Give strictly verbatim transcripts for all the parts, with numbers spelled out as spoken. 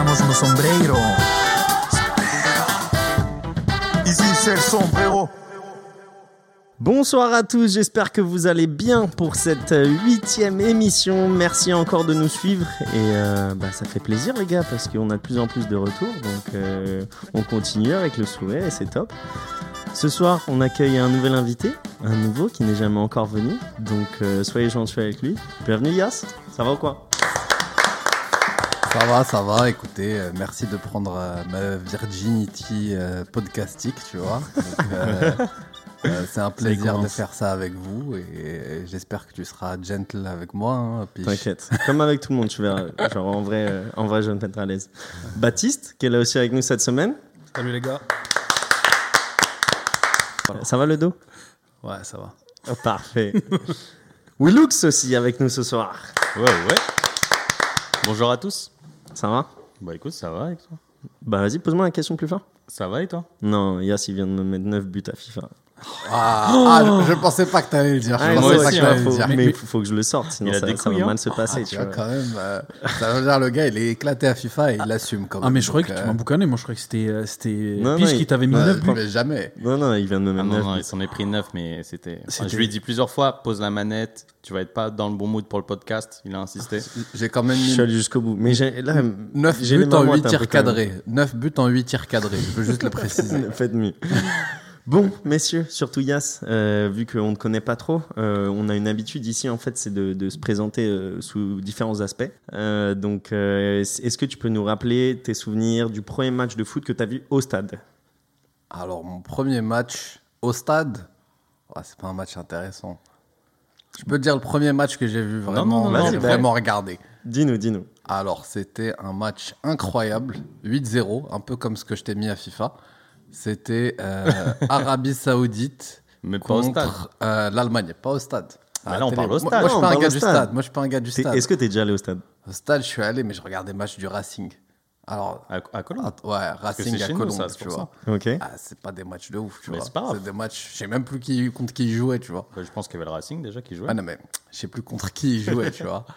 quitamos nos sombrero. Ici c'est le sombrero. Bonsoir à tous, j'espère que vous allez bien pour cette huitième émission. Merci encore de nous suivre et euh, bah, ça fait plaisir les gars parce qu'on a de plus en plus de retours, donc euh, on continue avec le sourire et c'est top. Ce soir, on accueille un nouvel invité, un nouveau qui n'est jamais encore venu, donc euh, soyez gentils avec lui. Bienvenue Yas, ça va ou quoi ? Ça va, ça va, écoutez, euh, merci de prendre euh, ma virginity euh, podcastique, tu vois. Donc, euh, euh, c'est un plaisir de faire ça avec vous et, et j'espère que tu seras gentle avec moi. Hein, puis T'inquiète, comme avec tout le monde, tu verras, genre en vrai, euh, en vrai je vais me mettre à l'aise. Baptiste, qui est là aussi avec nous cette semaine. Salut les gars. Ça va le dos ? Ouais, ça va. Oh, parfait. Willux aussi avec nous ce soir. Ouais, ouais. Bonjour à tous. Ça va ? Bah écoute, ça va avec toi ? Bah vas-y, pose-moi la question plus fort. Ça va et toi ? Non, Yass, il vient de me mettre neuf buts à FIFA. Ah, ah, je, je pensais pas que t'allais le dire. Je Ah, pensais moi pas aussi, que t'allais hein, le faut, dire. mais il faut, faut que je le sorte, sinon Il a ça, des ça va couilles, mal hein. se passer. Ah, tu tu vois, vois. quand même, euh, ça veut dire le gars, il est éclaté à FIFA et il l'assume quand même. Ah, mais je croyais que Donc, tu euh, m'as boucané. Moi, je croyais que c'était, euh, c'était Non, Piche non, qui il- t'avait mis ouais, neuf buts. mais jamais. Non, non, il vient de me Ah mettre non, neuf non, buts. il s'en est pris neuf, mais c'était... Enfin, C'était- je lui ai dit plusieurs fois, pose la manette, tu vas être pas dans le bon mood pour le podcast. Il a insisté. J'ai quand même Je mis suis allé jusqu'au bout. Mais j'ai, là, neuf j'ai les buts en marmottes huit un tirs peu quand même. cadrés. neuf buts en huit tirs cadrés. Je veux juste le préciser. Faites mieux. Bon, messieurs, surtout Yass, euh, vu qu'on ne connaît pas trop, euh, on a une habitude ici, en fait, c'est de, de se présenter euh, sous différents aspects. Euh, donc, euh, est-ce que tu peux nous rappeler tes souvenirs du premier match de foot que tu as vu au stade ? Alors, mon premier match au stade, ouais, c'est pas un match intéressant. Je peux te dire le premier match que j'ai vu vraiment, non, non, que non, j'ai vas-y, vraiment regardé. Dis-nous, dis-nous. Alors, c'était un match incroyable, huit zéro, un peu comme ce que je t'ai mis à FIFA. C'était euh, Arabie Saoudite Mais pas au stade. contre euh, l'Allemagne, pas au stade. Mais À là, on la parle télé. au stade. Moi, moi, je Non, suis on pas un parle gars au du stade. stade. Moi, je suis pas un gars du T'es- stade. Est-ce que tu es déjà allé au stade ? Au stade, je suis allé, mais je regardais match du Racing. Alors, À, à Colombes. ah, ouais, que Racing c'est à chez nous, Colombes, ça, c'est tu pour vois. Ok. Ah, c'est pas des matchs de ouf, tu Mais vois. c'est pas grave. C'est des matchs, je sais même plus qui, contre qui ils jouaient, tu vois. Bah, je pense qu'il y avait le Racing déjà qui jouait. Ah non, mais je sais plus contre qui ils jouaient, tu vois.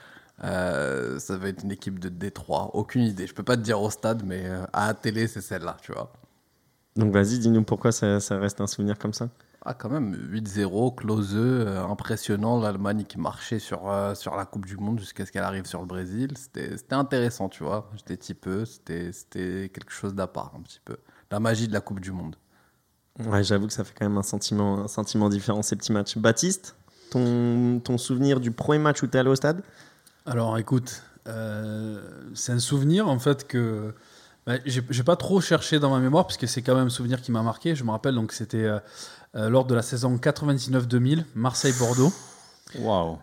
Euh, ça va être une équipe de Détroit, aucune idée. Je peux pas te dire au stade, mais euh, à la télé, c'est celle-là, tu vois. Donc vas-y, dis-nous pourquoi ça, ça reste un souvenir comme ça. Ah, quand même, huit zéro, close, euh, impressionnant. L'Allemagne qui marchait sur, euh, sur la Coupe du Monde jusqu'à ce qu'elle arrive sur le Brésil. C'était, c'était intéressant, tu vois. J'étais petit peu, c'était, c'était quelque chose d'à part, un petit peu. La magie de la Coupe du Monde. Ouais, j'avoue que ça fait quand même un sentiment, un sentiment différent ces petits matchs. Baptiste, ton, ton souvenir du premier match où tu es allé au stade ? Alors, écoute, euh, c'est un souvenir en fait que bah, j'ai, j'ai pas trop cherché dans ma mémoire parce que c'est quand même un souvenir qui m'a marqué. Je me rappelle donc c'était euh, euh, lors de la saison quatre-vingt-dix-neuf deux mille, Marseille-Bordeaux. Waouh.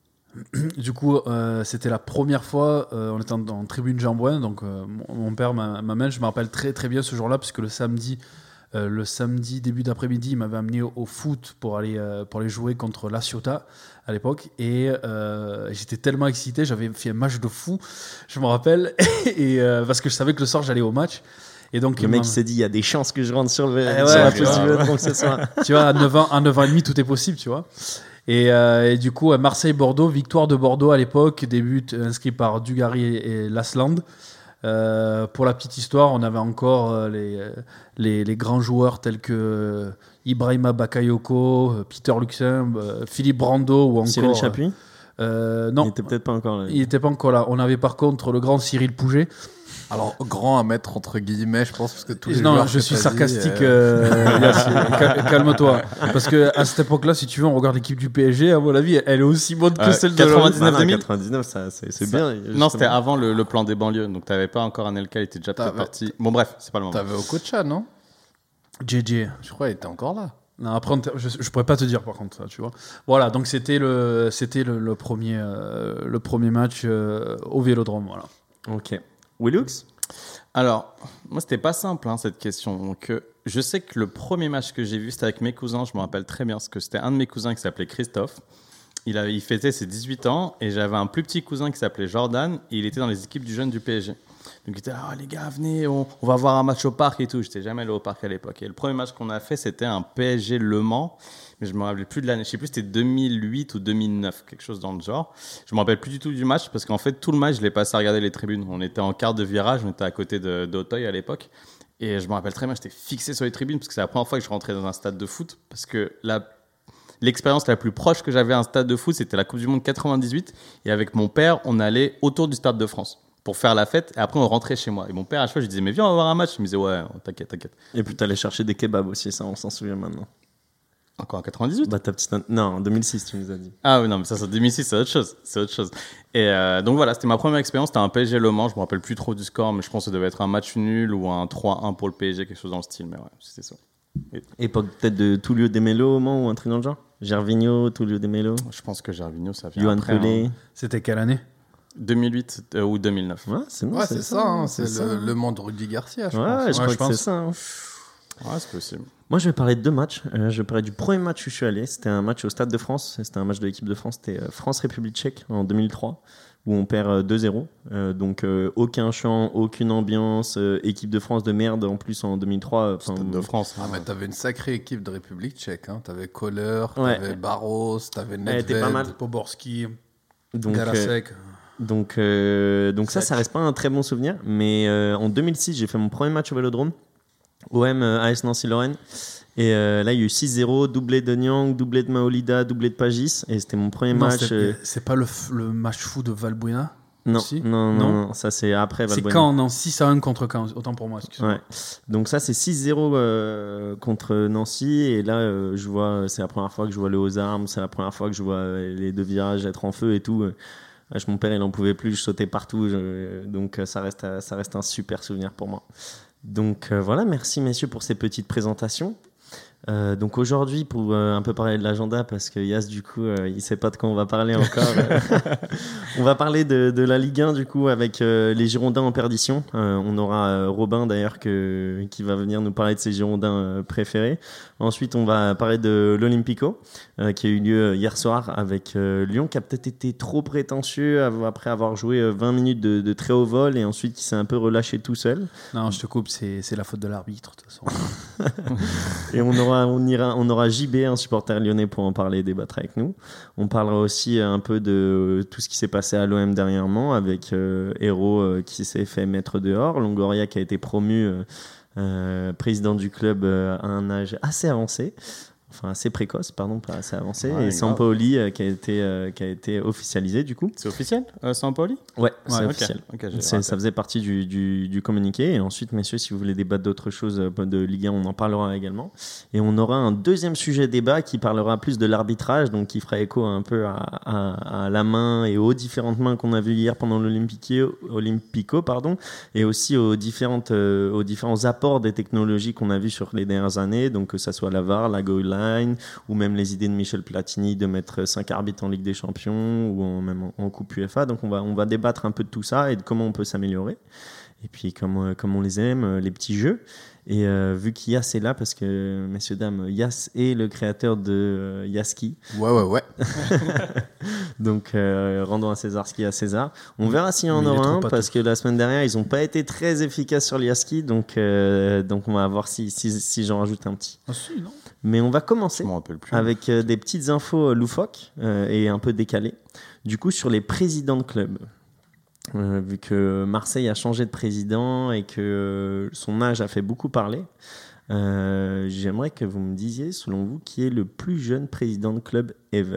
Du coup, euh, c'était la première fois, euh, on était en, en tribune Jean-Bouin, donc euh, mon, mon père m'a- m'amène, je me rappelle très très bien ce jour-là, puisque le samedi, euh, le samedi début d'après-midi, il m'avait amené au, au foot pour aller, euh, pour aller jouer contre La Ciotat à l'époque, et euh, j'étais tellement excité, j'avais fait un match de fou, je me rappelle, et, euh, parce que je savais que le soir j'allais au match. Et donc, Le mec il il s'est dit, il y a des chances que je rentre sur, le, Eh sur ouais, la tu vois. pause du Vélodrome ce soir. tu vois, à neuf ans, à neuf ans et demi, tout est possible, tu vois. Et, euh, et du coup, à Marseille-Bordeaux, victoire de Bordeaux à l'époque, des buts inscrits par Dugarry et, et Lasland. Euh, pour la petite histoire, on avait encore euh, les, les, les grands joueurs tels que euh, Ibrahima Bakayoko, euh, Peter Luxem, euh, Philippe Brando ou encore... Cyril Chapuis euh, Non, Il était peut-être pas encore là. il n'était pas encore là. On avait par contre le grand Cyril Pouget. Alors, grand à mettre entre guillemets, je pense, parce que tous les Non, joueurs je que suis t'as sarcastique. dit, euh, euh, Yassine. Cal- calme-toi. Parce que à cette époque-là, si tu veux, on regarde l'équipe du P S G. À mon avis, elle est aussi bonne que Euh, celle de quatre-vingt-dix-neuf. Ah non, deux mille quatre-vingt-dix-neuf, ça, c'est, c'est Ça- bien. Non, justement. c'était avant le, le plan des banlieues, donc t'avais pas encore un L K, il était déjà peut-être T'avais- parti. Bon bref, c'est pas le moment. T'avais Okocha, non? J J. Je crois qu'il était encore là. Non, après, on t- je, je pourrais pas te dire par contre, ça, tu vois. Voilà, donc c'était le, c'était le, le premier, euh, le premier match euh, au Vélodrome, voilà. Ok. Willux ? Alors, moi, c'était pas simple, hein, cette question. Donc, euh, je sais que le premier match que j'ai vu, c'était avec mes cousins. Je me rappelle très bien, parce que c'était un de mes cousins qui s'appelait Christophe. il, a, il fêtait ses dix-huit ans et j'avais un plus petit cousin qui s'appelait Jordan et il était dans les équipes du jeune du P S G. Donc il était là, oh, les gars, venez, on, on va voir un match au parc et tout. J'étais jamais allé au parc à l'époque. Et le premier match qu'on a fait, c'était un P S G Le Mans. Mais je me rappelle plus de l'année. Je sais plus si c'était deux mille huit ou deux mille neuf, quelque chose dans le genre. Je me rappelle plus du tout du match parce qu'en fait, tout le match, je l'ai passé à regarder les tribunes. On était en quart de virage, on était à côté de, d'Auteuil à l'époque. Et je me rappelle très bien, j'étais fixé sur les tribunes parce que c'est la première fois que je rentrais dans un stade de foot. Parce que la, l'expérience la plus proche que j'avais à un stade de foot, c'était la Coupe du Monde quatre-vingt-dix-huit. Et avec mon père, on allait autour du Stade de France pour faire la fête. Et après, on rentrait chez moi. Et mon père, à chaque fois, je disais, mais viens, on va voir un match. Il me disait, ouais, t'inquiète, t'inquiète. Et puis t'allais chercher des kebabs aussi, ça, on s'en souvient maintenant. Encore en quatre-vingt-dix-huit? Bah, ta petite... Non, en deux mille six, tu nous as dit. Ah oui, non, mais ça, c'est deux mille six, c'est autre chose. C'est autre chose. Et euh, donc voilà, c'était ma première expérience. C'était un P S G Le Mans. Je me rappelle plus trop du score, mais je pense que ça devait être un match nul ou un trois un pour le P S G, quelque chose dans le style. Mais ouais, c'était ça. Et... Époque peut-être de Tullio De Melo au Mans ou un truc dans le genre? Gervinho, Tullio De Melo, Je pense que Gervinho, ça vient Johan après. Pelé. Hein. C'était quelle année? deux mille huit euh, ou deux mille neuf. Ouais, c'est, bon, Ouais, c'est, c'est ça, hein, c'est, ça. le, le monde de Rudy Garcia, je Ouais, pense. je Ouais, crois je que pense. c'est ça. hein. Ouais, c'est possible. Moi, je vais parler de deux matchs. Euh, je vais parler du premier match où je suis allé. C'était un match au Stade de France. C'était un match de l'équipe de France. C'était euh, France-République tchèque en deux mille trois, où on perd euh, deux zéro. Euh, donc, euh, aucun chant, aucune ambiance. Euh, équipe de France de merde en plus en deux mille trois. Enfin, Stade de France. Ah, hein. mais t'avais une sacrée équipe de République tchèque. Hein. T'avais Kohler, Ouais. t'avais Barros, t'avais Elle était pas Nedved. mal. Poborski, donc, euh, Galasek. donc, euh, donc ça, Sech. ça reste pas un très bon souvenir. Mais euh, en deux mille six, j'ai fait mon premier match au Vélodrome. O M euh, A S Nancy-Lorraine. Et euh, là, il y a eu six zéro, doublé de Nyang, doublé de Maolida, doublé de Pagis. Et c'était mon premier Non, match. c'était- euh, c'est pas le, f- le match fou de Valbuena? Non, Si non, non, Non non, ça c'est après C'est Valbuena. quand? Non, six à un contre Caen. Autant pour moi, excuse-moi. Ouais. Donc ça c'est six zéro euh, contre Nancy et là euh, je vois c'est la première fois que je vois le aux armes, c'est la première fois que je vois euh, les deux virages être en feu et tout. Euh, mon père il en pouvait plus, je sautais partout, je- donc euh, ça reste euh, ça reste un super souvenir pour moi. Donc euh, voilà, merci messieurs pour ces petites présentations. Euh, donc aujourd'hui pour euh, un peu parler de l'agenda parce que Yas du coup euh, il sait pas de quoi on va parler encore. On va parler de, de la Ligue un du coup avec euh, les Girondins en perdition. Euh, on aura euh, Robin d'ailleurs que, qui va venir nous parler de ses Girondins euh, préférés. Ensuite on va parler de l'Olympico euh, qui a eu lieu hier soir avec euh, Lyon qui a peut-être été trop prétentieux av- après avoir joué euh, vingt minutes de, de très haut vol et ensuite qui s'est un peu relâché tout seul. Non, je te coupe, c'est c'est la faute de l'arbitre, de toute façon. Et on aura, on ira, on aura J B, un supporter lyonnais, pour en parler et débattre avec nous. On parlera aussi un peu de tout ce qui s'est passé à l'O M dernièrement avec euh, Hérault euh, qui s'est fait mettre dehors, Longoria qui a été promu euh, euh, président du club euh, à un âge assez avancé. Enfin, assez précoce, pardon, pas assez avancé. Ouais, et grave. Sampaoli euh, qui, a été, euh, qui a été officialisé du coup. C'est officiel, euh, Sampaoli? Ouais, c'est Ouais, ok. officiel. Ok, j'ai C'est- raté. ça faisait partie du, du, du communiqué. Et ensuite, messieurs, si vous voulez débattre d'autres choses euh, de Ligue un, on en parlera également. Et on aura un deuxième sujet débat qui parlera plus de l'arbitrage, donc qui fera écho un peu à, à, à la main et aux différentes mains qu'on a vues hier pendant l'Olympico, Olympico, pardon, et aussi aux, différentes, euh, aux différents apports des technologies qu'on a vues sur les dernières années, donc que ça soit la V A R, la goal line, ou même les idées de Michel Platini de mettre cinq arbitres en Ligue des Champions ou en, même en, en Coupe U F A. Donc on va, on va débattre un peu de tout ça et de comment on peut s'améliorer. Et puis comme, euh, comme on les aime, euh, les petits jeux. Et euh, vu qu'Yas est là, parce que, messieurs, dames, Yas est le créateur de euh, Yaski. Ouais, ouais, ouais. Donc euh, rendons à César ce qui est à César. On verra s'il y en Mais il est aura trop un, pâteux. parce que la semaine dernière, ils n'ont pas été très efficaces sur l'Yaski. Donc, euh, donc on va voir si, si, si j'en rajoute un petit. Ah si, non? Mais on va Je commencer m'en rappelle plus. avec euh, des petites infos euh, loufoques euh, et un peu décalées. Du coup, sur les présidents de clubs. Euh, vu que Marseille a changé de président et que euh, son âge a fait beaucoup parler, euh, j'aimerais que vous me disiez, selon vous, qui est le plus jeune président de club ever.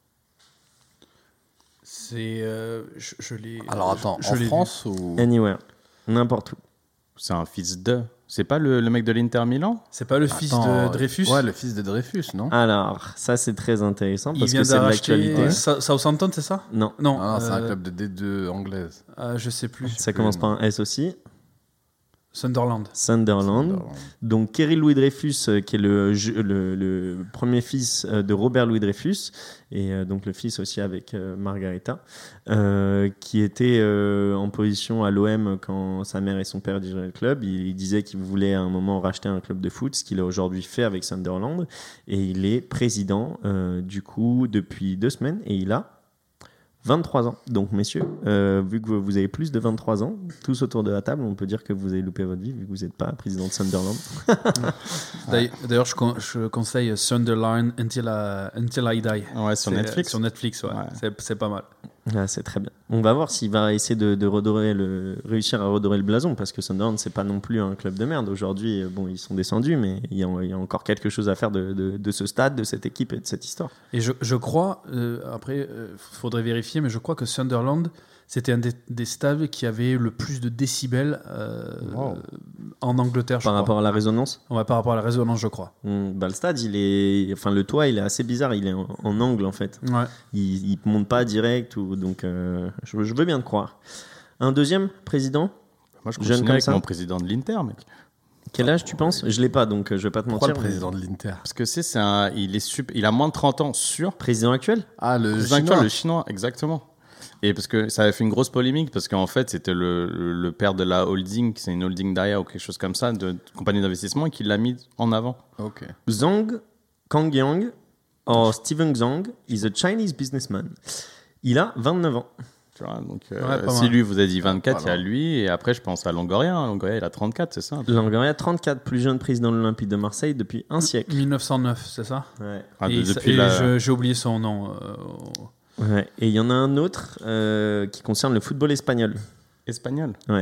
C'est. euh, je je l'ai. Alors attends, je, je en l'ai vu. France ou. Anywhere, n'importe où. C'est un fils de. C'est pas le, le mec de l'Inter Milan? C'est pas le fils Attends, de Dreyfus? Ouais, le fils de Dreyfus, non? Alors, ça c'est très intéressant Il parce vient que c'est de d'arracher l'actualité. Sa- Southampton, c'est ça? Non, Non, Ah non, c'est un euh, club de D deux anglaise. euh, je sais plus. ça commence par un S aussi. Sunderland. Sunderland. Sunderland. Donc Kerry Louis Dreyfus, euh, qui est le, je- le, le premier fils euh, de Robert Louis Dreyfus, et euh, donc le fils aussi avec euh, Margarita, euh, qui était euh, en position à l'O M quand sa mère et son père dirigeaient le club. Il, il disait qu'il voulait à un moment racheter un club de foot, ce qu'il a aujourd'hui fait avec Sunderland, et il est président euh, du coup depuis deux semaines, et il a vingt-trois ans. Donc, messieurs, euh, vu que vous avez plus de vingt-trois ans, tous autour de la table, on peut dire que vous avez loupé votre vie vu que vous n'êtes pas président de Sunderland. D'ailleurs, D'ailleurs, je, con- je conseille Sunderland Until, I- Until I Die. Ouais, sur C'est- Netflix. Sur Netflix, ouais. Ouais. C'est, c'est pas mal. Ah, c'est très bien. On va voir s'il va essayer de, de redorer le, réussir à redorer le blason, parce que Sunderland, c'est pas non plus un club de merde. Aujourd'hui, bon, ils sont descendus, mais il y a, il y a encore quelque chose à faire de, de, de ce stade, de cette équipe et de cette histoire. Et je, je crois, euh, après, il faudrait vérifier, mais je crois que Sunderland, c'était un des, des stades qui avait le plus de décibels euh, Wow. en Angleterre, je Par crois. rapport à la résonance, Ouais, par rapport à la résonance, je crois. on- bah, le stade, il est, enfin, le toit, il est assez bizarre. Il est en, en angle, en fait. Ouais. Il, il monte pas direct, ou, donc euh, je, je veux bien te croire. Un deuxième président. Moi, je Jeune continue comme avec ça. mon président de l'Inter, mec. Quel âge tu penses? Je l'ai pas, donc euh, je vais pas te Pourquoi mentir. le président de l'Inter? Parce que c'est, c'est un, il est super, il a moins de trente ans sûr. Président actuel? Ah, le Président chinois. actuel, le chinois, exactement. Et parce que ça avait fait une grosse polémique, parce qu'en fait, c'était le, le, le père de la holding, c'est une holding derrière ou quelque chose comme ça, de, de compagnie d'investissement, et qui l'a mis en avant. Ok. Zhang Kangyang, or Steven Zhang, is a Chinese businessman. Il a vingt-neuf ans. Tu vois, donc, euh, Ouais, pas si mal. lui vous a dit vingt-quatre, il y a Voilà. lui, et après, je pense à Longoria. hein. Longoria, il a trente-quatre, c'est ça? Longoria, trente-quatre, plus jeune président de l'Olympique de Marseille depuis un siècle. mille neuf cent neuf, c'est ça? Ouais. Ah, de- Et, depuis et la- je- j'ai oublié son nom. euh, Ouais. Et il y en a un autre euh, qui concerne le football espagnol. Espagnol. Ouais.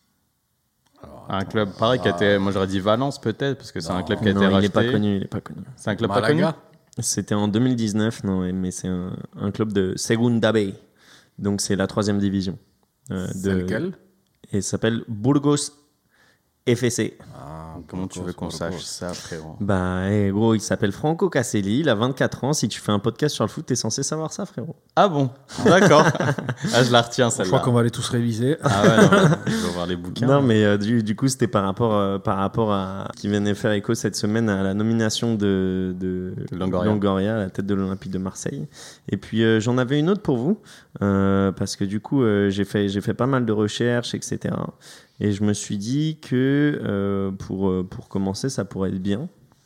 Alors, Un attends. club pareil qui a Ah, été, moi j'aurais dit Valence peut-être, parce que c'est un Non. club qui a Non, été il racheté. n'est pas connu, il est pas connu. C'est un club pas connu. Malaga. C'était en deux mille dix-neuf, non, ouais, mais c'est un, un club de Segunda B. Donc c'est la troisième division. euh, C'est de- lequel? Et ça s'appelle Burgos F C. Ah, Comment tu veux qu'on Burgos, sache Burgos. ça, frérot? Bah, eh, gros, il s'appelle Franco Caselli, il a vingt-quatre ans. Si tu fais un podcast sur le foot, t'es censé savoir ça, frérot. Ah bon? D'accord. ah, je la retiens je celle-là. crois qu'on va les tous réviser. Ah ouais, non, je vais voir les bouquins. Non, mais euh, du, du coup, c'était par rapport, euh, par rapport à. Qui venait faire écho cette semaine à la nomination de, de Longoria. à la tête de l'Olympique de Marseille. Et puis, euh, j'en avais une autre pour vous, euh, parce que du coup, euh, j'ai fait, j'ai fait pas mal de recherches, et cetera. Et je me suis dit que euh, pour, euh, pour commencer, ça pourrait être bien.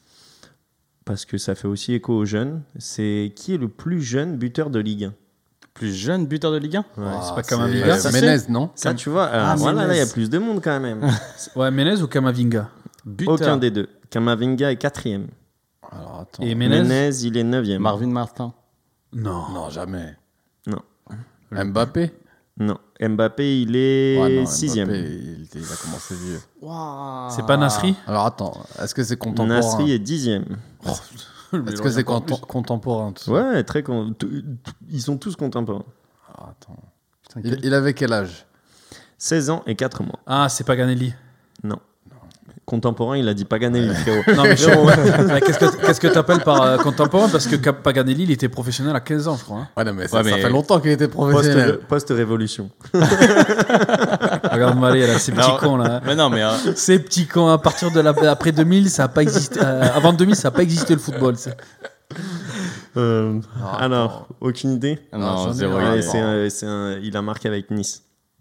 Parce que ça fait aussi écho aux jeunes. C'est qui est le plus jeune buteur de Ligue un? Plus jeune buteur de Ligue un? Ouais. Ah, c'est pas Camavinga, euh, ça, Menez, non? Ça, tu vois, alors, Ah, voilà, là, il y a Menez. plus de monde quand même. Ouais, Menez ou Camavinga? Buteur. Aucun des deux. Kamavinga est quatrième. Alors, attends. Et Menez? Menez, il est neuvième. Marvin Martin. Non. Non, jamais. Non. Mbappé? Non. Mbappé, il est Ouais, non, sixième. Mbappé, il, était- il a commencé vieux. C'est pas Nasri? Alors, attends. Est-ce que c'est contemporain? Nasri est dixième. Est-ce que c'est contem- contemporain? tout ça? Ouais, très con... t- Ils sont tous contemporains. Alors, attends. Putain, Il, quel- il avait quel âge? seize ans et quatre mois. Ah, c'est Paganelli. Non. Contemporain, il a dit Paganelli, frérot. Non, mais, je- mais qu'est-ce que qu'est-ce que t'appelles par euh, contemporain? Parce que Cap- Paganelli, il était professionnel à quinze ans, je crois. hein. Ouais, non, mais ça, Ouais, ça mais- fait longtemps qu'il était professionnel. Post- Post-révolution. Regarde Malé, là, ces petits Non. cons, là. Mais non, mais euh, Ces petits cons, à partir de la, après deux mille, ça a pas existé. euh, avant deux mille, ça n'a pas existé le football. c'est- Euh, Ah, alors, aucune idée. j'en non, ai zéro un. Ouais, idée. c'est un- c'est un- Il a marqué avec Nice.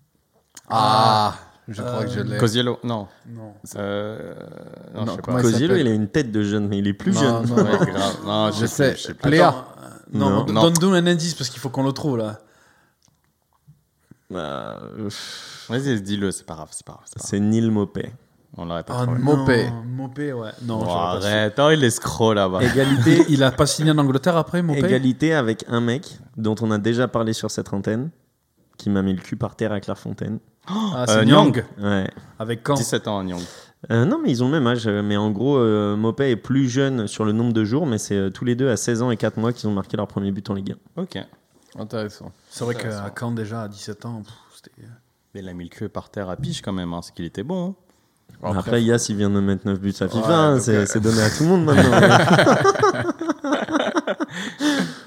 Ah, je crois que je l'ai. Cosiello, non. Non. Euh, non, Non, je sais comment pas. il Cosiello, s'appelle il a une tête de jeune, mais il est plus Non, jeune. non, Ouais, non. grave. Non, Je je sais. sais, je sais plus. Pléa. Attends, euh, non, Non. mais Non. donne-nous un indice parce qu'il faut qu'on le trouve, là. Bah, euh, Vas-y, dis-le, c'est pas grave, c'est pas grave. c'est pas grave. c'est Neil Maupay. On l'aurait pas Ah, trouvé. non, Mopé. Mopé, ouais. Non, Oh, j'aurais pas su. arrête, oh, il est scroll là-bas. Égalité, Il a pas signé en Angleterre après, Mopé? égalité avec un mec dont on a déjà parlé sur cette antenne, qui m'a mis le cul par terre à Clairefontaine. Ah, c'est Euh, Nyang. Ouais. Avec quand? dix-sept ans, Nyong. Euh, non, mais ils ont le même âge. euh, Mais en gros, euh, Maupay est plus jeune sur le nombre de jours, mais c'est euh, tous les deux à seize ans et quatre mois qu'ils ont marqué leur premier but en Ligue un. Ok. Intéressant. C'est vrai qu'à Caen, déjà, à dix-sept ans, pff, c'était. Mais il a mis le cul par terre à piche quand même, hein, c'est qu'il était bon. hein. Bon, Après, Yass, il vient de mettre neuf buts à FIFA. Ouais, hein, donc, c'est euh, c'est donné à tout le monde maintenant.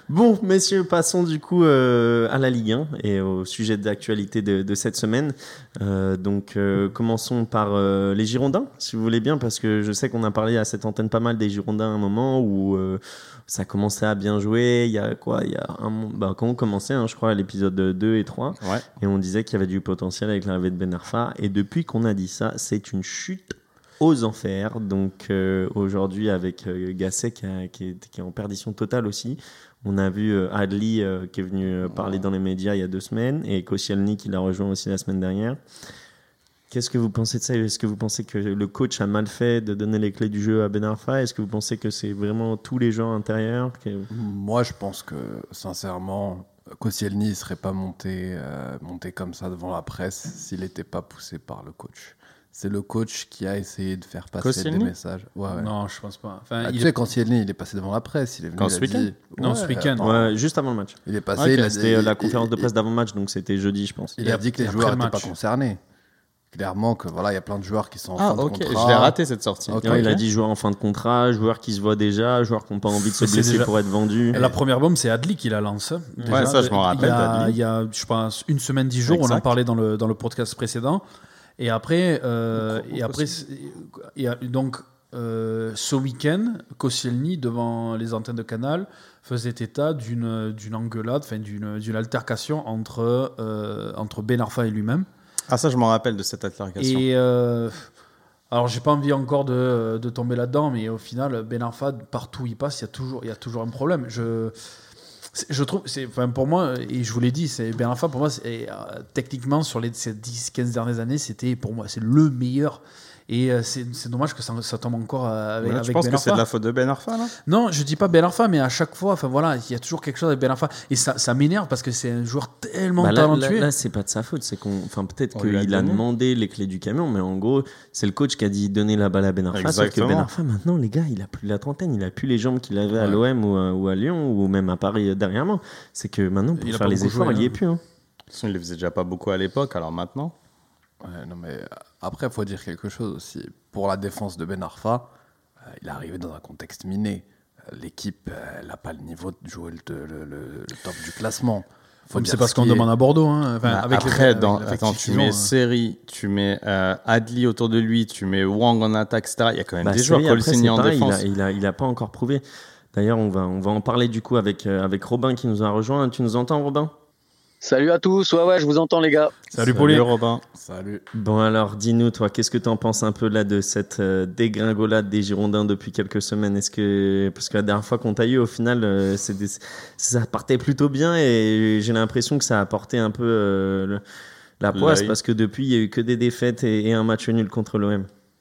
Bon, messieurs, passons du coup euh, à la Ligue un et au sujet d'actualité de, de cette semaine. Euh, donc, euh, commençons par euh, les Girondins, si vous voulez bien, parce que je sais qu'on a parlé à cette antenne pas mal des Girondins à un moment où euh, ça commençait à bien jouer. Il y a quoi Il y a un, bah, quand on commençait, hein, je crois, à l'épisode deux et trois, Ouais. et on disait qu'il y avait du potentiel avec l'arrivée de Ben Arfa. Et depuis qu'on a dit ça, c'est une chute aux enfers. Donc euh, aujourd'hui avec euh, Gasset qui, a, qui, est, qui est en perdition totale aussi. On a vu euh, Adli euh, qui est venu euh, parler dans les médias il y a deux semaines et Koscielny qui l'a rejoint aussi la semaine dernière. Qu'est-ce que vous pensez de ça ? Est-ce que vous pensez que le coach a mal fait de donner les clés du jeu à Ben Arfa ? Est-ce que vous pensez que c'est vraiment tous les joueurs intérieurs que... Moi, je pense que, sincèrement, Koscielny ne serait pas monté, euh, monté comme ça devant la presse s'il n'était pas poussé par le coach. C'est le coach qui a essayé de faire passer Koscielny ? des messages. Ouais, ouais. Non, je pense pas. Enfin, Ah, il tu est- sais, Koscielny, il est passé devant la presse. Il est venu, Quand il ce a week-end dit- Non, ce week-end. attends. Ouais, juste avant le match. Il est passé, Ok, il a C'était dit- la il- conférence de il- presse d'avant-match, donc c'était jeudi, je pense. Il a dit que les Et après joueurs le n'étaient pas match. concernés. Clairement que voilà, il y a plein de joueurs qui sont en Ah, fin de ok. contrat. Je l'ai raté cette sortie. Ok. Ouais, il a Ok. dit joueurs en fin de contrat, joueurs qui se voient déjà, joueurs qui n'ont pas envie de se Mais c'est blesser déjà- pour être vendus. La première bombe, c'est Adli qui la lance. Ouais, ça, je m'en rappelle Il y a, d'Adli. il y a, je pense, une semaine, dix jours, on en Exact. parlait dans le, dans le podcast précédent. Et après, euh, et après c'est- il y a, donc, euh, ce week-end, Koscielny, devant les antennes de Canal, faisait état d'une, d'une engueulade, enfin, d'une, d'une altercation entre, euh, entre Ben Arfa et lui-même. Ah, ça, je m'en rappelle de cette altercation. Et euh, alors, j'ai pas envie encore de, de tomber là-dedans, mais au final, Ben Arfa, partout où il passe, il y a toujours, il y a toujours un problème. Je, c'est- je trouve, c'est, enfin, pour moi, et je vous l'ai dit, c'est Ben Arfa, pour moi, c'est, euh, techniquement, sur les, ces dix quinze dernières années, c'était pour moi, c'est le meilleur. Et euh, c'est, c'est dommage que ça, ça tombe encore euh, avec, Ouais, avec tu penses Ben que c'est Arfa. de la faute de Ben Arfa, là ? Non, je dis pas Ben Arfa, mais à chaque fois, enfin voilà, il y a toujours quelque chose avec Ben Arfa. Et ça, ça m'énerve parce que c'est un joueur tellement Bah là, là, talentueux. là, c'est pas de sa faute, c'est qu'on, enfin peut-être On lui a qu'il a donné. demandé les clés du camion, mais en gros, c'est le coach qui a dit donner la balle à Ben Arfa. Sauf que Exactement. Ben Arfa, maintenant, les gars, il a plus la trentaine, il a plus les jambes qu'il avait à Ouais. l'O M ou à, ou à Lyon ou même à Paris euh, dernièrement. C'est que maintenant, pour Il a faire pas les beaucoup efforts, joué, il y est hein. plus. Hein. De toute façon, il le faisait déjà pas beaucoup à l'époque, alors maintenant. Ouais, non, mais euh, après, il faut dire quelque chose aussi. Pour la défense de Ben Arfa, euh, il est arrivé dans un contexte miné. Euh, L'équipe, euh, elle n'a pas le niveau de jouer le, le- le- le top du classement. Faut Mais dire c'est parce ce qu'on qui est. demande à Bordeaux. Hein. Enfin, Bah, avec les- après, avec dans, l'effectif attends, tu qu'ils ont, mets hein. Seri, tu mets euh, Adli autour de lui, tu mets Wang en attaque, et cetera. Il y a quand même Bah, des c'est joueurs, vrai, après, Colsigny c'est en pareil, défense. Il a, il, a, il a pas encore prouvé. D'ailleurs, on va, on va en parler du coup avec, euh, avec Robin qui nous a rejoint. Tu nous entends, Robin ? Salut à tous, ouais ouais, je vous entends les gars. Salut, Pauline. Robin. Salut. Bon alors, dis-nous, toi, qu'est-ce que tu en penses un peu là de cette euh, dégringolade des Girondins depuis quelques semaines ? Est-ce que parce que la dernière fois qu'on t'a eu, au final, euh, c'est des- ça partait plutôt bien et j'ai l'impression que ça a apporté un peu euh, le- la poisse L'œil. parce que depuis, il y a eu que des défaites et, et un match nul contre l'O M.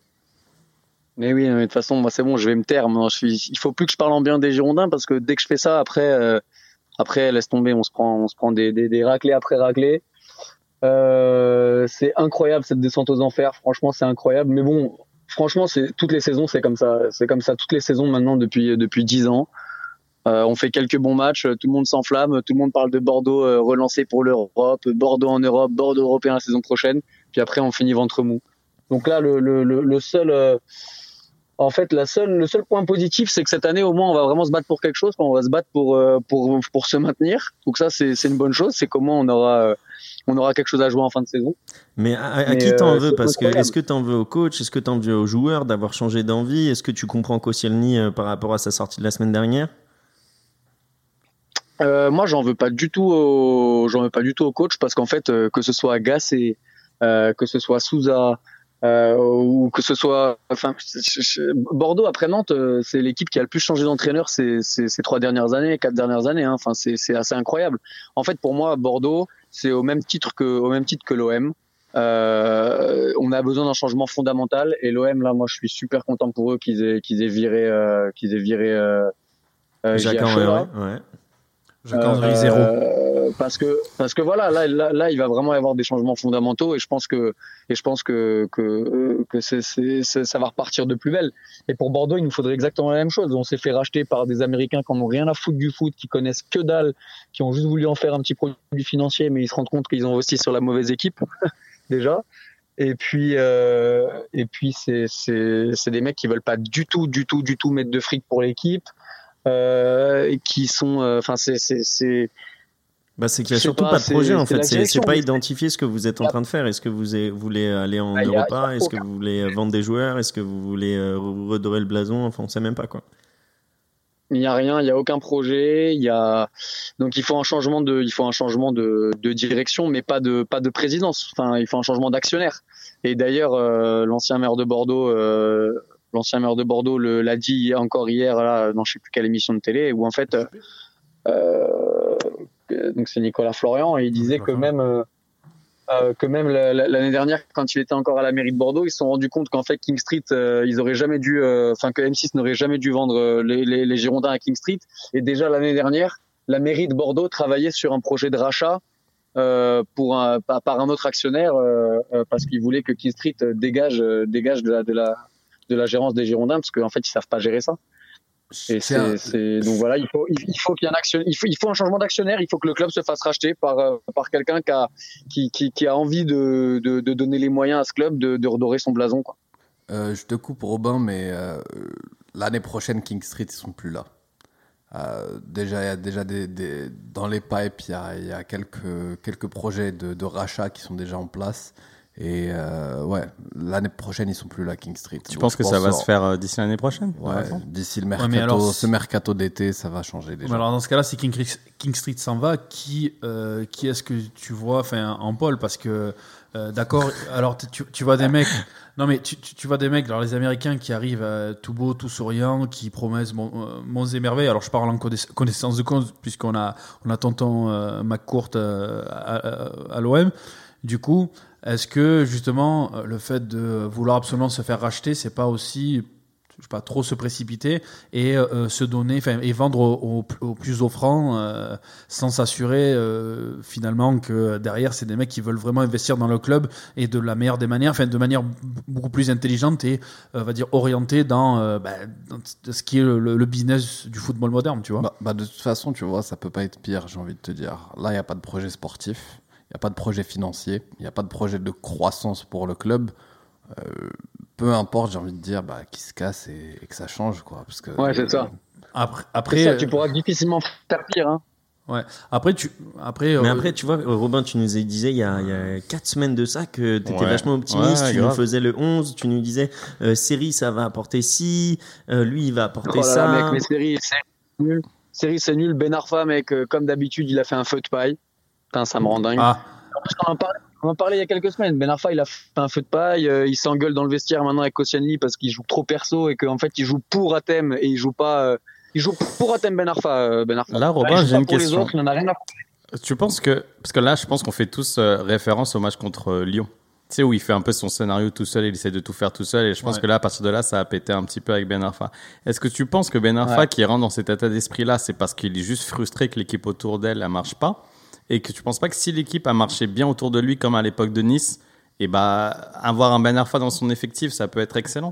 Mais oui, mais de toute façon, moi c'est bon, je vais me taire. Moi, je suis... Il faut plus que je parle en bien des Girondins parce que dès que je fais ça, après, euh, après laisse tomber, on se prend, on se prend des, des, des raclés après raclés. Euh, c'est incroyable cette descente aux enfers. Franchement, c'est incroyable. Mais bon, franchement, c'est toutes les saisons, c'est comme ça. C'est comme ça toutes les saisons maintenant depuis depuis dix ans. Euh, on fait quelques bons matchs, tout le monde s'enflamme, tout le monde parle de Bordeaux euh, relancé pour l'Europe, Bordeaux en Europe, Bordeaux européen la saison prochaine. Puis après, on finit ventre mou. Donc là, le, le, le, le seul, euh, en fait, la seule, le seul point positif, c'est que cette année, au moins, on va vraiment se battre pour quelque chose. On va se battre pour euh, pour pour se maintenir. Donc ça, c'est c'est une bonne chose. C'est comment on aura euh, on aura quelque chose à jouer en fin de saison. Mais à, à Mais, qui t'en euh, veux ? c'est Parce que incroyable. est-ce que t'en veux au coach ? Est-ce que t'en veux aux joueurs d'avoir changé d'envie ? Est-ce que tu comprends Koscielny euh, par rapport à sa sortie de la semaine dernière ? Euh, moi, j'en veux pas du tout au, j'en veux pas du tout au coach parce qu'en fait, euh, que ce soit Gasset, euh, que ce soit Souza, euh, ou que ce soit, enfin, je- je- Bordeaux après Nantes, euh, c'est l'équipe qui a le plus changé d'entraîneur ces, ces, ces trois dernières années, quatre dernières années. Hein. Enfin, c'est, c'est assez incroyable. En fait, pour moi, Bordeaux, c'est au même titre que, au même titre que l'O M. Euh, on a besoin d'un changement fondamental et l'O M là, moi, je suis super content pour eux qu'ils aient, qu'ils aient viré, euh, qu'ils aient viré. Euh, euh, Jacques J H E, Henry, là. ouais, ouais. Jacques-Henri, Euh, zéro. parce que parce que voilà, là, là là il va vraiment y avoir des changements fondamentaux et je pense que et je pense que que que c'est, c'est, c'est ça va repartir de plus belle. Et pour Bordeaux, il nous faudrait exactement la même chose. On s'est fait racheter par des Américains qui en ont rien à foutre du foot, qui connaissent que dalle, qui ont juste voulu en faire un petit produit financier, mais ils se rendent compte qu'ils ont investi sur la mauvaise équipe déjà. Et puis euh, et puis c'est c'est c'est des mecs qui veulent pas du tout du tout du tout mettre de fric pour l'équipe. euh, qui sont, enfin, euh, c'est, c'est, c'est. Bah, c'est qu'il n'y a surtout pas, pas de projet en fait. C'est, c'est pas identifier ce que vous êtes en train de faire. Est-ce que vous voulez aller en ah, Europa? Est-ce que vous voulez vendre des joueurs? Est-ce que vous voulez redorer le blason? Enfin, on sait même pas quoi. Il n'y a rien, il n'y a aucun projet. Il y a donc il faut un changement de, il faut un changement de, de direction, mais pas de pas de présidence. Enfin, il faut un changement d'actionnaire. Et d'ailleurs, euh, l'ancien maire de Bordeaux, euh, l'ancien maire de Bordeaux le, l'a dit encore hier là, dans je sais plus quelle émission de télé, où en fait, euh, euh, donc c'est Nicolas Florian, et il disait que même euh, euh, que même l'année dernière, quand il était encore à la mairie de Bordeaux, ils se sont rendus compte qu'en fait King Street, euh, ils auraient jamais dû, enfin euh, que M six n'aurait jamais dû vendre les, les, les Girondins à King Street. Et déjà l'année dernière, la mairie de Bordeaux travaillait sur un projet de rachat euh, pour un, par un autre actionnaire euh, parce qu'ils voulaient que King Street dégage, dégage de la, de la, de la gérance des Girondins, parce qu'en fait ils savent pas gérer ça. Et c'est, un... c'est, donc voilà, il faut, il faut qu'il y ait un action, il faut, il faut un changement d'actionnaire, il faut que le club se fasse racheter par, euh, par quelqu'un qui a, qui, qui, qui a envie de, de, de donner les moyens à ce club de, de redorer son blason, quoi. Euh, je te coupe, Robin, mais euh, l'année prochaine, King Street, ils sont plus là. Euh, déjà, il y a déjà des, des, dans les pipes, il y a, il y a quelques, quelques projets de, de rachat qui sont déjà en place. Et euh, ouais, l'année prochaine, ils sont plus là, King Street. Tu Donc, penses que ça va se faire euh, d'ici l'année prochaine? Ouais, d'ici le mercato, ouais, alors, ce mercato d'été, ça va changer déjà. Alors dans ce cas-là, si King, King Street s'en va, qui, euh, qui est-ce que tu vois, enfin, en pôle? Parce que, euh, d'accord, alors tu, tu vois des mecs, non mais tu, tu, tu vois des mecs, alors les Américains qui arrivent euh, tout beau, tout souriant, qui promettent mon, euh, monts et merveilles. Alors je parle en connaissance de cause, puisqu'on a, on a tonton euh, McCourt euh, à, à, à l'O M. Du coup, est-ce que justement le fait de vouloir absolument se faire racheter, c'est pas aussi, je sais pas, trop se précipiter et euh, se donner, enfin, et vendre au, au, au plus offrant, euh, sans s'assurer euh, finalement que derrière c'est des mecs qui veulent vraiment investir dans le club et de la meilleure des manières, enfin de manière beaucoup plus intelligente et euh, va dire orientée dans, euh, bah, dans ce qui est le, le business du football moderne, tu vois. Bah, bah de toute façon, tu vois, ça peut pas être pire, j'ai envie de te dire. Là, il y a pas de projet sportif. Il n'y a pas de projet financier, il n'y a pas de projet de croissance pour le club. Euh, peu importe, j'ai envie de dire, bah, qu'il se casse et, et que ça change, quoi. Parce que, ouais, c'est ça. Après, après ça, tu pourras difficilement faire pire, hein. Ouais. Après, tu, après. Mais euh... après, tu vois, Robin, tu nous disais il y a, il y a quatre semaines de ça que tu étais ouais. vachement optimiste. Ouais, tu grave. nous faisais le onze, tu nous disais, euh, série, ça va apporter ci, euh, lui, il va apporter oh là ça. Là, mec, mais série, c'est nul. Série, c'est nul. Ben Arfa, mec, euh, comme d'habitude, il a fait un feu de paille. Putain, ça me rend dingue. Ah. On en, parlait, on en parlait il y a quelques semaines. Ben Arfa, il a fait un feu de paille. Euh, il s'engueule dans le vestiaire maintenant avec Koscielny parce qu'il joue trop perso et qu'en fait, il joue pour Hatem et il joue pas. Euh, il joue pour Hatem Ben Arfa. Ben Arfa. Là, Robin, j'ai une question. Les autres, il en a rien à foutre. Tu penses que, parce que là, je pense qu'on fait tous euh, référence au match contre euh, Lyon. Tu sais, où il fait un peu son scénario tout seul, il essaie de tout faire tout seul, et je pense ouais. que là, à partir de là, ça a pété un petit peu avec Ben Arfa. Est-ce que tu penses que Ben Arfa, ouais. qui rentre dans cet état d'esprit-là, c'est parce qu'il est juste frustré que l'équipe autour d'elle, elle marche pas? Et que tu penses pas que si l'équipe a marché bien autour de lui, comme à l'époque de Nice, et bah, avoir un Ben Arfa dans son effectif, ça peut être excellent?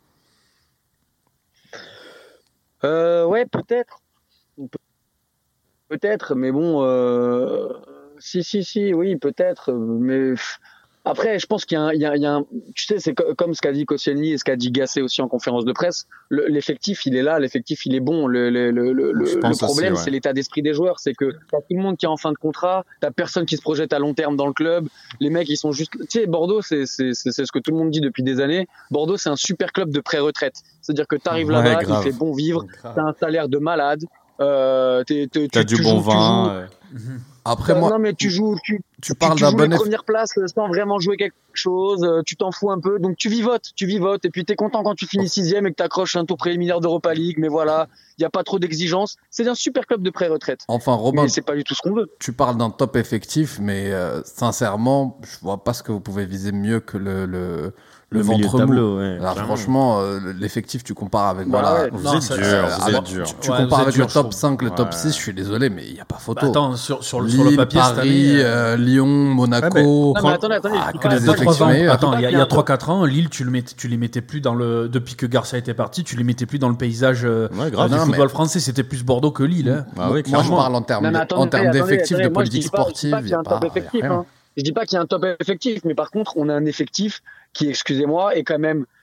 Euh, ouais, peut-être. Peut-être, mais bon, euh... si, si, si, oui, peut-être, mais après, je pense qu'il y a un, il y a, il y a un... tu sais, c'est comme ce qu'a dit Koscielny et ce qu'a dit Gasset aussi en conférence de presse. Le, l'effectif, il est là, l'effectif, il est bon. Le, le, le, le, le problème, aussi, ouais. c'est l'état d'esprit des joueurs. C'est que t'as tout le monde qui est en fin de contrat, t'as personne qui se projette à long terme dans le club. Les mecs, ils sont juste, tu sais, Bordeaux, c'est, c'est, c'est, c'est ce que tout le monde dit depuis des années. Bordeaux, c'est un super club de pré-retraite. C'est-à-dire que t'arrives ouais, là-bas, grave. il fait bon vivre, grave. t'as un salaire de malade. Euh, t'es, t'es, t'as tu, du tu bon joues, vin. Tu joues, Après euh, moi, non mais tu joues, tu, tu tu parles tu d'un joues bon les eff... premières places sans vraiment jouer quelque chose. Tu t'en fous un peu, donc tu vivotes, tu vivotes, et puis t'es content quand tu finis sixième et que t'accroches un tour préliminaire d'Europa League. Mais voilà, il y a pas trop d'exigences. C'est un super club de pré-retraite. Enfin, Robin, mais c'est pas du tout ce qu'on veut. Tu parles d'un top effectif, mais euh, sincèrement, je vois pas ce que vous pouvez viser mieux que le le. Le, le ventre tableau, mou. Ouais, Alors franchement, euh, l'effectif, tu compares avec bah voilà. Ouais. Vous non, êtes dur, euh, vous êtes dur. Tu, tu ouais, compares avec dur, le top trouve. cinq, le ouais. top six, je suis désolé, mais il y a pas photo. Bah, attends, sur sur, Lille, sur le papier Paris, cette année, euh, Lyon, Monaco. Ouais, non, mais attendez, attendez. Ah, que pas, les pas, effectifs ans, meilleurs. attends, il y a, a trois quatre ans, Lille, tu le mettais, tu les mettais plus dans le depuis que Garcia était parti, tu les mettais plus dans le paysage euh, ouais, grave, du non, football mais... français, c'était plus Bordeaux que Lille. Hein. Bah, oui, moi, je parle en termes en termes d'effectifs, de politique sportive, il y a un top effectif. Je dis pas qu'il y a un top effectif, mais par contre, on a un effectif qui, excusez-moi, est quand même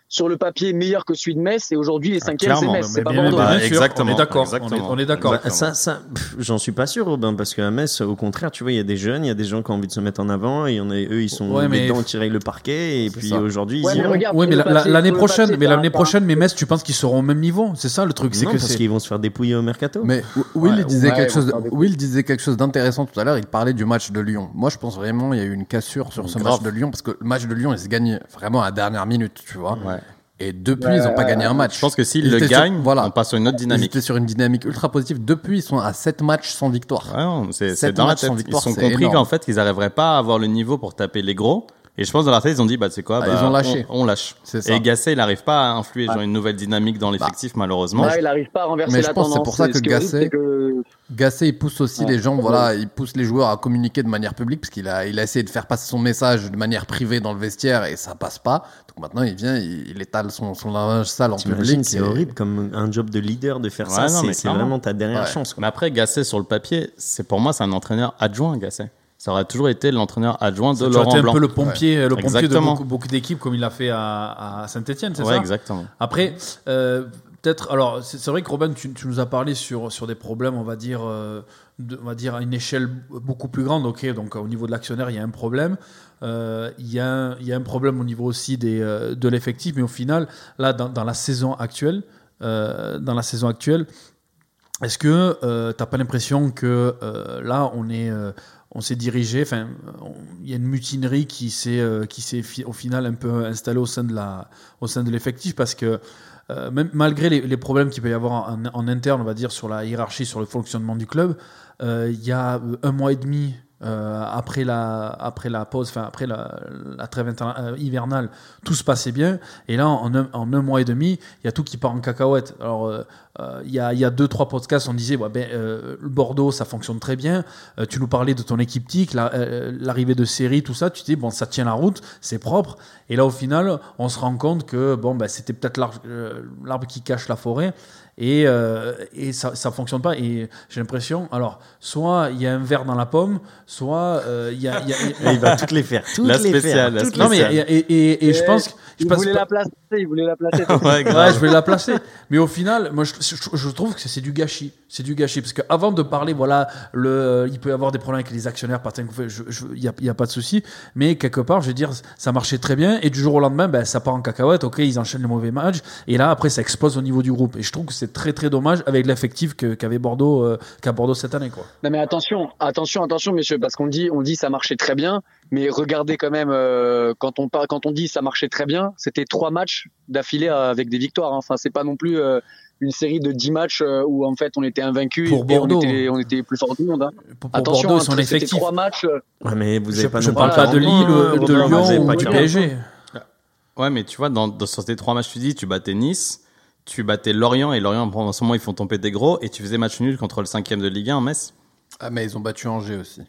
sur le papier meilleur que celui de Metz, et aujourd'hui les cinquièmes c'est clairement, Metz, c'est pas bien, Bordeaux. bien Bah, sûr, exactement, on est d'accord. exactement. On est, on est d'accord. Bah, ça, ça, pff, j'en suis pas sûr, Robin, parce qu'à Metz, au contraire, tu vois, il y a des jeunes, il y a des gens qui ont envie de se mettre en avant, et il y en a, eux, ils sont Ouais, mais- dedans, tirés le parquet, et C'est puis ça. aujourd'hui, Ouais, ils y mais vont. regarde, Oui, mais sur la- le la- papier- l'année sur le prochaine, papier, mais t'as l'année un- prochaine, mais Metz, tu penses qu'ils seront au même niveau? C'est ça le truc, c'est Non, que parce c'est. qu'ils vont se faire dépouiller au mercato. Mais Will Ouais, disait ouais, quelque on chose. va faire des coups. Will disait quelque chose d'intéressant tout à l'heure. Il parlait du match de Lyon. Moi, je pense vraiment il y a eu une cassure sur ce Grave. match de Lyon parce que le match de Lyon, il se gagne vraiment à la dernière minute, tu vois. Ouais. Et depuis, Ouais, ils n'ont pas ouais, gagné un match. Je pense que s'ils Ils le étaient sur- gagnent, voilà. on passe sur une autre Ils dynamique. étaient sur une dynamique ultra positive. Depuis, ils sont à sept matchs sans victoire. Ouais, non, c'est c'est Sept dans la matchs sans tête. victoire, Ils ont c'est compris énorme. qu'en fait, qu'ils n'arriveraient pas à avoir le niveau pour taper les gros. Et je pense dans leur tête, ils ont dit, bah, c'est quoi, Ah, bah, ils ont lâché. On, on lâche. C'est ça. Et Gasset, il n'arrive pas à influer dans une nouvelle dynamique dans l'effectif, malheureusement. Ouais, il n'arrive pas à renverser mais la je pense que tendance. c'est pour ça Et que ce qui est horrible, Gasset- c'est que- Gasset, il pousse aussi Ouais. les gens, voilà, il pousse les joueurs à communiquer de manière publique parce qu'il a, il a essayé de faire passer son message de manière privée dans le vestiaire et ça passe pas. Donc maintenant, il vient, il, il étale son, son linge sale en T'imagines, public. c'est et- horrible comme un job de leader de faire Ouais, ça. non, c'est mais c'est clairement. vraiment ta dernière Ouais. chance. quoi. Mais après, Gasset, sur le papier, c'est pour moi, c'est un entraîneur adjoint, Gasset. Ça aurait toujours été l'entraîneur adjoint de Ça a Laurent été un Blanc. peu le pompier, le pompier de Exactement. beaucoup, beaucoup d'équipes comme il l'a fait à, à Saint-Etienne, c'est Ouais, ça? exactement. Après, euh, peut-être, alors c'est c'est vrai que Robin, tu, tu nous as parlé sur, sur des problèmes, on va dire, euh, de- on va dire à une échelle beaucoup plus grande. Ok, donc au niveau de l'actionnaire, il y a un problème. Euh, Il y, a un- il y a un problème au niveau aussi des, euh, de l'effectif, mais au final, là, dans, dans la saison actuelle, euh, dans la saison actuelle, est-ce que euh, t'as pas l'impression que euh, là, on est euh, on s'est dirigé, enfin, on- il y a une mutinerie qui s'est euh, qui s'est fi- au final un peu installée au sein de la au sein de l'effectif parce que euh, même malgré les, les problèmes qu'il peut y avoir en, en interne, on va dire sur la hiérarchie, sur le fonctionnement du club, euh, il y a euh, un mois et demi euh, après la après la pause, enfin après la, la trêve interna- euh, hivernale, tout se passait bien. Et là, en un, en un mois et demi, il y a tout qui part en cacahuète. Alors euh, euh, il y a il y a deux trois podcasts, on disait ouais, ben euh, le Bordeaux ça fonctionne très bien. Euh, tu nous parlais de ton équipe tic, la- euh, l'arrivée de série, tout ça. Tu dis bon ça tient la route, c'est propre. Et là au final, on se rend compte que bon ben c'était peut-être l'arbre, euh, l'arbre qui cache la forêt. Et, euh, et ça ça fonctionne pas. Et j'ai l'impression, alors soit il y a un verre dans la pomme, soit euh, il y a, il y a- il y a- Et il va toutes les faire. Toutes La les spéciale, faire. la toutes non mais les faire. et, et, et, et je pense que je Il pense voulait pas- la placer, il voulait la placer. Ouais, Ouais, grave. je vais la placer. Mais au final, moi, je, je- je trouve que c'est du gâchis. C'est du gâchis. Parce qu'avant de parler, voilà, le, il peut y avoir des problèmes avec les actionnaires, par exemple, je- je- il n'y a, il y a pas de souci. Mais quelque part, je veux dire, ça marchait très bien. Et du jour au lendemain, ben, ça part en cacahuète. Ok, ils enchaînent les mauvais matchs. Et là, après, ça explose au niveau du groupe. Et je trouve que c'est très, très dommage avec l'effectif que- qu'avait Bordeaux, euh, qu'a Bordeaux cette année, quoi. Non mais attention, attention, attention, messieurs, parce qu'on dit, on dit ça marchait très bien, mais regardez quand même euh, quand on parle, quand on dit ça marchait très bien, c'était trois matchs d'affilée avec des victoires. Hein. Enfin, c'est pas non plus euh, une série de dix matchs euh, où en fait on était invaincu Pour et Bordeaux. on était, on était les plus forts du monde. Hein. Pour, pour Attention, Bordeaux, hein, son c'était effectif. trois matchs. euh, Ouais, mais vous Je, avez pas je non parle plus pas de quarante Lille, points, de Robin, vous avez Lyon pas ou du quarante P S G. Ouais, mais tu vois, dans, dans- sur tes trois matchs, tu dis, tu battais Nice, tu battais Lorient, et Lorient, en ce moment, ils font tomber des gros, et tu faisais match nul contre le cinquième de Ligue un en Metz. Ah, mais ils ont battu Angers aussi.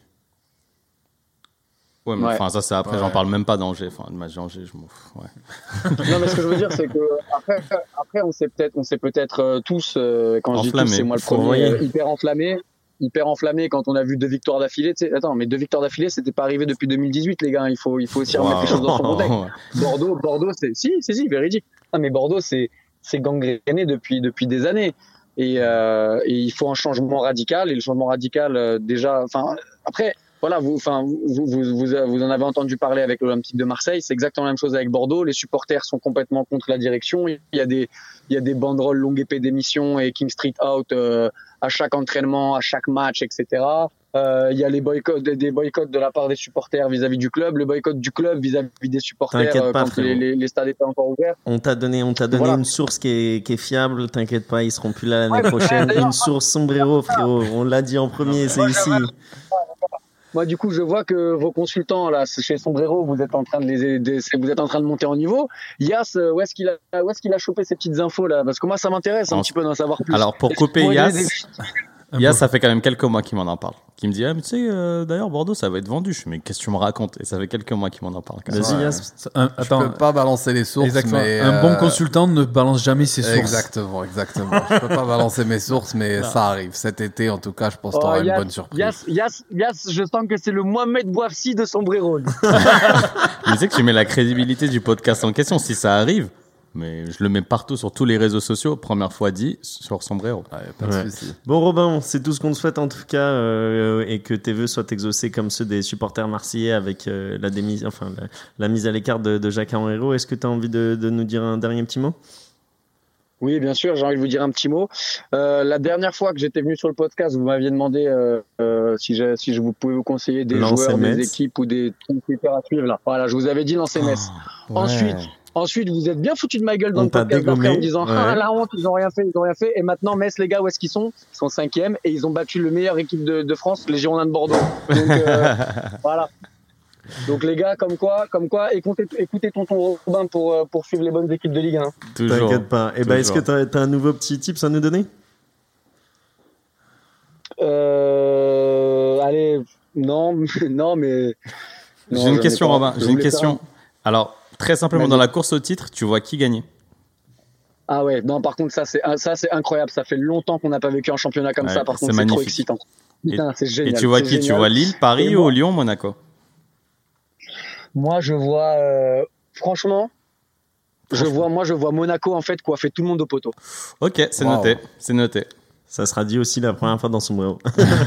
Ouais, mais Ouais. enfin, ça, c'est après, Ouais. j'en parle même pas d'Angers. Enfin, le match d'Angers, je m'en fous. Ouais. Non mais ce que je veux dire c'est que après, après on s'est peut-être, on s'est peut-être euh, tous, euh, quand je dis tous, Enflammés. c'est moi le Faut premier, envoyer. euh, hyper enflammé. Hyper enflammé quand on a vu deux victoires d'affilée. Tu sais, attends, mais deux victoires d'affilée, c'était pas arrivé depuis deux mille dix-huit, les gars. Il faut, il faut aussi remettre les choses dans son contexte. Ouais. Bordeaux, Bordeaux, c'est si, c'est si, véridique. Ah, mais Bordeaux, c'est c'est gangréné depuis depuis des années. Et, euh, et il faut un changement radical. Et le changement radical, euh, déjà, enfin, après, voilà, vous, enfin, vous, vous, vous, vous en avez entendu parler avec l'Olympique de Marseille. C'est exactement la même chose avec Bordeaux. Les supporters sont complètement contre la direction. Il y a des, il y a des banderoles longue épée d'émission et King Street Out euh, à chaque entraînement, à chaque match, et cetera. Euh, il y a les boycotts, des, des boycotts de la part des supporters vis-à-vis du club, le boycott du club vis-à-vis des supporters T'inquiète euh, pas, quand les, frérot. les, les stades étaient encore ouverts. On t'a donné, on t'a donné Voilà. une source qui est, qui est fiable. T'inquiète pas, ils seront plus là l'année Ouais, prochaine. d'ailleurs, Une source sombrero, frérot. On l'a dit en premier, c'est ici. Moi, du coup, je vois que vos consultants là, chez Sombrero, vous êtes en train de les, de- vous êtes en train de monter en niveau. Yass, euh, où est-ce qu'il a, où est-ce qu'il a chopé ces petites infos là? Parce que moi, ça m'intéresse un En- petit peu d'en savoir plus. Alors, pour Est-ce que couper vous pourriez Yass, aider- Yass, ça fait quand même quelques mois qu'il m'en en parle. Qui me dit, ah, mais tu sais, euh, d'ailleurs, Bordeaux, ça va être vendu. Je fais, mais qu'est-ce que tu me racontes? Et ça fait quelques mois qu'il m'en en parle. quand même. Vas-y, Ouais. Yass. Ça- un- Je attends, peux pas balancer les sources, exactement. mais Un bon euh, consultant ne balance jamais ses sources. Exactement, exactement. Je peux pas balancer mes sources, mais ça arrive. Cet été, en tout cas, je pense que Oh, t'auras une Yass, bonne surprise. Yass, Yass, Yass, je sens que c'est le Mohamed Bouafsi de Sombrero. lui. Mais tu sais que tu mets la crédibilité du podcast en question. Si ça arrive, mais je le mets partout sur tous les réseaux sociaux. Première fois dit sur Sombrero. Ouais, pas de Ouais. souci. Bon Robin, c'est tout ce qu'on te souhaite en tout cas, euh, et que tes vœux soient exaucés comme ceux des supporters marseillais avec euh, la, démis- enfin, la, la mise à l'écart de, de Jacques Henrero. Est-ce que tu as envie de, de nous dire un dernier petit mot? Oui, bien sûr, j'ai envie de vous dire un petit mot. Euh, la dernière fois que j'étais venu sur le podcast, vous m'aviez demandé euh, euh, si, je, si je vous pouvais vous conseiller des Lancer joueurs, Metz. des équipes ou des trucs à suivre. Là. Voilà, je vous avais dit lancer Metz. Ouais. Ensuite, Ensuite, vous êtes bien foutu de ma gueule dans On le t'a podcast d'après dégommé, en me disant ouais. ah la honte, ils ont rien fait, ils ont rien fait. Et maintenant, Metz, les gars, où est-ce qu'ils sont? Ils sont cinquième et ils ont battu le meilleure équipe de, de France, les Girondins de Bordeaux. Donc euh, voilà. Donc les gars, comme quoi, comme quoi, écoutez, écoutez tonton Robin pour euh, pour suivre les bonnes équipes de Ligue un. Toujours. T'inquiète pas. Et ben, est-ce que Toujours. tu as un nouveau petit tips à nous donner? Euh, allez, non, non, mais. non, J'ai une j'en ai question, pas. Robin. Je J'ai une voulais question. faire Alors, très simplement, Vas-y. dans la course au titre, tu vois qui gagner? Ah ouais, non, par contre, ça c'est ça c'est incroyable. Ça fait longtemps qu'on n'a pas vécu un championnat comme Ouais, ça. Par c'est contre, c'est trop magnifique. excitant. Putain, c'est Et génial. tu vois c'est qui? Tu génial. vois Lille, Paris Et ou moi- Lyon, Monaco? Moi, je vois, euh, franchement, je Franchement. vois, moi, je vois Monaco en fait coiffer tout le monde au poteau. Ok, c'est Wow. noté. C'est noté. Ça sera dit aussi la première fois dans son bureau.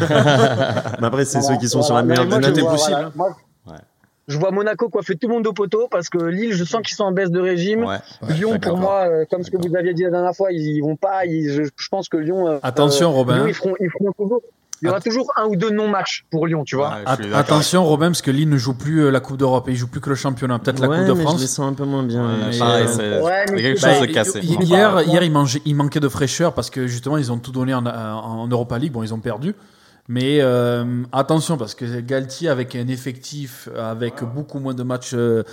Mais après, c'est Voilà, ceux qui sont sur voilà. la meilleure Mais moi, de je l'année. vois, possible, voilà, hein. moi, Ouais. Je vois Monaco coiffer tout le monde au poteau parce que Lille, je sens qu'ils sont en baisse de régime. Ouais. Lyon, d'accord. pour moi, euh, comme ce que D'accord. vous aviez dit la dernière fois, ils, ils vont pas. Ils, je, je pense que Lyon. euh, Attention, euh, Robin. Lyon, ils feront, ils feront toujours. Il y aura Att- toujours un ou deux non-matchs pour Lyon, tu vois. Ouais, je At- suis d'accord. attention, Robin, parce que Lille ne joue plus euh, la Coupe d'Europe et il joue plus que le championnat. Peut-être la Ouais, Coupe de mais je les France. sens un peu moins bien. Ouais, mais, pareil, euh, c'est ouais, mais il y a quelque c'est- chose bah, de cassé. hi- Ouais. Hier, Ouais. hier il, mangeait- il manquait de fraîcheur parce que justement, ils ont tout donné en, en, en Europa League. Bon, ils ont perdu. Mais euh, attention, parce que Galtier, avec un effectif, avec beaucoup moins de matchs euh,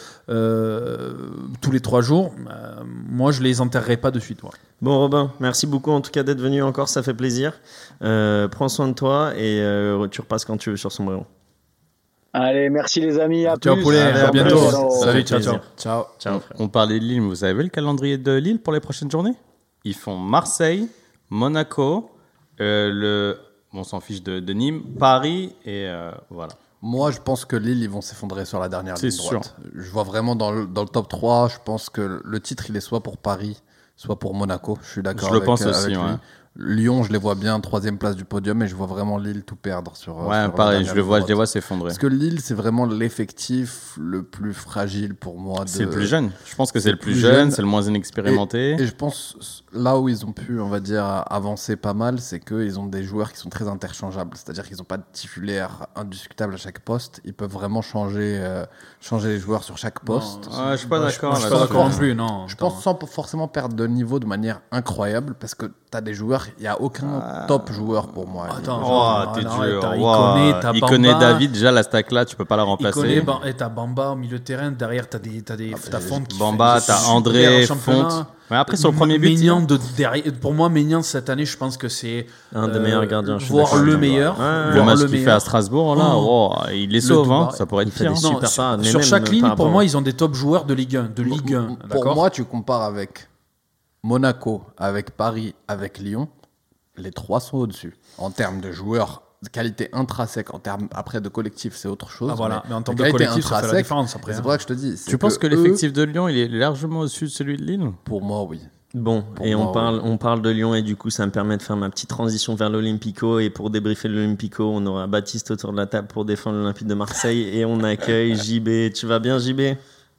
euh, tous les trois jours, euh, moi, je les enterrerai pas de suite. Ouais. Bon Robin, merci beaucoup en tout cas d'être venu encore, ça fait plaisir. Euh, prends soin de toi et euh, tu repasses quand tu veux sur Sombrero. Allez, merci les amis. À Ciao, plus. poulet. Allez, À à bientôt. plus. Salut, fait ciao, ciao. plaisir. Ciao. Ciao frère. On parlait de Lille, mais vous avez vu le calendrier de Lille pour les prochaines journées? Ils font Marseille, Monaco, euh, le, bon, on s'en fiche de, de Nîmes, Paris et euh, voilà. Moi, je pense que Lille, ils vont s'effondrer sur la dernière C'est ligne droite. Je vois vraiment dans le, dans le top trois, je pense que le titre, il est soit pour Paris, soit pour Monaco. Je suis d'accord Je le avec, pense euh, aussi, avec lui. ouais. Lyon, je les vois bien troisième place du podium, et je vois vraiment Lille tout perdre sur. Ouais, sur la pareil, dernière je le ligne vois, je droite. les vois s'effondrer. Parce que Lille, c'est vraiment l'effectif le plus fragile pour moi. De... C'est le plus jeune. Je pense que c'est c'est le plus plus jeune, jeune. c'est le moins inexpérimenté. Et je pense là où ils ont pu, on va dire, avancer pas mal, c'est qu'ils ont des joueurs qui sont très interchangeables. C'est-à-dire qu'ils n'ont pas de titulaire indiscutable à chaque poste. Ils peuvent vraiment changer, euh, changer les joueurs sur chaque poste. Ouais, je suis pas Moi, d'accord. Je suis là, pas je d'accord pense. non plus, non. Je pense sans forcément perdre de niveau de manière incroyable, parce que tu as des joueurs, il n'y a aucun top joueur pour moi. Attends, Oh, Attends, t'es non, dur. t'as Wow. Iconé, t'as Il Bamba. connaît David, déjà la stack là, tu peux pas la Il remplacer. connaît Ban- et t'as Bamba au milieu de terrain. Derrière, t'as des, t'as des, Ah, t'as bah, Fonte qui Bamba, fait t'as super André, au championnat. Fonte. Ouais, après, sur le premier but, Maignan de derrière. Pour moi, Maignan cette année, je pense que c'est Un des euh, meilleurs gardiens. je suis voire d'accord le avec toi. meilleur. Ouais, le voire match le qu'il fait meilleur. à Strasbourg, là, Oh. oh, il les Le sauve, hein. Dubaï. Ça pourrait être Il fait pire. des hein. Non, super sur, pas, mais sur même chaque par ligne, rapport pour au- moi, ils ont des top joueurs de Ligue un. De Ligue un, Pour d'accord. moi, tu compares avec Monaco, avec Paris, avec Lyon, les trois sont au-dessus. En termes de joueurs, de qualité intrinsèque, en termes après de collectif, c'est autre chose. Ah, voilà. Mais en termes de qualité collectif, ça fait la intrinsèque, différence après. C'est hein. pour ça que je te dis. c'est Tu penses que eux, l'effectif de Lyon, il est largement au-dessus de celui de Lille? Pour moi, oui. Bon, Pour et on moi, parle, on parle de Lyon et du coup ça me permet de faire ma petite transition vers l'Olympico, et pour débriefer l'Olympico on aura Baptiste autour de la table pour défendre l'Olympique de Marseille et on accueille J B. Tu vas bien J B?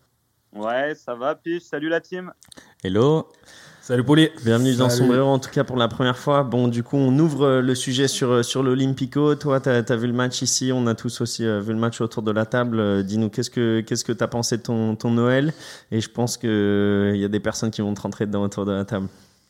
Ouais, ça va, Piche. Salut la team. Hello. Salut, Paulie. Bienvenue dans Salut. Sombrero en tout cas pour la première fois. Bon du coup on ouvre euh, le sujet sur, euh, sur l'Olympico. Toi t'as as vu le match ici, on a tous aussi euh, vu le match autour de la table. Euh, dis-nous qu'est-ce que qu'est-ce que t'as pensé de ton, ton Noël, et je pense qu'il y a des personnes qui vont te rentrer dedans autour de la table.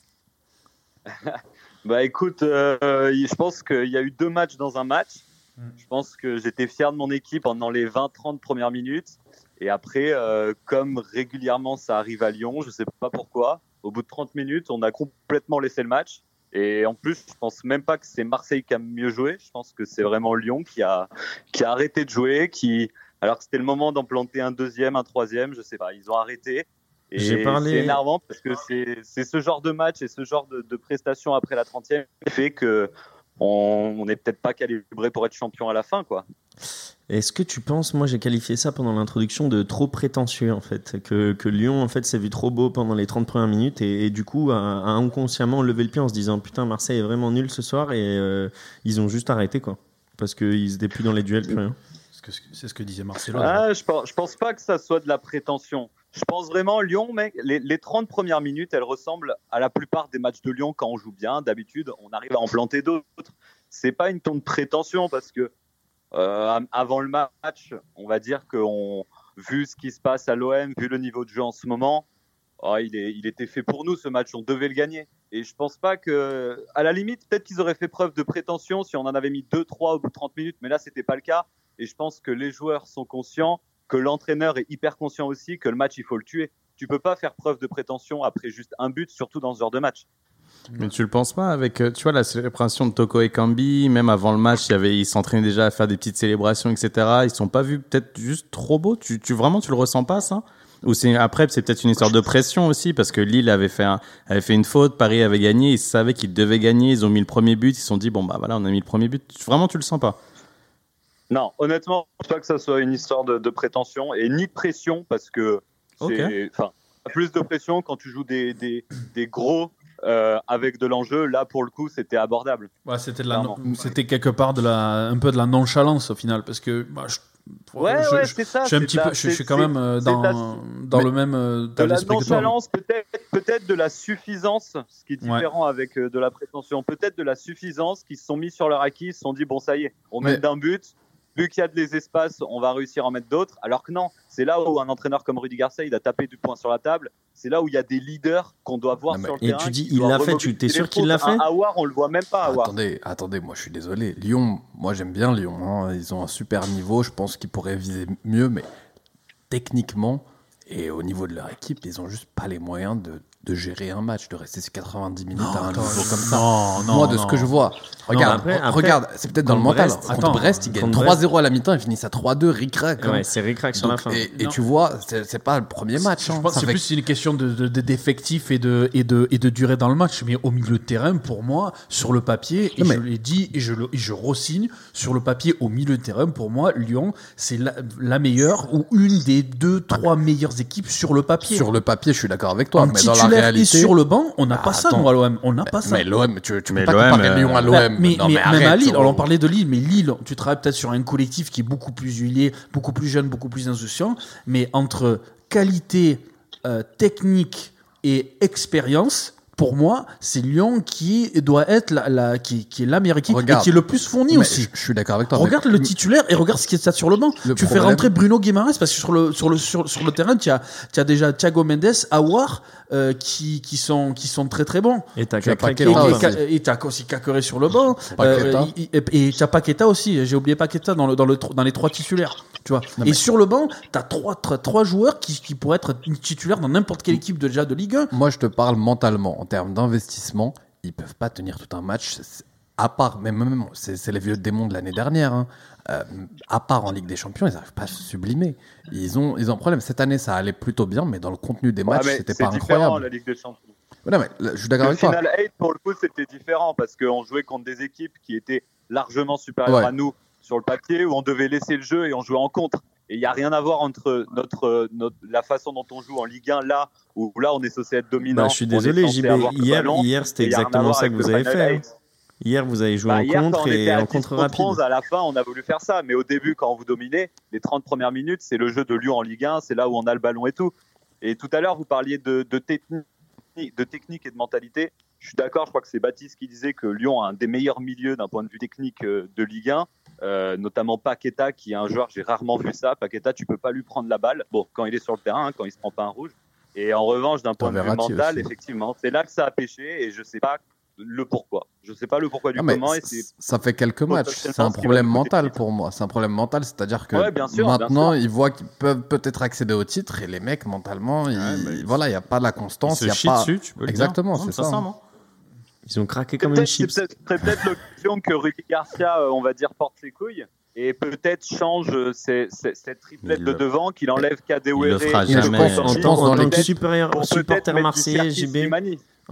Bah écoute, euh, je pense qu'il y a eu deux matchs dans un match. Je pense que j'étais fier de mon équipe pendant les vingt trente premières minutes. Et après, euh, comme régulièrement ça arrive à Lyon, je sais pas pourquoi, au bout de trente minutes, on a complètement laissé le match. Et en plus, je pense même pas que c'est Marseille qui a mieux joué. Je pense que c'est vraiment Lyon qui a, qui a arrêté de jouer, qui, alors que c'était le moment d'en planter un deuxième, un troisième, je sais pas. Ils ont arrêté. Et J'ai parlé- c'est énervant parce que c'est, c'est ce genre de match et ce genre de, de prestations après la trentième qui fait que on n'est peut-être pas calibré pour être champion à la fin, quoi. Est-ce que tu penses, moi j'ai qualifié ça pendant l'introduction de trop prétentieux en fait, que, que Lyon en fait s'est vu trop beau pendant les trente premières minutes et, et du coup a, a inconsciemment levé le pied en se disant putain Marseille est vraiment nul ce soir et euh, ils ont juste arrêté quoi, parce qu'ils étaient plus dans les duels, plus rien. C'est ce que disait Marcelo. Ah, je pense, je pense pas que ça soit de la prétention. Je pense vraiment Lyon, mec, les, les trente premières minutes, elles ressemblent à la plupart des matchs de Lyon quand on joue bien. D'habitude, on arrive à en planter d'autres. C'est pas une ton de prétention parce que euh, avant le match, on va dire que on, vu ce qui se passe à l'O M, vu le niveau de jeu en ce moment, oh, il, est, il était fait pour nous ce match. On devait le gagner. Et je pense pas que, à la limite, peut-être qu'ils auraient fait preuve de prétention si on en avait mis deux trois au bout de trente minutes, mais là c'était pas le cas. Et je pense que les joueurs sont conscients, que l'entraîneur est hyper conscient aussi, que le match, il faut le tuer. Tu peux pas faire preuve de prétention après juste un but, surtout dans ce genre de match. Mais tu le penses pas avec, tu vois, la célébration de Toko Ekambi, même avant le match, il y avait, ils s'entraînaient déjà à faire des petites célébrations, et cetera. Ils sont pas vus peut-être juste trop beaux. Tu, tu vraiment, tu le ressens pas, ça? Ou c'est, après, c'est peut-être une histoire de pression aussi, parce que Lille avait fait un, avait fait une faute, Paris avait gagné, ils savaient qu'ils devaient gagner, ils ont mis le premier but, ils se sont dit, bon, bah voilà, on a mis le premier but. Vraiment, tu le sens pas? Non, honnêtement, je ne pense pas que ça soit une histoire de, de prétention et ni de pression parce que c'est, enfin, okay. Plus de pression quand tu joues des, des, des gros euh, avec de l'enjeu. Là, pour le coup, c'était abordable. Ouais, c'était, de la non, c'était quelque part de la, un peu de la nonchalance au final parce que bah, je, ouais, je, ouais, je, c'est ça. Je suis un c'est petit la, peu, je, je suis quand même euh, dans, la, dans le même euh, de la nonchalance, peut-être, peut-être de la suffisance, ce qui est différent ouais. avec euh, de la prétention. Peut-être de la suffisance qui se sont mis sur leur acquis, ils se sont dit bon, ça y est, on met d'un but. Vu qu'il y a des espaces, on va réussir à en mettre d'autres. Alors que non, c'est là où un entraîneur comme Rudy Garcia, il a tapé du poing sur la table. C'est là où il y a des leaders qu'on doit voir non, sur le et terrain. Et tu dis, il l'a fait, tu es sûr qu'il l'a fait? Aouar, on le voit même pas. Aouar. Attendez, attendez, moi je suis désolé. Lyon, moi j'aime bien Lyon. Hein. Ils ont un super niveau. Je pense qu'ils pourraient viser mieux, mais techniquement et au niveau de leur équipe, ils ont juste pas les moyens de. de gérer un match, de rester sur quatre-vingt-dix minutes non, à un niveau comme ça. Non, non, Moi, de non. ce que je vois, regarde, non, après, après, regarde, c'est peut-être dans le mental. Brest, contre attends, Brest, ils gagnent contre trois zéro à la mi-temps, ils finissent à trois deux, ric-rac. Ouais, c'est ric-rac sur la fin. Et, et tu vois, c'est, c'est pas le premier match. Je hein. pense que c'est fait... plus une question de, de, de, d'effectifs et de, et, de, et de durée dans le match. Mais au milieu de terrain, pour moi, sur le papier, et non, mais... je l'ai dit et je, le, et je re-signe, sur le papier, au milieu de terrain, pour moi, Lyon, c'est la, la meilleure ou une des deux, trois meilleures équipes sur le papier. Sur le papier, je suis d'accord avec toi. En mais dans la réalité. Et sur le banc, on n'a ah, pas ça, attends. nous, à l'O M. On n'a pas mais, ça. Mais l'O M, tu, tu peux mais pas l'O M, comparer euh... Lyon à l'O M. Bah, mais, non, mais, mais même à Lille, on... on parlait de Lille, mais Lille, tu travailles peut-être sur un collectif qui est beaucoup plus huilé, beaucoup plus jeune, beaucoup plus insouciant, mais entre qualité, euh, technique et expérience, pour moi, c'est Lyon qui doit être la, la qui, qui est la meilleure équipe regarde, et qui est le plus fourni aussi. Je, je suis d'accord avec toi. Regarde mais... le titulaire et regarde ce qui est ça sur le banc. Le tu problème... fais rentrer Bruno Guimaraes parce que sur le sur le sur, sur le terrain, tu as tu as déjà Thiago Mendes, Aouar euh, qui qui sont qui sont très très bons. Et tu as et tu as aussi Kakeré sur le banc. Euh, et tu as Paqueta aussi. J'ai oublié Paqueta dans le dans le dans les trois titulaires. Tu vois. Non, et mais... sur le banc, tu as trois trois joueurs qui qui pourraient être titulaires dans n'importe quelle équipe de déjà de Ligue un. Moi, je te parle mentalement en termes d'investissement. Ils peuvent pas tenir tout un match, à part, mais même, c'est, c'est les vieux démons de l'année dernière, hein. euh, à part en Ligue des Champions, ils n'arrivent pas à se sublimer. Ils ont, ils ont un problème. Cette année, ça allait plutôt bien, mais dans le contenu des matchs, ouais, c'était pas incroyable. C'est différent, la Ligue des Champions. Ouais, non, mais là, je suis d'accord le avec toi. Le Final eight, pour le coup, c'était différent, parce qu'on jouait contre des équipes qui étaient largement supérieures ouais. à nous sur le papier, où on devait laisser le jeu et on jouait en contre. Et il n'y a rien à voir entre notre, notre, la façon dont on joue en Ligue un, là, où là, on est censé être dominant. Bah, je suis désolé, J B. Hier, hier, c'était exactement ça que vous avez fait. Hein. Hier, vous avez joué bah, en hier, contre et en contre rapide. À la fin, on a voulu faire ça. Mais au début, quand vous dominez, les trente premières minutes, c'est le jeu de Lyon en Ligue un. C'est là où on a le ballon et tout. Et tout à l'heure, vous parliez de, de, techni- de technique et de mentalité. Je suis d'accord, je crois que c'est Baptiste qui disait que Lyon a un des meilleurs milieux d'un point de vue technique de Ligue un. Euh, notamment Paqueta, qui est un joueur, j'ai rarement vu ça. Paqueta, tu peux pas lui prendre la balle. Bon, quand il est sur le terrain, hein, quand il se prend pas un rouge. Et en revanche, d'un point de vue mental, aussi. Effectivement, c'est là que ça a pêché et je sais pas le pourquoi. Je sais pas le pourquoi du ah, comment. Et c'est... Ça fait quelques matchs. C'est un problème mental pour moi. C'est un problème mental, c'est-à-dire que ouais, bien sûr, maintenant, bien sûr. Ils voient qu'ils peuvent peut-être accéder au titre et les mecs, mentalement, ils... Ouais, bah, voilà, il n'y a pas la constance. Ils se chient pas... dessus, tu peux le Exactement, dire. c'est non, ça. ça Ils ont craqué comme une chips. C'est peut-être, peut-être l'occasion que Rudy Garcia, euh, on va dire, porte ses couilles et peut-être change euh, ces, ces, cette triplette il de le... devant, qu'il enlève Kadewere. Il le fera jamais. En tant que supérieur, supporter marseillais, J B,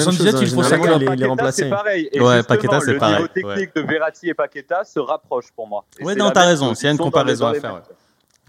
même chose. soixante-dix-sept, hein. il faut Généralement, ça. il est- il est Paqueta, remplacé. c'est pareil. Et Ouais, justement, Paqueta, c'est le pareil, niveau technique ouais. de Verratti et Paqueta se rapproche pour moi. Et Ouais, c'est non, la t'as même raison. chose. S'il y a Ils une sont dans comparaison les- à dans les faire, mêmes. ouais.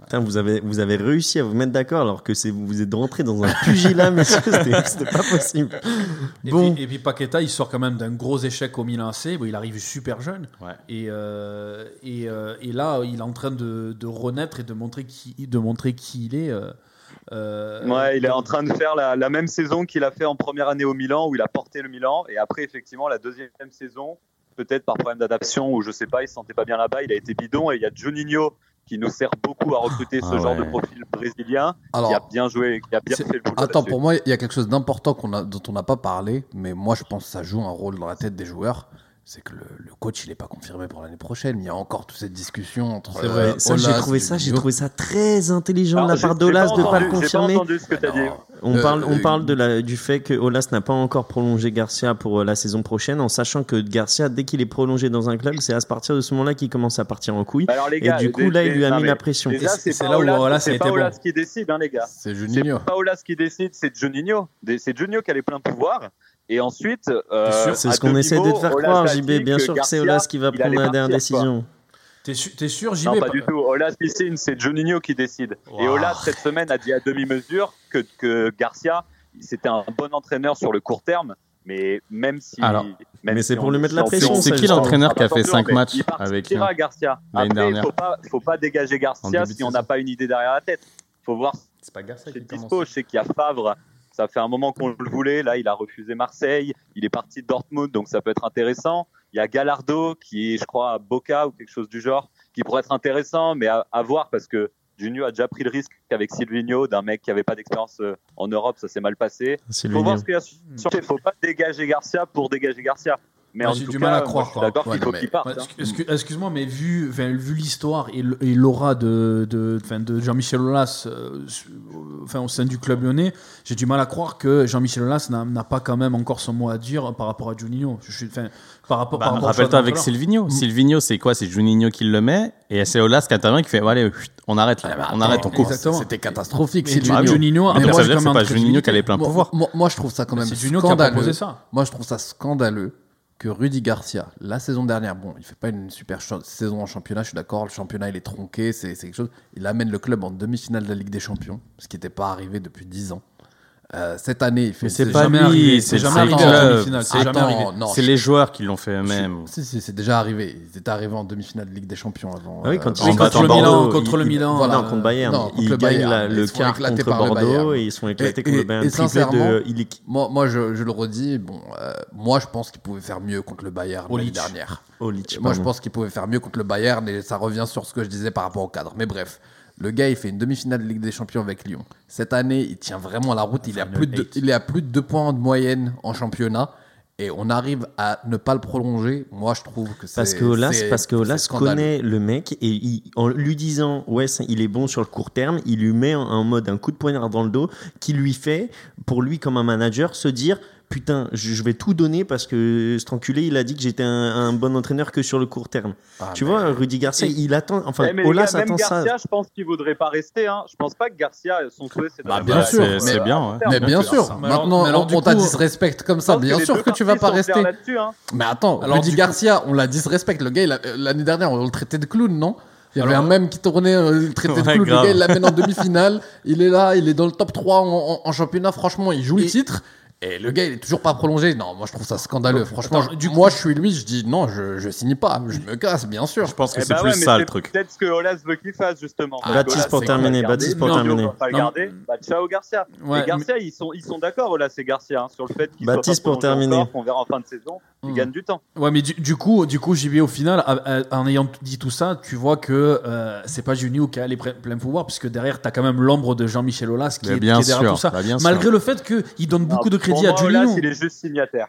Putain, vous avez, vous avez réussi à vous mettre d'accord alors que c'est, vous êtes rentré dans un pugilat, messieurs, c'était, c'était pas possible. Et, Bon. puis, et puis Paqueta, il sort quand même d'un gros échec au Milan A C. Bon, il arrive super jeune. Ouais. Et, euh, et, euh, et là, il est en train de, de renaître et de montrer qui, de montrer qui il est. Euh, euh, Ouais, il est en train de faire la, la même saison qu'il a fait en première année au Milan, où il a porté le Milan. Et après, effectivement, la deuxième saison, peut-être par problème d'adaptation ou je sais pas, il se sentait pas bien là-bas, il a été bidon. Et il y a Juninho qui nous sert beaucoup à recruter ce Ah genre ouais. de profil brésilien, Alors, qui a bien joué, qui a bien c'est- fait le boulot. Attends, là-dessus. pour moi, il y a quelque chose d'important qu'on a, dont on n'a pas parlé, mais moi, je pense que ça joue un rôle dans la tête des joueurs. C'est que le, le coach, il n'est pas confirmé pour l'année prochaine. Il y a encore toute cette discussion entre. C'est vrai. euh, Ça, j'ai Aulas trouvé et ça, j'ai Juninho. trouvé ça très intelligent Alors, de la j'ai- part j'ai d'Aulas de pas entendu- le J'ai confirmer. pas entendu ce que tu as dit. On Euh, parle, on euh, parle de la, du fait que Aulas n'a pas encore prolongé Garcia pour euh, la saison prochaine, en sachant que Garcia, dès qu'il est prolongé dans un club, c'est à partir de ce moment-là qu'il commence à partir en couille. Alors, les Et gars, du coup, des- là, il des- lui a non, mis mais la pression. Déjà, Et c'est c'est pas là où Aulas, Aulas a c'est été pas bon. Aulas qui décide, hein, les gars. C'est C'est Juninho. pas Aulas qui décide, c'est Juninho. Des- C'est Juninho qui a les pleins pouvoirs. Et ensuite, euh, C'est sûr, c'est à ce qu'on essaie de te demi-mot, faire Aulas croire, a J B. dit Bien sûr que c'est Garcia, Aulas qui va il prendre allait la dernière partir, quoi. décision. T'es, su- t'es sûr, J B? Non, pas du tout. Aulas décide, c'est Juninho qui décide. Et Wow. Aulas, cette semaine, a dit à demi-mesure que, que Garcia, c'était un bon entraîneur sur le court terme. Mais même si. Alors, même mais si c'est pour on lui est mettre la champion- pression, C'est ça, qui justement. l'entraîneur qui a fait Attention, cinq mais matchs il avec lui partira, Garcia. l'année Après, il dernière. faut pas, faut pas dégager En Garcia début de si on saison. n'a pas une idée derrière la tête. Faut voir C'est pas Garcia chez Dispo. Je sais qu'il y a Favre. Ça fait un moment qu'on le voulait. Là, il a refusé Marseille. Il est parti de Dortmund, donc ça peut être intéressant. Il y a Gallardo qui est, je crois, à Boca ou quelque chose du genre, qui pourrait être intéressant, mais à, à voir parce que Juninho a déjà pris le risque avec Silvinho, d'un mec qui n'avait pas d'expérience euh, en Europe. Ça s'est mal passé. C'est Il lui. faut voir ce qu'il y a sur. Il faut pas dégager Garcia pour dégager Garcia. Mais Moi, en j'ai tout du cas, mal à moi, croire, je suis quoi. d'accord Ouais, qu'il faut non, mais- qu'il parte. Ouais, hein. excu- Excuse-moi, mais vu, enfin, vu l'histoire et l- et l'aura de, de, enfin, de Jean-Michel Aulas euh, su- euh, enfin, au sein du club lyonnais, j'ai du mal à croire que Jean-Michel Aulas n'a, n'a pas quand même encore son mot à dire par rapport à Juninho. Je suis, enfin, par rapport, Bah, par rapport au rappelle-toi choix avec d'entraîneur. Silvinho. Silvinho, c'est quoi? C'est Juninho qui le met et c'est Aulas qui intervient qui fait bon, allez, chut, on arrête là, on arrête, on court. Exactement. C'était catastrophique. Mais Juninho. Ju- Juninho a Mais Donc, moi, ça moi, veut dire que c'est quand pas même Juninho qui a les pleins Moi, pouvoirs. moi, moi, je trouve ça quand même C'est Juninho qui a scandaleux. proposé ça. Moi, je trouve ça scandaleux que Rudy Garcia, la saison dernière, bon, il fait pas une super cho- saison en championnat, je suis d'accord, le championnat il est tronqué, c'est c'est quelque chose. Il amène le club en demi-finale de la Ligue des Champions, ce qui n'était pas arrivé depuis dix ans. Euh, cette année, il fait Mais c'est une pas jamais lui, arrivé, c'est c'est le jamais arrivé en club. demi-finale, c'est jamais Attends, arrivé. non, C'est je- les joueurs qui l'ont fait je- eux-mêmes. Si, si, c'est déjà arrivé. Ils étaient arrivés en demi-finale de Ligue des Champions avant. Ah oui, euh, quand avant- ils en sont battant contre le Bordeaux, Milan, il- contre le il- Milan, voilà. non, contre Bayern. Non, contre ils le gagnent Bayern. la- Ils le se font quart éclater contre par le Bordeaux Bayern. et ils sont éclatés Et- contre le et- Bayern. et Triplé sincèrement, de Illich. Moi, moi je, je le redis, bon, euh, moi je pense qu'il pouvait faire mieux contre le Bayern l'année Olic. dernière. Olic, Moi je pardon. pense qu'il pouvait faire mieux contre le Bayern et ça revient sur ce que je disais par rapport au cadre. Mais bref, le gars il fait une demi-finale de Ligue des Champions avec Lyon. Cette année, il tient vraiment la route. Il est à plus de, il est à plus de deux points de moyenne en championnat. Et on arrive à ne pas le prolonger. Moi, je trouve que c'est. Parce que Aulas, c'est- parce que c'est Aulas scandaleux. connaît le mec et il- en lui disant ouais ça- il est bon sur le court terme, il lui met en, en mode un coup de poignard dans le dos qui lui fait pour lui comme un manager se dire putain je, je vais tout donner parce que cet enculé il a dit que j'étais un, un bon entraîneur que sur le court terme. Ah, tu mais- vois Rudy Garcia Et- il attend enfin Eh, mais les Aulas gars, même attend ça. Garcia, je pense qu'il voudrait pas rester. Hein. Je pense pas que Garcia, son souhait, c'est de Bah, rester bien à la sûr, Ligue. C'est c'est mais- bien, ouais. Mais bien sûr, Mais alors- maintenant mais alors, on, du on t'a coup- disrespecte comme Je ça, pense bien les sûr deux que tu vas parties pas sont claires rester. là-dessus, hein. Mais attends, Alors, Rudy du coup- Garcia, on l'a disrespecte. Le gars, il a- l'année dernière, on le traitait de clown, non? Il y avait Alors- un même qui tournait, euh, il le traitait de Ouais, clown. grave. Le gars, il l'amène en demi-finale. Il est là, il est dans le top trois en, en- en championnat. Franchement, il joue le Et- titre. Et le gars, il est toujours pas prolongé. Non, moi, je trouve ça scandaleux. Donc, Franchement, attends, je- du coup- moi, je suis lui, je dis non, je, je signe pas. Je me casse, bien sûr. Je pense que Eh c'est ben plus ouais, mais ça c'est le truc. peut-être ce que Olas veut qu'il fasse, justement. Ah, Parce que Baptiste Olas, pour c'est qu'on va terminer, le garder. Baptiste pour Non, terminer. on va pas le Non. garder. Bah, ciao Garcia. Ouais, et Garcia, ils sont, ils sont d'accord, Olas et Garcia, hein, sur le fait qu'ils Baptiste soient pour pas prolongés terminer. encore, qu'on verra en fin de saison. Ils Mm. gagnent du temps. Ouais, mais du, du coup, du coup, J B, au final, à- à- en ayant dit tout ça, tu vois que euh, c'est pas Juninho qui a les pre- pleins pouvoirs, puisque derrière, t'as quand même l'ombre de Jean-Michel Aulas qui, Mais est, bien qui est derrière sûr, tout ça. bah bien sûr. Malgré le fait qu'il donne beaucoup de Pour crédit moi, à Juninho. Olas, il est juste signataire.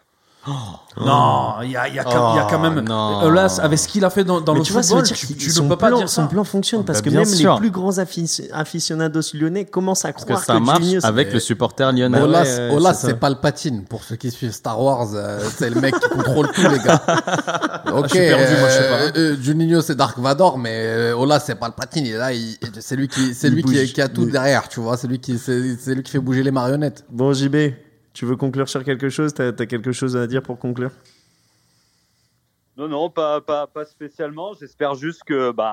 Non, il y a, il y a quand il y a quand Oh, même. non. Aulas, avec ce qu'il a fait dans, dans Mais le tu vois, ça veut football, dire tu, que tu son ne peux pas plan, dire son ça. plan fonctionne parce Bah, que bien même sûr. les plus grands affic- aficionados lyonnais commencent à Parce que croire ça marche Juninho, c'est- avec le supporter lyonnais. Bah ouais, Olas, ouais, Olas, c'est ça. c'est Palpatine. Pour ceux qui suivent Star Wars, euh, c'est le mec qui contrôle tout, les gars. Ok, je suis perdu, moi, je sais pas. euh, euh, Juninho, c'est Dark Vador, mais euh, Olas, c'est Palpatine. Il est là, il- c'est lui qui, c'est Il lui qui, bouge. qui a tout Il- derrière, tu vois. C'est lui qui, c'est c'est lui qui fait bouger les marionnettes. Bon J B, tu veux conclure sur quelque chose? T'as as quelque chose à dire pour conclure? Non, non, pas, pas, pas spécialement. J'espère juste que, bah,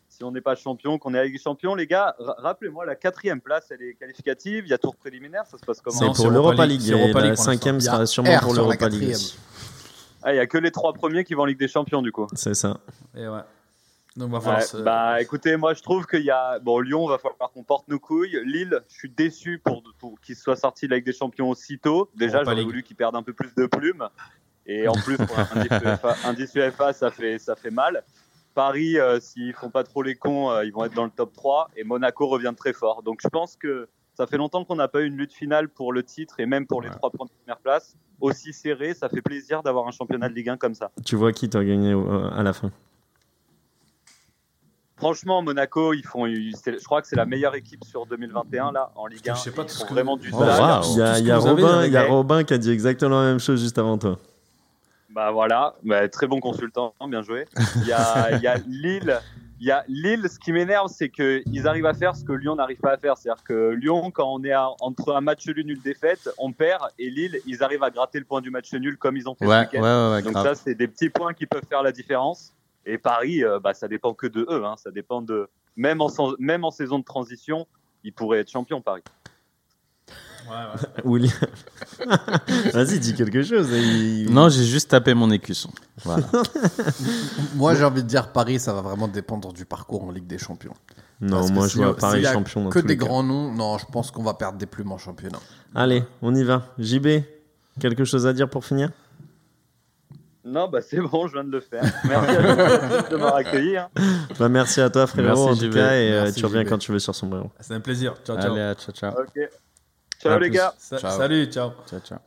si on n'est pas champion, qu'on est avec les champions, les gars, r- rappelez-moi, la quatrième place, elle est qualificative. Il y a tour préliminaire, ça se passe comment? C'est Non, pour c'est l'Europa Europa League. League, c'est Europa Et League la pour cinquième l'instant. sera Il y a sûrement R pour sur la l'Europa League quatrième. aussi. Ah, il y a que les trois premiers qui vont en Ligue des Champions, du coup. C'est ça. Et ouais. Donc, va falloir Ouais, se- bah écoutez, moi je trouve qu'il y a bon Lyon, va falloir qu'on porte nos couilles. Lille, je suis déçu pour, pour qu'ils soient sortis de la Ligue des Champions aussitôt. Déjà, Europa j'aurais League. voulu qu'ils perdent un peu plus de plumes. Et en plus, pour un indice U F A, indice U F A, ça fait ça fait mal. Paris, euh, s'ils font pas trop les cons, euh, ils vont être dans le top trois. Et Monaco revient très fort. Donc je pense que ça fait longtemps qu'on n'a pas eu une lutte finale pour le titre et même pour les trois premières places aussi serrées. Ça fait plaisir d'avoir un championnat de Ligue un comme ça. Tu vois qui t'as gagné euh, à la fin? Franchement, Monaco, ils font, ils- c'est- je crois que c'est la meilleure équipe sur deux mille vingt et un là en Ligue un. Je sais pas Ils tout ce font que- vraiment du Oh, taf. waouh. Il y a, Tout ce il y a que vous avez, Robin, il y a avec- Robin qui a dit exactement la même chose juste avant toi. Bah voilà, bah, très bon consultant, bien joué. Il y a, il y a Lille. Il y a Lille. Ce qui m'énerve, c'est qu'ils arrivent à faire ce que Lyon n'arrive pas à faire. C'est-à-dire que Lyon, quand on est à- entre un match nul, une défaite, on perd. Et Lille, ils arrivent à gratter le point du match nul comme ils ont fait Ouais, ce ouais, week-end. ouais, ouais, Donc grave. ça, c'est des petits points qui peuvent faire la différence. Et Paris, euh, bah, ça dépend que de eux. Hein. Ça dépend de même en, sen- même en saison de transition, ils pourraient être champions Paris. Ouais, ouais. William. Vas-y, dis quelque chose. Il- Non, j'ai juste tapé mon écusson. Voilà. Moi, j'ai envie de dire Paris, ça va vraiment dépendre du parcours en Ligue des Champions. Non, Parce que moi je s'il y a- vois Paris s'il y a champion dans que tous des les cas. grands noms, non, je pense qu'on va perdre des plumes en championnat. Allez, on y va. J B, quelque chose à dire pour finir? Non, bah c'est bon, je viens de le faire. Merci à tous de m'avoir accueilli. Hein. Bah, merci à toi, frérot, Merci, en J tout B. cas, et euh, Merci, tu reviens J B. quand tu veux sur son bureau. C'est un plaisir. Ciao, ciao. Allez, à ciao, ciao. Ok. Ciao À les plus. gars. Sa- Ciao. Salut, ciao. Ciao, ciao.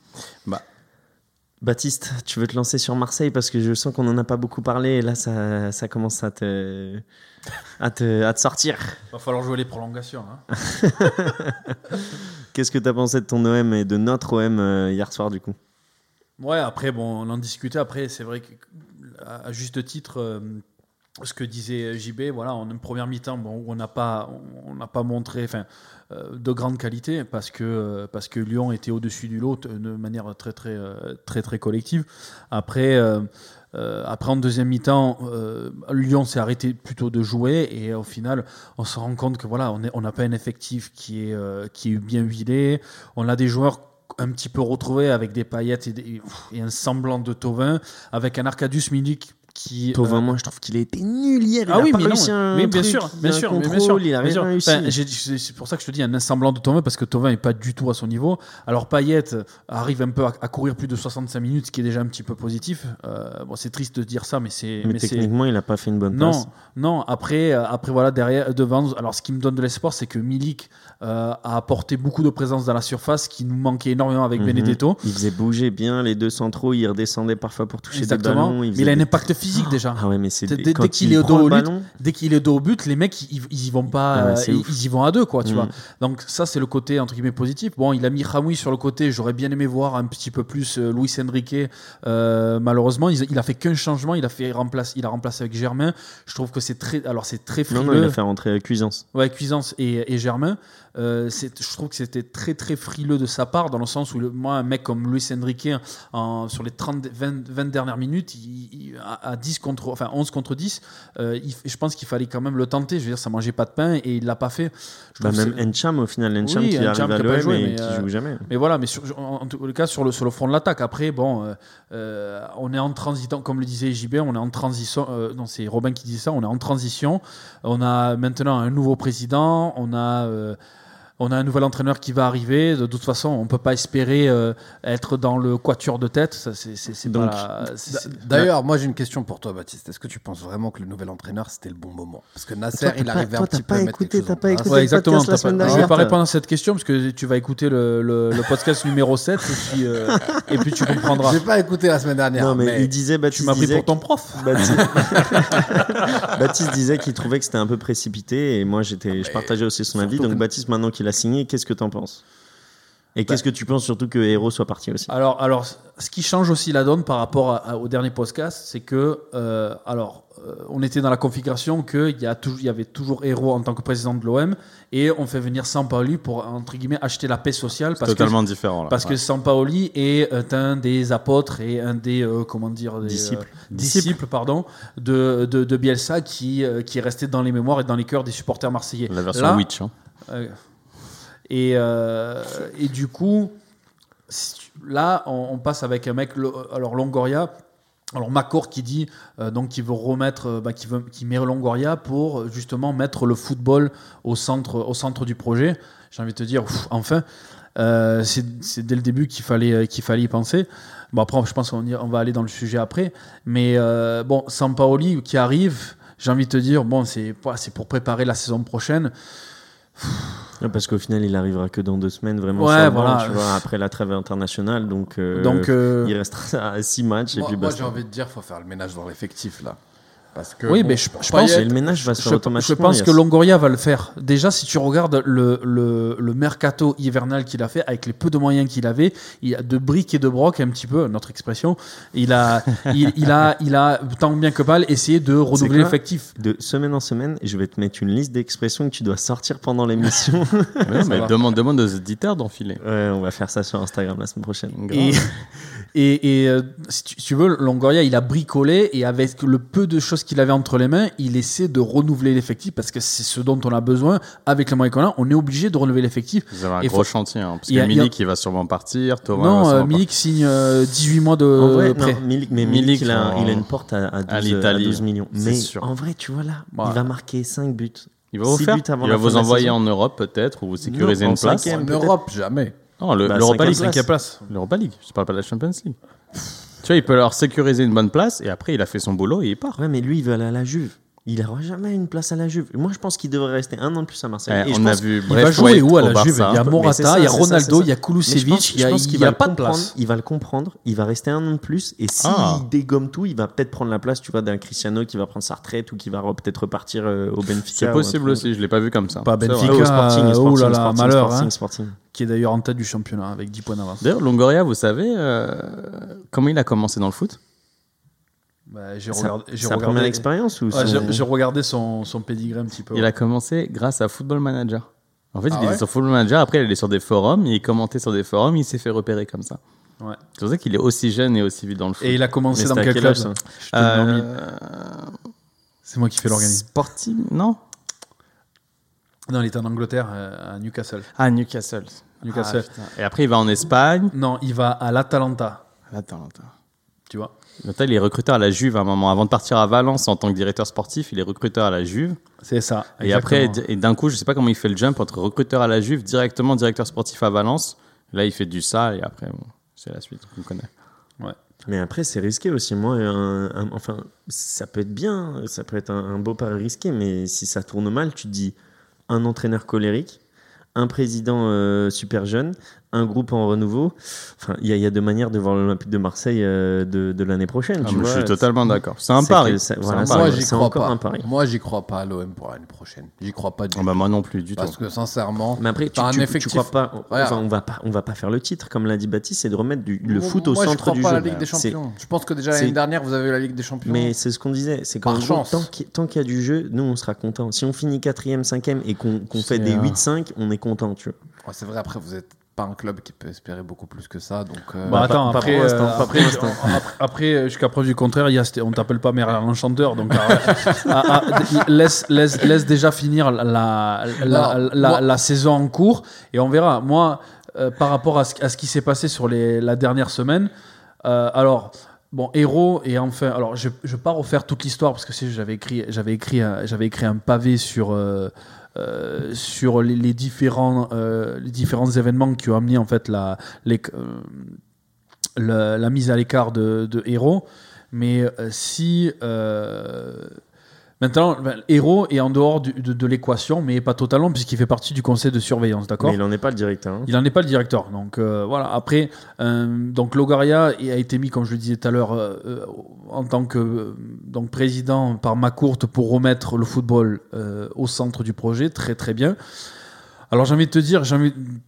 Baptiste, tu veux te lancer sur Marseille parce que je sens qu'on en a pas beaucoup parlé et là ça, ça commence à te, à te, à te sortir. Va falloir jouer les prolongations. Hein. Qu'est-ce que tu as pensé de ton O M et de notre O M euh, hier soir du coup? Ouais, après, bon, on en discutait. Après, c'est vrai qu'à à juste titre, euh, ce que disait J B, voilà, en une première mi-temps, bon, où on n'a pas, on n'a pas montré, enfin, euh, de grande qualité parce que euh, parce que Lyon était au-dessus du lot de manière très très euh, très très collective. Après. Euh, Euh, après, en deuxième mi-temps, euh, Lyon s'est arrêté plutôt de jouer et au final, on se rend compte que voilà, on est- on n'a pas un effectif qui est, euh, qui est bien huilé. On a des joueurs un petit peu retrouvés avec des paillettes et, des- et un semblant de Thauvin, avec un Arkadiusz Milik qui. Thauvin, euh, moi je trouve qu'il a été nul hier. Il ah a oui, pas mais non, réussi un mais bien truc, sûr, bien un sûr, mais contrôle, bien sûr, il a bien rien sûr. réussi. Enfin, j'ai- c'est c'est pour ça que je te dis un semblant de Thauvin parce que Thauvin n'est pas du tout à son niveau. Alors Payet arrive un peu à, à courir plus de soixante-cinq minutes, ce qui est déjà un petit peu positif. Euh, bon, c'est triste de dire ça, mais c'est. mais, mais c'est- techniquement, il a pas fait une bonne non, passe. non. Après, euh, après voilà, derrière, devant. Alors, ce qui me donne de l'espoir, c'est que Milik euh, a apporté beaucoup de présence dans la surface, qui nous manquait énormément avec Mhm. Benedetto. Il faisait bouger bien les deux centraux, il redescendait parfois pour toucher Exactement. des ballons. Mais faisait il a un des- impact physique déjà. Ah ouais, mais c'est Dès- des- dès quand qu'il est au prend dos le au but, ballon, Dès qu'il est dos au but, les mecs, ils, ils y vont pas, Ah ouais, euh, c'est ils, ouf. ils y vont à deux, quoi, tu Mm. vois. Donc ça, c'est le côté entre guillemets positif. Bon, il a mis Ramoui sur le côté. J'aurais bien aimé voir un petit peu plus euh, Luis Enrique. Euh, malheureusement, il, il a fait qu'un changement. Il a fait remplace, il a remplacé avec Germain. Je trouve que c'est très, alors c'est très non, frileux. non, il a fait rentrer euh, Cuisance. Ouais, Cuisance et, et Germain. Euh, c'est- je trouve que c'était très très frileux de sa part, dans le sens où le- moi, un mec comme Luis Enrique, en, sur les trente, vingt, vingt dernières minutes, il, il- à, à dix contre, enfin onze contre dix, euh, il- je pense qu'il fallait quand même le tenter. Je veux dire, ça mangeait pas de pain et il l'a pas fait. Je Bah, trouve même que c'est- Encham, au final, Encham Oui, qui Encham arrive qui à a pas l'O M joué, et mais, qui euh, joue jamais. Mais voilà, mais sur, en, en tout cas, sur le, sur le front de l'attaque, après, bon, euh, euh, on est en transition, comme le disait J B, on est en transition. Euh, non, c'est Robin qui disait ça, on est en transition. On a maintenant un nouveau président, on a. euh, On a un nouvel entraîneur qui va arriver. De toute façon, on peut pas espérer euh, être dans le quatuor de tête. Ça, c'est, c'est, c'est Donc, pas la- c'est- c'est- D'ailleurs, moi j'ai une question pour toi, Baptiste. Est-ce que tu penses vraiment que le nouvel entraîneur c'était le bon moment? Parce que Nasser, Toi, t'as il pas- arrivait toi, un t'as petit pas peu à mettre écouté, quelque chose t'as en pas place. écouté. Ouais, le exactement. podcast la T'as pas- semaine je vais dernière, pas t'as- répondre à cette question parce que tu vas écouter le, le, le podcast numéro sept et puis, euh, et puis tu comprendras. J'ai pas écouté la semaine dernière. Non, mais, mais il disait, Tu Baptiste m'as pris disait pour ton prof. Baptiste... Baptiste disait qu'il trouvait que c'était un peu précipité et moi j'étais, je partageais aussi son avis. surtout Donc que- Baptiste, maintenant qu'il a signé, qu'est-ce que t'en penses? Et bah, qu'est-ce que tu penses surtout que Héros soit parti aussi? Alors, alors, ce qui change aussi la donne par rapport à, à, au dernier podcast, c'est que, euh, alors, euh, on était dans la configuration qu'il y, a toujours, il y avait toujours Héros en tant que président de l'O M et on fait venir Sampaoli pour, entre guillemets, acheter la paix sociale. C'est parce totalement que, différent. Là. Parce ouais. que Sampaoli est un des apôtres et un des, euh, comment dire, des, disciples, euh, disciples pardon, de, de, de Bielsa qui, euh, qui est resté dans les mémoires et dans les cœurs des supporters marseillais. La version là, Witch. Hein. Euh, et, euh, et du coup, là, on, on passe avec un mec, alors Longoria, alors Macor qui dit euh, donc qu'il veut remettre, bah, qu'il veut, qu'il met Longoria pour justement mettre le football au centre, au centre du projet. J'ai envie de te dire, ouf, enfin, euh, c'est, c'est dès le début qu'il fallait, qu'il fallait y penser. Bon après, je pense qu'on y, on va aller dans le sujet après, mais euh, bon, Sampaoli qui arrive, j'ai envie de te dire, bon, c'est, c'est pour préparer la saison prochaine. Parce qu'au final, il arrivera que dans deux semaines, vraiment, ouais, sur le voilà. banc, tu vois, après la trêve internationale. Donc, euh, donc euh... il restera à six matchs. Moi, et puis moi basta. j'ai envie de dire qu'il faut faire le ménage dans l'effectif là. Parce que, oui, bon, mais je, je pense pense que le ménage va se faire je, automatiquement. je pense que Longoria va le faire. Déjà, si tu regardes le, le, le mercato hivernal qu'il a fait, avec les peu de moyens qu'il avait, il a de briques et de broc, un petit peu, notre expression, il a, il, il a, il a tant bien que mal essayé de renouveler l'effectif. De semaine en semaine, je vais te mettre une liste d'expressions que tu dois sortir pendant l'émission. ouais, mais demande, demande aux éditeurs d'enfiler. Ouais, on va faire ça sur Instagram la semaine prochaine. Et, et, et euh, si, tu, si tu veux, Longoria, il a bricolé et avec le peu de choses qu'il avait entre les mains, il essaie de renouveler l'effectif parce que c'est ce dont on a besoin. Avec les moyens qu'on a, on est obligé de renouveler l'effectif. Vous avez un et gros faut... chantier, hein, parce il y a, que Milik, il va sûrement partir. Thomas non, va euh, sûrement Milik partir. signe euh, dix-huit mois de en vrai, prêt. Non, Milik, mais Milik, Milik il, a, en... il a une porte à, à, douze, à, l'Italie, à douze millions. Mais sûr. en vrai, tu vois là, ouais. il va marquer cinq buts. Il va vous faire. Il va vous envoyer en Europe peut-être, ou vous sécuriser non, une place. En Europe, jamais. Non, le, bah, l'Europa League, cinquième place. L'Europa League. Je parle pas de la Champions League. Tu vois, il peut leur sécuriser une bonne place et après il a fait son boulot et il part. Ouais, mais lui, il veut aller à la Juve. Il n'aura jamais une place à la Juve. Moi, je pense qu'il devrait rester un an de plus à Marseille. Ouais, et on je a pense vu. Il va jouer où à la Juve? Il y a Morata, ça, il y a Ronaldo, ça, il y a Kulusevich, il y a, il y a pas de place. Il va le comprendre, il va rester un an de plus. Et s'il ah. dégomme tout, il va peut-être prendre la place, tu vois, d'un Cristiano qui va prendre sa retraite ou qui va peut-être repartir euh, au Benfica. C'est possible aussi, je l'ai pas vu comme ça. Pas Benfica, au Sporting, oh là là, sporting, malheur, sporting, hein, sporting. qui est d'ailleurs en tête du championnat avec dix points d'avance. D'ailleurs, Longoria, vous savez euh, comment il a commencé dans le foot? Bah, j'ai sa, regardé, j'ai sa regardé, première expérience ou ouais, son... j'ai, j'ai regardé son, son pédigré un petit peu. Il a commencé grâce à Football Manager. En fait, ah il ouais était sur Football Manager, après il allait sur des forums, il commentait sur des forums, il s'est fait repérer comme ça. Ouais. C'est pour ça qu'il est aussi jeune et aussi vite dans le foot. Et il a commencé Mais dans quel quel club âge, ça euh... C'est moi qui fais l'organisme. Sporting, non Non, il était en Angleterre, euh, à Newcastle. Ah, Newcastle. Newcastle. Ah, et après, il va en Espagne. Non, il va à l'Atalanta. Attends, attends. Tu vois. Là, il est recruteur à la Juve à un moment. Avant de partir à Valence en tant que directeur sportif, il est recruteur à la Juve. C'est ça. Et après, et d'un coup, je sais pas comment il fait le jump entre recruteur à la Juve, directement directeur sportif à Valence. Là, il fait du ça et après, bon, c'est la suite qu'on connaît. Ouais. Mais après, c'est risqué aussi. Moi, un, un, enfin, ça peut être bien, ça peut être un, un beau pari risqué, mais si ça tourne mal, tu te dis un entraîneur colérique, un président euh, super jeune, un groupe en renouveau. Enfin, il y, y a deux manières de voir l'Olympique de Marseille euh, de, de l'année prochaine. Ah, tu je vois, suis totalement d'accord. C'est un c'est pari. Ça, c'est voilà, un c'est, Moi, pari. j'y c'est crois encore pas. un pari. Moi, j'y crois pas à l'O M pour l'année prochaine. J'y crois pas du Ah tout. bah moi non plus du Parce tout. que sincèrement, Mais après, tu, t'as un tu, effectif. tu crois pas. Ouais, Enfin, on va pas, on va pas faire le titre, comme l'a dit Baptiste, c'est de remettre du, le Moi, foot au moi, centre je crois du pas jeu. à la Ligue des Champions. Je pense que déjà c'est- l'année dernière, vous avez eu la Ligue des Champions. Mais c'est ce qu'on disait, c'est Par qu'en gros, chance. tant qu'il, tant qu'il y a du jeu, nous on sera content. Si on finit quatrième, cinquième et qu'on, qu'on fait C'est des un- huit cinq, on est content, tu vois. Ouais, c'est vrai, après, vous êtes pas un club qui peut espérer beaucoup plus que ça. Donc, euh, Bah, pas- attends, pas après, pour l'instant, euh, pas pour après, l'instant. après, après, jusqu'à preuve du contraire, il y a, on t'appelle pas Merlin l'enchanteur, donc ah, ah, ah, laisse, laisse, laisse déjà finir la, la, la, Non, la, moi- la saison en cours et on verra. Moi, euh, par rapport à ce, à ce qui s'est passé sur les, la dernière semaine, euh, alors. Bon, Héros et enfin, alors je je vais pas refaire toute l'histoire parce que c'est, j'avais écrit j'avais écrit un, j'avais écrit un pavé sur euh, euh, sur les, les différents euh, les différents événements qui ont amené en fait la les, euh, la, la mise à l'écart de, de Héros, mais euh, si euh, maintenant ben, Héros est en dehors du, de, de l'équation, mais pas totalement puisqu'il fait partie du conseil de surveillance, d'accord. Mais il en est pas le directeur. hein. Il n'en est pas le directeur. Donc euh, voilà. Après, euh, donc Longoria a été mis, comme je le disais tout à l'heure, euh, euh, en tant que euh, donc président par Macourte pour remettre le football euh, au centre du projet. Très très bien. Alors j'ai envie de te dire, j'ai envie,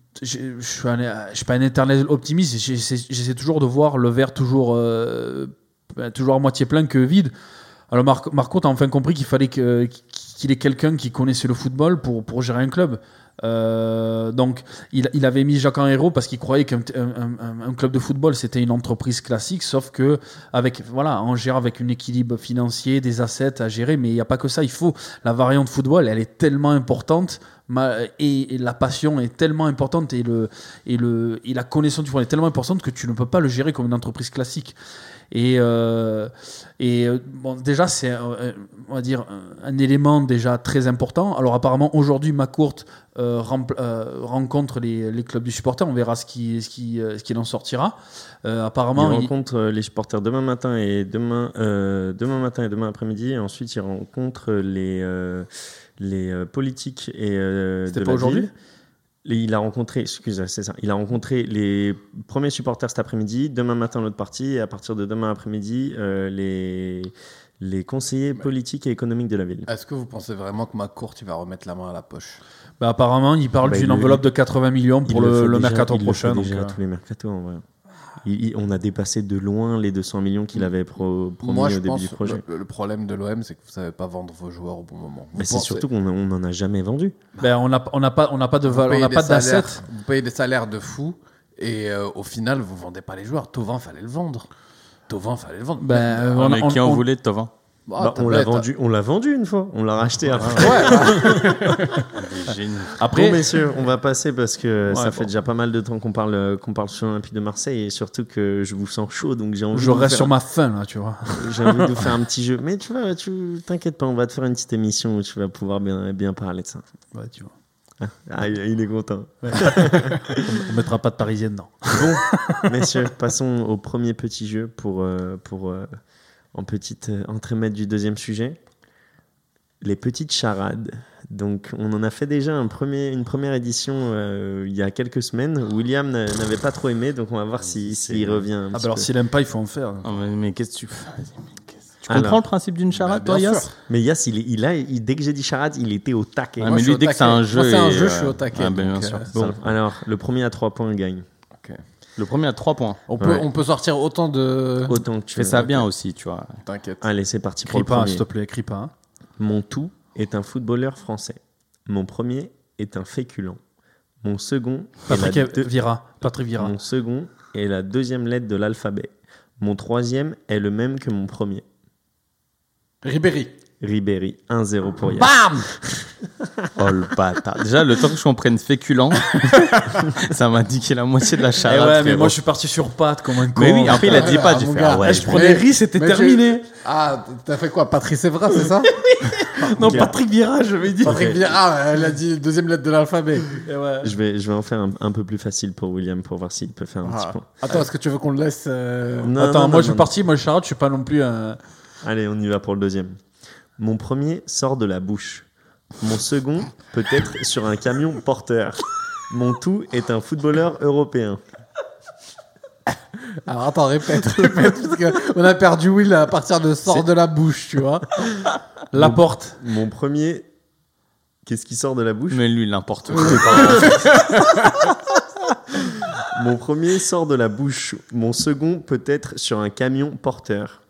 je suis un, je suis pas un éternel optimiste. J'essaie, j'essaie toujours de voir le verre toujours, euh, toujours à moitié plein que vide. Alors Mar- Marco, t'as enfin compris qu'il fallait que, qu'il ait quelqu'un qui connaissait le football pour, pour gérer un club. Euh, donc il, il avait mis Jacques Henriot parce qu'il croyait qu'un un, un, un club de football c'était une entreprise classique, sauf que avec voilà, on gère avec un équilibre financier, des assets à gérer, mais il n'y a pas que ça. Il faut la variante football, elle est tellement importante. Et, et la passion est tellement importante et, le, et, le, et la connaissance du football est tellement importante que tu ne peux pas le gérer comme une entreprise classique. Et, euh, et bon, déjà, c'est euh, on va dire, un élément déjà très important. Alors apparemment, aujourd'hui, McCourt euh, rempl- euh, rencontre les, les clubs du supporter. On verra ce qui, ce qui, ce qu'il en sortira. Euh, apparemment, il il rencontre il... les supporters demain matin et demain, euh, demain matin et demain après-midi. Et ensuite, il rencontre les... Euh, les euh, politiques et euh, C'était de pas la aujourd'hui ville. Il a rencontré, excusez, c'est ça. Il a rencontré les premiers supporters cet après-midi. Demain matin, l'autre partie, et à partir de demain après-midi, euh, les les conseillers politiques et économiques de la ville. Est-ce que vous pensez vraiment que McCourt il va remettre la main à la poche? Bah, apparemment, il parle Bah, d'une il enveloppe le, de quatre-vingts millions pour le, le, le déjà, mercato il prochain. Le fait déjà donc, à euh... tous les mercatos en vrai. Il, il, on a dépassé de loin les deux cents millions qu'il avait pro, promis Moi, au je début pense du projet. Le, le problème de l'O M, c'est que vous savez pas vendre vos joueurs au bon moment. Mais c'est surtout qu'on n'en a jamais vendu. Ben, on n'a on a pas, on a pas de valeur, on n'a pas d'assets. Vous payez des salaires de fou et euh, au final, vous vendez pas les joueurs. Thauvin, fallait le vendre. Thauvin, fallait le vendre. Ben, euh, on, on, mais on, qui en on... voulait de Thauvin? Bah, on l'a vendu, on l'a vendu une fois, on l'a racheté après. Ouais, après, bon messieurs, on va passer parce que ouais, ça bon. fait déjà pas mal de temps qu'on parle qu'on parle sur l'Olympique de Marseille et surtout que je vous sens chaud, donc j'ai envie. Je de reste faire... sur ma faim là, tu vois. J'ai envie de vous faire un petit jeu, mais tu vois, tu t'inquiète pas, on va te faire une petite émission où tu vas pouvoir bien bien parler de ça. Ouais, tu vois. Ah, il est content. Ouais. On mettra pas de Parisienne dedans. Bon, messieurs, passons au premier petit jeu pour euh, pour euh, en petite euh, entremède du deuxième sujet. Les petites charades. Donc, on en a fait déjà un premier, une première édition euh, il y a quelques semaines. William n'a- n'avait pas trop aimé, donc on va voir s'il si, si revient. Un Ah, petit bah alors peu. s'il aime pas, il faut en faire. Oh, mais, mais qu'est-ce que tu fais? Vas-y, mais qu'est-ce- Tu Alors. comprends le principe d'une charade, Bah, toi, bien Yass? sûr. Mais Yass, il, est- il a, il- dès que j'ai dit charade, il était au taquet. Ouais, Moi, mais je suis lui, au dès que c'est un taquet. jeu. Moi, c'est un et, jeu, euh, je suis au taquet, ah, ben, donc, bien sûr. euh, Bon, alors, le premier à trois points gagne. Le premier à trois points. On peut, Ouais. on peut sortir autant de. Autant que Tu tu fais veux. ça Ok. bien aussi, tu vois. T'inquiète. Allez, c'est parti pour Crie le pas, premier. s'il te plaît, crie pas. Hein. Mon tout est un footballeur français. Mon premier est un féculent. Mon second est Patrick la deux- Vira. Patrick Vira. Mon second est la deuxième lettre de l'alphabet. Mon troisième est le même que mon premier. Ribéry. Ribéry, un zéro pour Yann. Bam. Oh le bâtard. Déjà, le temps que je comprenne féculent, ça m'a indiqué la moitié de la Eh charade. ouais, mais frérot. moi je suis parti sur Pat comme un con. Mais oui, après il a dit pas, Ah, j'ai mon fait gars. ah ouais. Ah, je je- prenais riz, c'était Mais terminé. tu- Ah, t'as fait quoi? Patrice Evra, c'est ça? Non, Ok. Patrick Vira, je vais dire. Patrick Vieira, ah, elle a dit deuxième lettre de l'alphabet. Eh ouais. Je vais, je vais en faire un, un peu plus facile pour William pour voir s'il peut faire un petit Ah. point. Attends, est-ce que tu veux qu'on le laisse euh, Non, Attends, non, moi non, je suis non, parti, moi je charade, je suis pas non plus un. Allez, on y va pour le deuxième. Mon premier sort de la bouche. Mon second peut être sur un camion porteur. Mon tout est un footballeur européen. Alors attends, répète, répète, parce que on a perdu Will à partir de sort C'est- de la bouche, tu vois. La Mon- porte. Mon premier, qu'est-ce qui sort de la bouche? Mais lui, n'importe quoi. Mon premier sort de la bouche. Mon second peut être sur un camion porteur.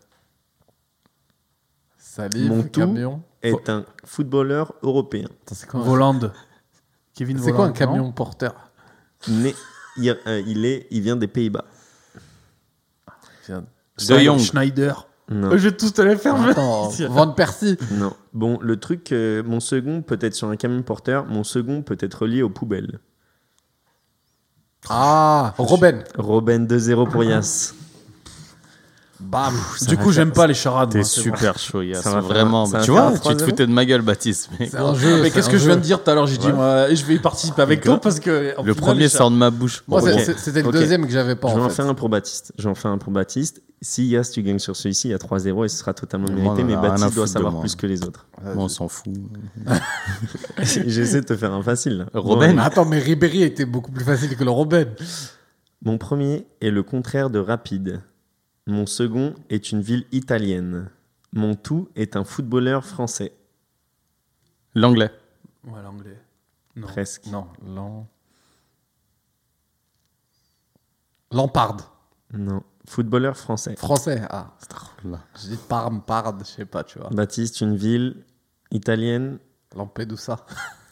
Salive, Mon tout camion. Est un footballeur européen. Attends, c'est quoi, un- Volande. Kevin c'est quoi un Volande, camion non porteur? Né, il, euh, il est, il vient des Pays-Bas. Tiens. De Jong. Schneider. Non, Je vais tous te les faire. Attends, Van Persie. non. Bon, le truc, euh, mon second peut être sur un camion porteur. Mon second peut être lié aux poubelles. Ah, Robben. Robin deux zéro pour Yass. Bam. Du coup, j'aime pas les charades. T'es moi, c'est bon. super chaud, Yass. Ça va faire- Vraiment. ça va Tu faire vois, un tu trois te zéro. foutais de ma gueule, Baptiste. Mais C'est un jeu. Mais c'est qu'est-ce un que je jeu. viens de dire tout à l'heure? J'ai dit, moi, et je vais y participer avec toi parce que. au Le final, premier les sort de ma bouche. Moi, Bon, c'est- ok. c'est- c'était le Ok. deuxième que j'avais pas Je vais en en fait. faire un pour Baptiste. J'en fais un pour Baptiste. Si Yass, tu gagnes sur celui-ci, il y a trois zéro et ce sera totalement Moi, mérité. on en Mais a rien à Baptiste doit foutre de savoir moi. plus que les autres. Bon, on s'en fout. J'essaie de te faire un facile. Là. Robben. Mais attends, mais Ribéry était beaucoup plus facile que le Robben. Mon premier est le contraire de rapide. Mon second est une ville italienne. Mon tout est un footballeur français. L'anglais. Ouais, l'anglais. Non. Presque. Non, lent. Lampard. Non. Footballeur français. Français. Ah. Astaghfirullah. Je dis Parme, Parde, je sais pas, tu vois. Baptiste, une ville italienne. Lampedusa.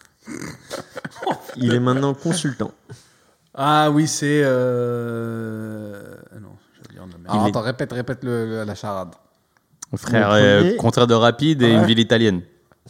Il est maintenant consultant. Ah oui, c'est. Euh... Non, je vais dire de la merde. Alors, est- attends, répète, répète le, le- la charade. Frère, Mon euh, premier- contraire de rapide et Ouais. une ville italienne.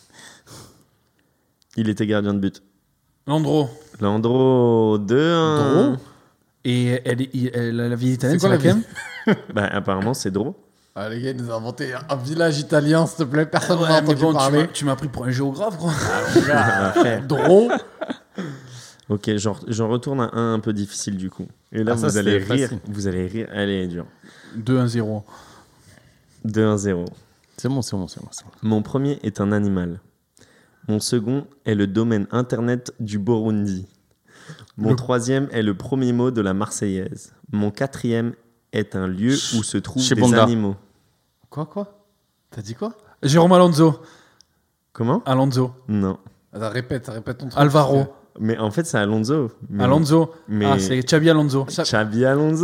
Il était gardien de but. Landreau. Landreau deux un. Dro Et elle, est- il- elle- la vie italienne, C'est quoi c'est la laquelle Bah, apparemment, c'est Dro. Ah, les gars, ils nous ont inventé un village italien, s'il te plaît. Personne n'en a Ouais, mais entendu bon, tu parler. m'as- tu m'as pris pour un géographe, quoi. Dro. Ok, j'en j'en retourne à un un peu difficile du coup. Et là, Ah, ça, vous allez c'était rire. facile. Vous allez rire. Elle est dure. deux un zéro. deux un zéro. C'est bon, c'est bon, c'est bon. c'est bon. Mon premier est un animal. Mon second est le domaine internet du Burundi. Mon Le- troisième est le premier mot de la Marseillaise. Mon quatrième est un lieu où se trouvent Chez des Bonda. animaux. Quoi, quoi T'as dit quoi Jérôme Alonso. Comment Alonso. Non. Attends, répète, répète ton truc. Alvaro. Mais en fait, c'est Alonso. Mais- Alonso. Mais... Ah, c'est Xabi Alonso. Xabi Alonso.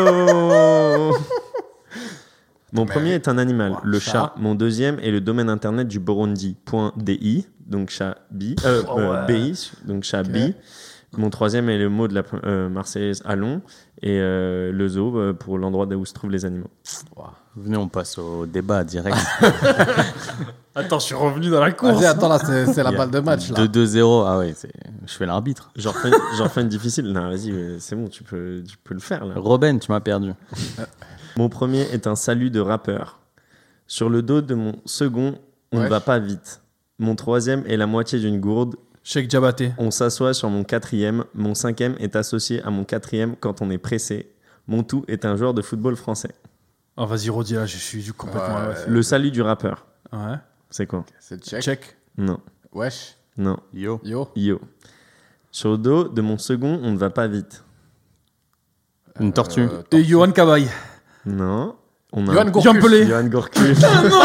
Mon premier est un animal, Ouah, le chat. chat. Mon deuxième est le domaine internet du Burundi. .di, donc Chabi. Euh, Oh, euh, ouais. B I, donc Chabi. Mon troisième est le mot de la euh, Marseillaise Allons. Et euh, le zoo euh, pour l'endroit où se trouvent les animaux. Venez, on passe au débat direct. Attends, je suis revenu dans la course. Vas-y, attends, là, c'est c'est la Il y a balle de match, là. deux deux zéro. Ah ouais, c'est- je fais l'arbitre. J'en refais, j'en refais une difficile. Non, vas-y, euh, c'est bon, tu peux, tu peux le faire là. Robin, tu m'as perdu. Mon premier est un salut de rappeur. Sur le dos de mon second, on ne Ouais. va pas vite. Mon troisième est la moitié d'une gourde. Cheikh Diabaté. On s'assoit sur mon quatrième. Mon cinquième est associé à mon quatrième quand on est pressé. Mon tout est un joueur de football français. Oh, vas-y, redis là, je suis complètement. Ouais. Ouais. Le salut du rappeur, Ouais. c'est quoi? C'est check. Check. Non, Wesh. non, Yo. Yo. yo. Sur le dos de mon second, on ne va pas vite. Une tortue. Euh, Et Johan Cabaye. Non. On a Johan un- Gourcuff. Jean Pelé. Johan Gourcuff.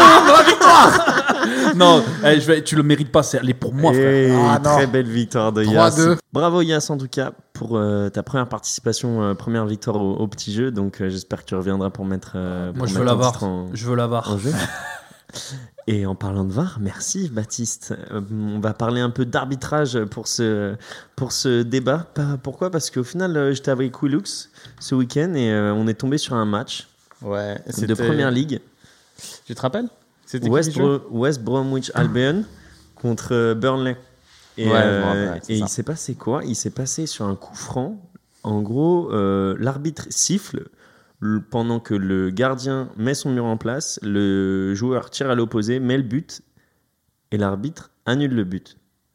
Non, eh, je vais, tu le mérites pas, c'est elle est pour moi, frère. Et Ah, non. très belle victoire de trois Yass. deux. Bravo Yass en tout cas pour euh, ta première participation, euh, première victoire au, au petit jeu. Donc euh, j'espère que tu reviendras pour mettre. euh, Moi, pour je veux mettre la ton V A titre R. en- Je veux la V A R. en jeu. Et en parlant de V A R, merci Baptiste. Euh, on va parler un peu d'arbitrage pour ce, pour ce débat. Pas- Pourquoi? Parce qu'au final, euh, j'étais avec Quilux ce week-end et euh, on est tombé sur un match Ouais. de c'était- Première Ligue. Tu te rappelles? C'était qui West, qui jouait Bro- West Bromwich Albion contre euh, Burnley. Et, Ouais, je me euh, rappelle, c'est et ça. il s'est passé quoi? Il s'est passé sur un coup franc. En gros, euh, l'arbitre siffle le- pendant que le gardien met son mur en place, le joueur tire à l'opposé, met le but et l'arbitre annule le but.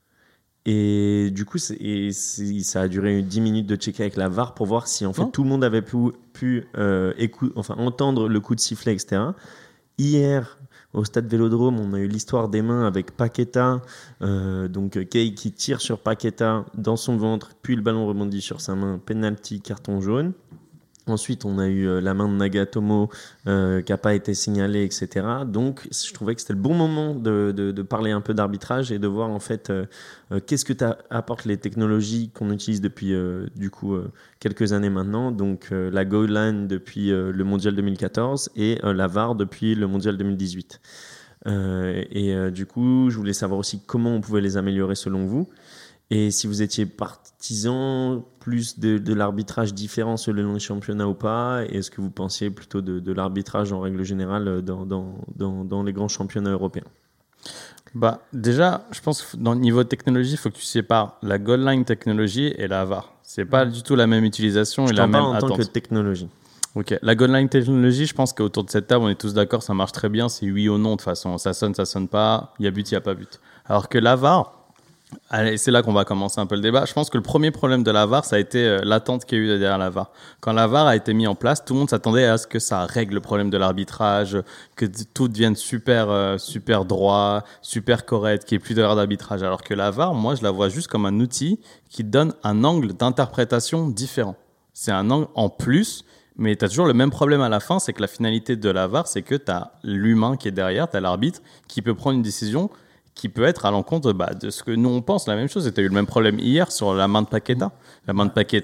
Et du coup, c'est- et c'est- ça a duré dix minutes de checker avec la V A R pour voir si en fait Non. tout le monde avait pu, pu euh, écou- enfin, entendre le coup de sifflet, et cetera. Hier, au stade Vélodrome, on a eu l'histoire des mains avec Paqueta, euh, donc euh, Kay qui tire sur Paqueta dans son ventre, puis le ballon rebondit sur sa main, penalty, carton jaune. Ensuite, on a eu euh, la main de Nagatomo euh, qui n'a pas été signalée, et cetera. Donc, je trouvais que c'était le bon moment de, de, de parler un peu d'arbitrage et de voir en fait euh, euh, qu'est-ce que apportent les technologies qu'on utilise depuis euh, du coup euh, quelques années maintenant. Donc, euh, la goal line depuis euh, le Mondial deux mille quatorze et euh, la V A R depuis le Mondial deux mille dix-huit. Euh, et euh, du coup, je voulais savoir aussi comment on pouvait les améliorer selon vous. Et si vous étiez partisan plus de, de l'arbitrage différent selon les championnats ou pas, et est-ce que vous pensiez plutôt de, de l'arbitrage en règle générale dans, dans, dans, dans les grands championnats européens? Bah, déjà, je pense que dans le niveau de technologie, il faut que tu sépares la goal line technologie et la V A R. C'est pas du tout la même utilisation Je et la t'en même parle en tant attente. que technologie. Ok, la goal line technologie, je pense qu'autour de cette table, on est tous d'accord, ça marche très bien, c'est oui ou non de toute façon. Ça sonne, ça sonne pas, il y a but, il y a pas but. Alors que la V A R, allez, c'est là qu'on va commencer un peu le débat. Je pense que le premier problème de la V A R, ça a été euh, l'attente qu'il y a eu derrière la V A R. Quand la V A R a été mise en place, tout le monde s'attendait à ce que ça règle le problème de l'arbitrage, que d- tout devienne super, euh, super droit, super correct, qu'il n'y ait plus d'erreur d'arbitrage. Alors que la V A R, moi, je la vois juste comme un outil qui donne un angle d'interprétation différent. C'est un angle en plus, mais tu as toujours le même problème à la fin, c'est que la finalité de la V A R, c'est que tu as l'humain qui est derrière, tu as l'arbitre qui peut prendre une décision qui peut être à l'encontre bah, de ce que nous on pense. La même chose, et tu as eu le même problème hier sur la main de Paqueta. La main de Paqueta,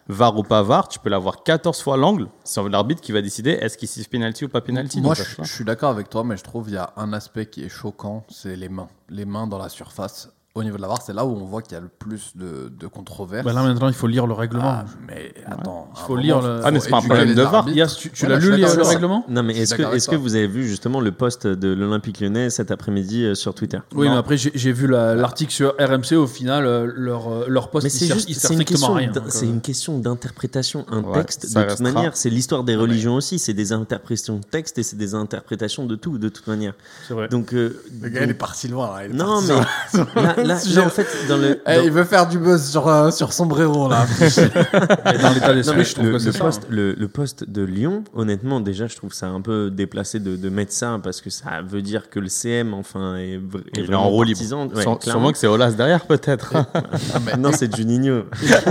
V A R ou pas V A R, tu peux l'avoir quatorze fois l'angle. C'est l'arbitre qui va décider est-ce qu'il siffle penalty ou pas penalty. Moi, donc, je, je suis d'accord avec toi, mais je trouve qu'il y a un aspect qui est choquant, c'est les mains. Les mains dans la surface. Au niveau de la V A R, c'est là où on voit qu'il y a le plus de, de controverses. Bah là maintenant, il faut lire le règlement. Ah, mais attends, il faut lire le. Ah, mais c'est pas un problème de V A R. Yes, tu tu Ouais, l'as bah, je lu suis le, d'accord le avec règlement? Non, mais Je suis est-ce que, d'accord avec est-ce que toi. vous avez vu justement le post de l'Olympique Lyonnais cet après-midi euh, sur Twitter? Oui, Non. mais après j'ai j'ai vu la- l'article sur R M C. Au final, euh, leur euh, leur poste Mais il c'est sert, juste, il sert c'est une strictement question, à rien. d'in- donc, c'est euh, une question d'interprétation. Un Ouais, texte, ça de toute restera. manière, c'est l'histoire des religions aussi. C'est des interprétations de texte et c'est des interprétations de tout, de toute manière. c'est vrai. Donc, euh, Le gars, donc- il est parti loin. Là. Il est non, parti mais sur- là, là, là, en fait, dans le, Eh, dans- il veut faire du buzz sur, euh, sur sombrero, là. Et dans l'état Non, d'esprit, mais je trouve le, que c'est le ça. poste, le, le poste de Lyon, honnêtement, déjà, je trouve ça un peu déplacé de, de mettre ça parce que ça veut dire que le C M, enfin, est, vr- est Il est vraiment en roue libre. partisan. Ouais, Sûre- clairement. Sûrement que c'est Olas derrière, peut-être. Non, c'est Juninho.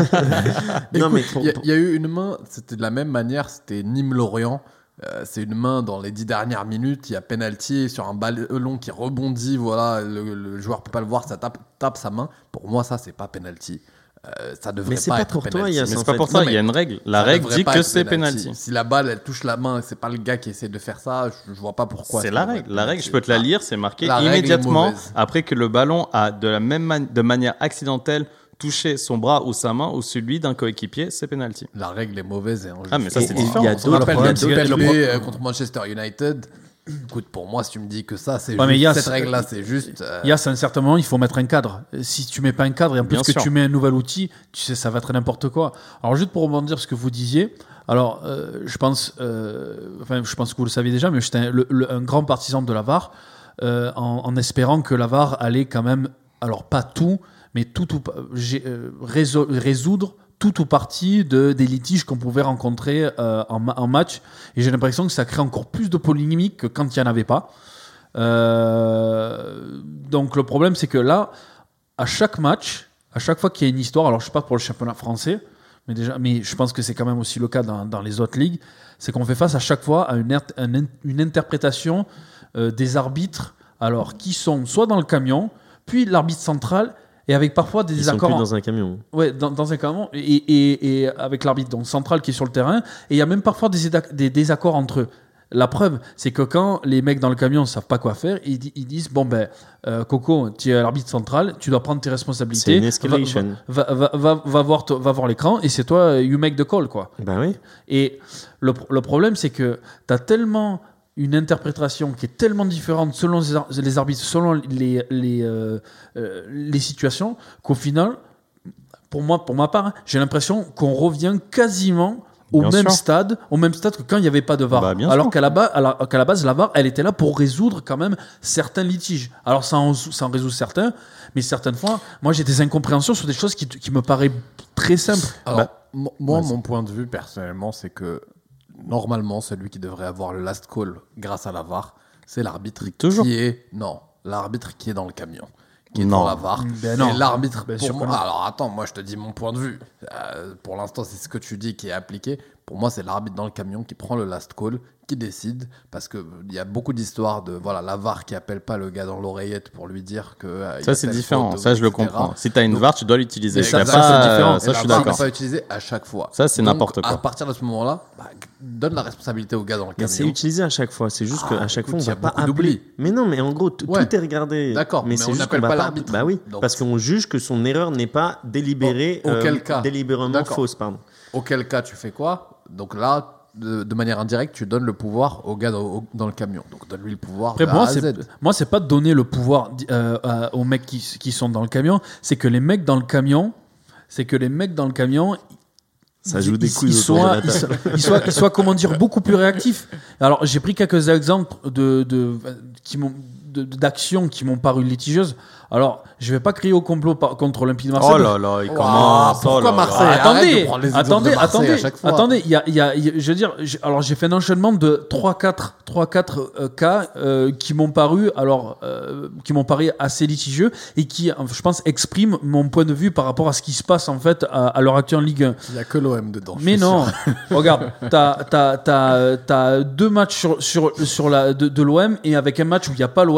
non, mais pour- il y, a- pour- il y a eu une main, c'était de la même manière, c'était Nîmes-Lorient. Euh, c'est une main dans les dix dernières minutes. Il y a penalty sur un ballon qui rebondit. Voilà, le, le joueur peut pas le voir, ça tape, tape sa main. Pour moi, ça, c'est pas penalty. Euh, ça devrait Mais c'est pas, pas être pour toi, penalty. Yass, Mais en c'est pas fait. pour Non, ça, mais il y a une règle. La Ça règle devrait dit pas que être c'est penalty. Si la balle, elle touche la main, c'est pas le gars qui essaie de faire ça. Je, je vois pas pourquoi. C'est ça la devrait règle. être La penalty. règle, je peux te la lire, c'est marqué La règle est immédiatement mauvaise. après que le ballon a de la même man- de manière accidentelle touché son bras ou sa main ou celui d'un coéquipier, c'est penalty. La règle est mauvaise et injuste. Ah, mais ça, Et- c'est et il y différent. a On d'autres rappelle, il y a problèmes, c'est deux que le penalty, pro- euh, contre Manchester United. Écoute, pour moi, si tu me dis que ça, c'est Ouais, mais juste Yass, cette règle-là, c'est juste. euh, Il y a à un certain moment, il faut mettre un cadre. Si tu mets pas un cadre et en plus Bien que sûr. tu mets un nouvel outil, tu sais, ça va être n'importe quoi. Alors juste pour rebondir sur ce que vous disiez, alors euh, je pense, euh, enfin je pense que vous le saviez déjà, mais j'étais un, le- le- un grand partisan de la V A R, euh, en, en espérant que la V A R allait quand même, alors pas tout, mais tout ou pas- j'ai- euh, réso- résoudre tout ou partie de, des litiges qu'on pouvait rencontrer euh, en, ma- en match. Et j'ai l'impression que ça crée encore plus de polémique que quand il n'y en avait pas. Euh, donc le problème, c'est que là, à chaque match, à chaque fois qu'il y a une histoire, alors je sais pas pour le championnat français, mais déjà, mais je pense que c'est quand même aussi le cas dans, dans les autres ligues, c'est qu'on fait face à chaque fois à une, int- un in- une interprétation euh, des arbitres, alors qui sont soit dans le camion, puis l'arbitre central, et avec parfois des Ils sont désaccords. plus en- dans un camion. Ouais, dans, dans un camion, et, et, et avec l'arbitre donc, central qui est sur le terrain, et il y a même parfois des, éda- des désaccords entre eux. La preuve, c'est que quand les mecs dans le camion ne savent pas quoi faire, ils, di- ils disent bon ben euh, Coco, tu es l'arbitre central, tu dois prendre tes responsabilités. C'est une escalation. Va, va, va, va, va voir, to- va voir l'écran et c'est toi, you make the call quoi. Bah oui. Et le, le problème, c'est que tu as tellement une interprétation qui est tellement différente selon les, ar- les arbitres, selon les, les, euh, euh, les situations, qu'au final, pour moi, pour ma part, hein, j'ai l'impression qu'on revient quasiment au Bien même sûr. stade, au même stade que quand il n'y avait pas de V A R. Bah, bien Alors sûr. qu'à la, ba- à la- qu'à la base, la V A R, elle était là pour résoudre quand même certains litiges. Alors ça en, ça en résout certains, mais certaines fois, moi j'ai des incompréhensions sur des choses qui, qui me paraissent très simples. Alors, Bah, mo- moi, vas-y. mon point de vue, personnellement, c'est que normalement, celui qui devrait avoir le last call grâce à la V A R, c'est l'arbitre Toujours. qui est. Non, l'arbitre qui est dans le camion. Qui est Non. dans la V A R. Ben non. Et l'arbitre, Ben pour sûr que moi. non. Alors attends, moi je te dis mon point de vue. Euh, pour l'instant, c'est ce que tu dis qui est appliqué. Pour moi, c'est l'arbitre dans le camion qui prend le last call, qui décide. Parce qu'il y a beaucoup d'histoires de voilà, la V A R qui appelle pas le gars dans l'oreillette pour lui dire que. euh, il y Ça, a c'est telle différent. faute, Ça, je le et cetera. comprends. Si tu as une Donc- V A R, tu dois l'utiliser. Mais Il y a ça, pas- ça, c'est différent. Ça, Et je suis la V A R d'accord. n'est pas utilisé à chaque fois. Ça, c'est Donc, n'importe À quoi. partir de ce moment-là, bah, donne la responsabilité au gars dans le Mais c'est camion. utilisé à chaque fois. C'est juste Ah, qu'à chaque fois, on écoute, il y va a pas beaucoup appeler. d'oubli. Mais non, mais en gros, t- Ouais. tout est regardé. D'accord, mais c'est on juste n'appelle qu'on va pas l'arbitre. Bah oui, Donc- parce qu'on juge que son erreur n'est pas délibérée, Au- auquel cas délibérément D'accord. fausse, pardon. Auquel cas, tu fais quoi? Donc là, de, de manière indirecte, tu donnes le pouvoir au gars dans, au- dans le camion. Donc donne-lui le pouvoir Après, de moi, A à c'est, Z. moi, c'est pas de donner le pouvoir euh, à- aux mecs qui, qui sont dans le camion, c'est que les mecs dans le camion, c'est que les mecs dans le camion, Ça joue des ils, couilles ils autour de soient, la ils, table. soient, ils soient, ils soient, comment dire, beaucoup plus réactifs. Alors, j'ai pris quelques exemples de, de, qui m'ont, de- d'actions qui m'ont paru litigieuses. Alors, je vais pas crier au complot par- contre Olympique de Marseille. Oh là là, il Ouah, commence. pourquoi Oh là là. Marseille Ah, Arrête de attendez, prendre les exemples de attendez, Marseille attendez, à chaque fois. attendez, il y a, il y a- il y a- je veux dire, j'ai- alors j'ai fait un enchaînement de trois quatre euh, cas euh, qui m'ont paru, alors, euh, qui m'ont paru assez litigieux et qui, euh, je pense, expriment mon point de vue par rapport à ce qui se passe en fait à, à l'heure actuelle en Ligue un. Il n'y a que l'O M dedans. je Mais suis non, sûr. regarde, t'as, t'as, t'as, t'as deux matchs sur, sur, sur la, de, de l'O M et avec un match où il n'y a pas l'O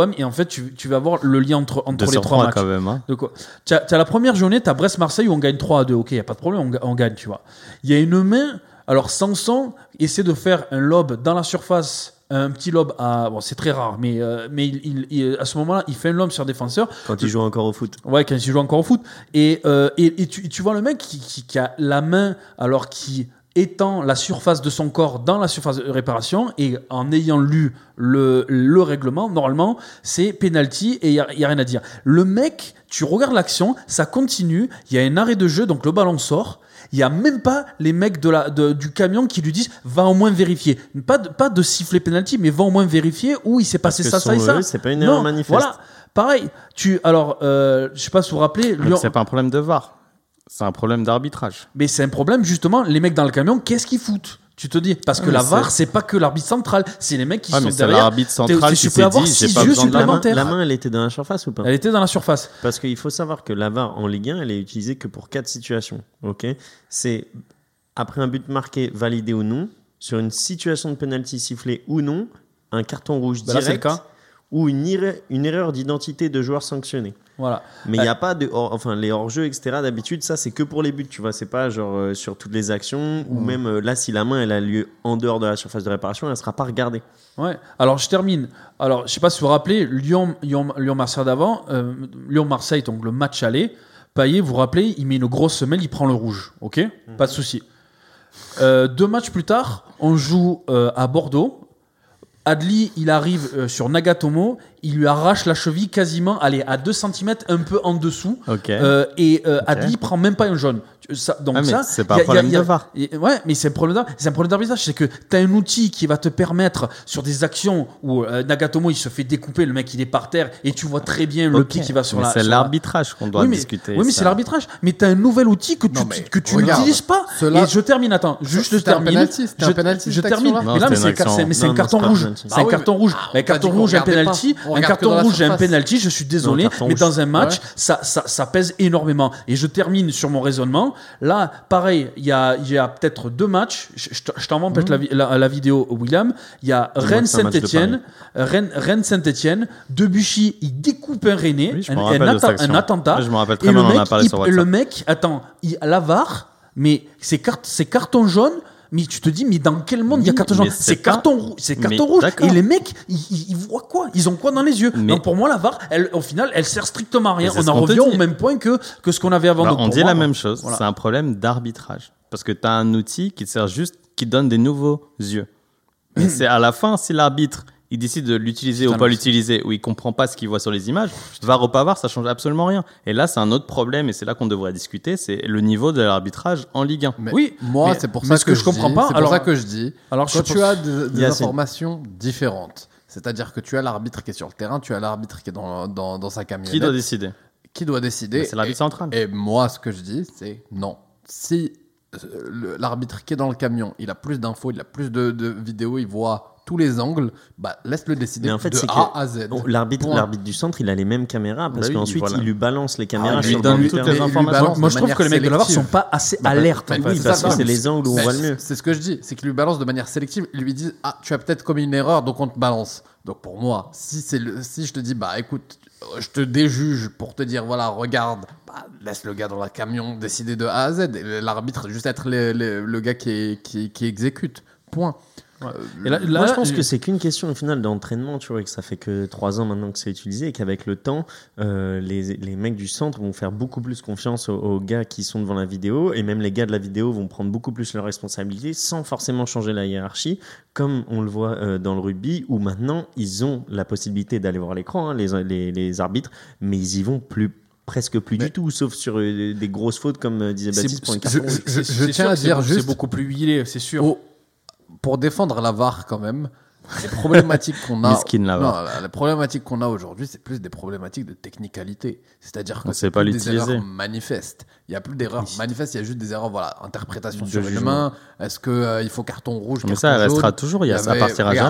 l'O M et en fait tu, tu vas voir le lien entre, entre les trois matchs. Quand même, hein. Donc, tu as la première journée, tu as Brest-Marseille où on gagne trois à deux. Ok, il n'y a pas de problème, on, on gagne, tu vois. Il y a une main, alors Sanson essaie de faire un lob dans la surface. Un petit lob à. Bon, c'est très rare, mais, euh, mais il, il, il, à ce moment-là, il fait un lob sur un défenseur. Quand il joue encore au foot. Ouais, quand il joue encore au foot. Et, euh, et, et tu, tu vois le mec qui, qui, qui a la main, alors qui étend la surface de son corps dans la surface de réparation, et en ayant lu le, le règlement, normalement, c'est penalty et il n'y a, a rien à dire. Le mec, tu regardes l'action, ça continue, il y a un arrêt de jeu, donc le ballon sort. Il n'y a même pas les mecs de la, de, du camion qui lui disent va au moins vérifier. Pas de, pas de siffler penalty, mais va au moins vérifier où il s'est passé ça, ça et ça. C'est pas une erreur non, manifeste. Voilà, pareil. Tu, alors, euh, je sais pas si vous vous rappelez. Lyon... C'est pas un problème de V A R, c'est un problème d'arbitrage. Mais c'est un problème, justement, les mecs dans le camion, qu'est-ce qu'ils foutent ? Tu te dis, parce que ah, la V A R, c'est pas que l'arbitre central, c'est les mecs qui ah, sont mais derrière. C'est l'arbitre central qui s'est dit, j'ai pas besoin de la main. La main, elle était dans la surface ou pas ? Elle était dans la surface. Parce qu'il faut savoir que la V A R en Ligue un, elle est utilisée que pour quatre situations. Ok ? C'est après un but marqué, validé ou non, sur une situation de penalty sifflée ou non, un carton rouge bah là, direct ou une, irre- une erreur d'identité de joueur sanctionné. Voilà. Mais il n'y a pas de. Or, enfin, les hors-jeux, et cetera, d'habitude, ça, c'est que pour les buts, tu vois. C'est pas genre euh, sur toutes les actions, mmh. ou même euh, là, si la main, elle a lieu en dehors de la surface de réparation, elle ne sera pas regardée. Ouais. Alors, je termine. Alors, je sais pas si vous vous rappelez, Lyon, Lyon, Lyon-Marseille d'avant, euh, Lyon-Marseille, donc le match aller, Payet, vous vous rappelez, il met une grosse semelle, il prend le rouge. Ok ? Mmh. Pas de souci. Euh, deux matchs plus tard, on joue euh, à Bordeaux. Adli, il arrive euh, sur Nagatomo, il lui arrache la cheville quasiment, allez, à deux centimètres, un peu en dessous. Okay. Euh, et euh, okay. Adli prend même pas un jaune. Ça, donc ah, mais ça, c'est pas un problème de V A R. Y a, ouais, mais c'est un problème, c'est un problème d'arbitrage. C'est que tu as un outil qui va te permettre, sur des actions où euh, Nagatomo il se fait découper, le mec il est par terre, et tu vois très bien le okay. pied qui va sur mais la. C'est sur l'arbitrage la... qu'on doit oui, mais, discuter. Oui, mais ça. c'est l'arbitrage. Mais tu as un nouvel outil que tu, non, que tu n'utilises pas. Cela... Et je termine, attends, juste je termine. Penalty, je, un penalty, je termine. Non, mais là, mais c'est, action... c'est, mais c'est non, un carton non, rouge. C'est un ah, carton oui, rouge. Un carton rouge, un penalty. Un carton rouge, un penalty. Je suis désolé, mais dans un match, ça pèse énormément. Et je termine sur mon raisonnement. Là, pareil, il y a il y a peut-être deux matchs. Je, je t'envoie peut-être mmh. la, la, la vidéo, William. Il y a Rennes-Saint-Etienne. Rennes, Rennes-Saint-Etienne. Debuchy, il découpe un Rennais. Oui, un, un, atta- un attentat. Je me rappelle très bien, on en a parlé sur WhatsApp. Le mec, attends, il a la V A R, mais c'est, carte, c'est carton jaune. Mais tu te dis, mais dans quel monde il oui, y a carton jaune ? C'est, c'est carton, rou- c'est carton rouge. D'accord. Et les mecs, ils, ils, ils voient quoi ? Ils ont quoi dans les yeux ? mais Donc pour moi, la V A R, elle, au final, elle sert strictement à rien. On en revient au même point que, que ce qu'on avait avant. Bah, Donc on dit moi, la même chose. Voilà. C'est un problème d'arbitrage. Parce que tu as un outil qui te sert juste, qui donne des nouveaux yeux. Mais c'est à la fin, si l'arbitre il décide de l'utiliser ou pas l'utiliser, ou il comprend pas ce qu'il voit sur les images, V A R ou pas V A R, ça change absolument rien. Et là, c'est un autre problème, et c'est là qu'on devrait discuter, c'est le niveau de l'arbitrage en Ligue un. Mais oui, moi, mais, c'est pour mais ça ce que, que je je comprends dis, pas. C'est alors, pour ça que je dis. Alors, quand je tu as des, des informations c'est... différentes, c'est-à-dire que tu as l'arbitre qui est sur le terrain, tu as l'arbitre qui est dans, dans, dans sa camionnette. Qui doit décider ? Qui doit décider ? Mais c'est l'arbitre et, central. Et moi, ce que je dis, c'est non. Si le, l'arbitre qui est dans le camion, il a plus d'infos, il a plus de, de vidéos, il voit tous les angles, bah laisse-le décider en fait, de A à Z. Oh, l'arbitre, l'arbitre du centre, il a les mêmes caméras parce bah oui, qu'ensuite voilà. il lui balance les caméras. Ah, sur donne lui toutes les informations. Moi, je trouve que les mecs de la V A R sont pas assez bah, alertes. Bah, oui, parce que c'est les angles où on voit le mieux. C'est ce que je dis, c'est qu'il lui balance de manière sélective. Il lui dit ah tu as peut-être commis une erreur, donc on te balance. Donc pour moi, si c'est le, si je te dis bah écoute, je te déjuge pour te dire voilà regarde, bah, laisse le gars dans le camion décider de A à Z. Et l'arbitre juste être le, le, le gars qui, est, qui, qui exécute. Point. Ouais. Et là, là, Moi, je pense que c'est qu'une question au final d'entraînement, tu vois, et que ça fait que trois ans maintenant que c'est utilisé et qu'avec le temps, euh, les, les mecs du centre vont faire beaucoup plus confiance aux, aux gars qui sont devant la vidéo et même les gars de la vidéo vont prendre beaucoup plus leurs responsabilités sans forcément changer la hiérarchie, comme on le voit euh, dans le rugby où maintenant ils ont la possibilité d'aller voir l'écran, hein, les, les, les arbitres, mais ils y vont plus. Presque plus mais du tout, sauf sur euh, des grosses fautes comme euh, disait Baptiste pour un carton. Je, je, je, je tiens à dire juste, c'est beaucoup plus huilé, c'est sûr. Au, pour défendre la V A R quand même, les problématiques qu'on a, non, les problématiques qu'on a aujourd'hui, c'est plus des problématiques de technicalité. C'est-à-dire que on c'est pas plus l'utiliser. des erreurs manifestes. Il n'y a plus d'erreurs oui. manifestes, il y a juste des erreurs, voilà, interprétation de sur une main. Est-ce que euh, il faut carton rouge, mais carton ça, elle jaune. restera toujours. Il y a, ça avait, partira regarde, jamais.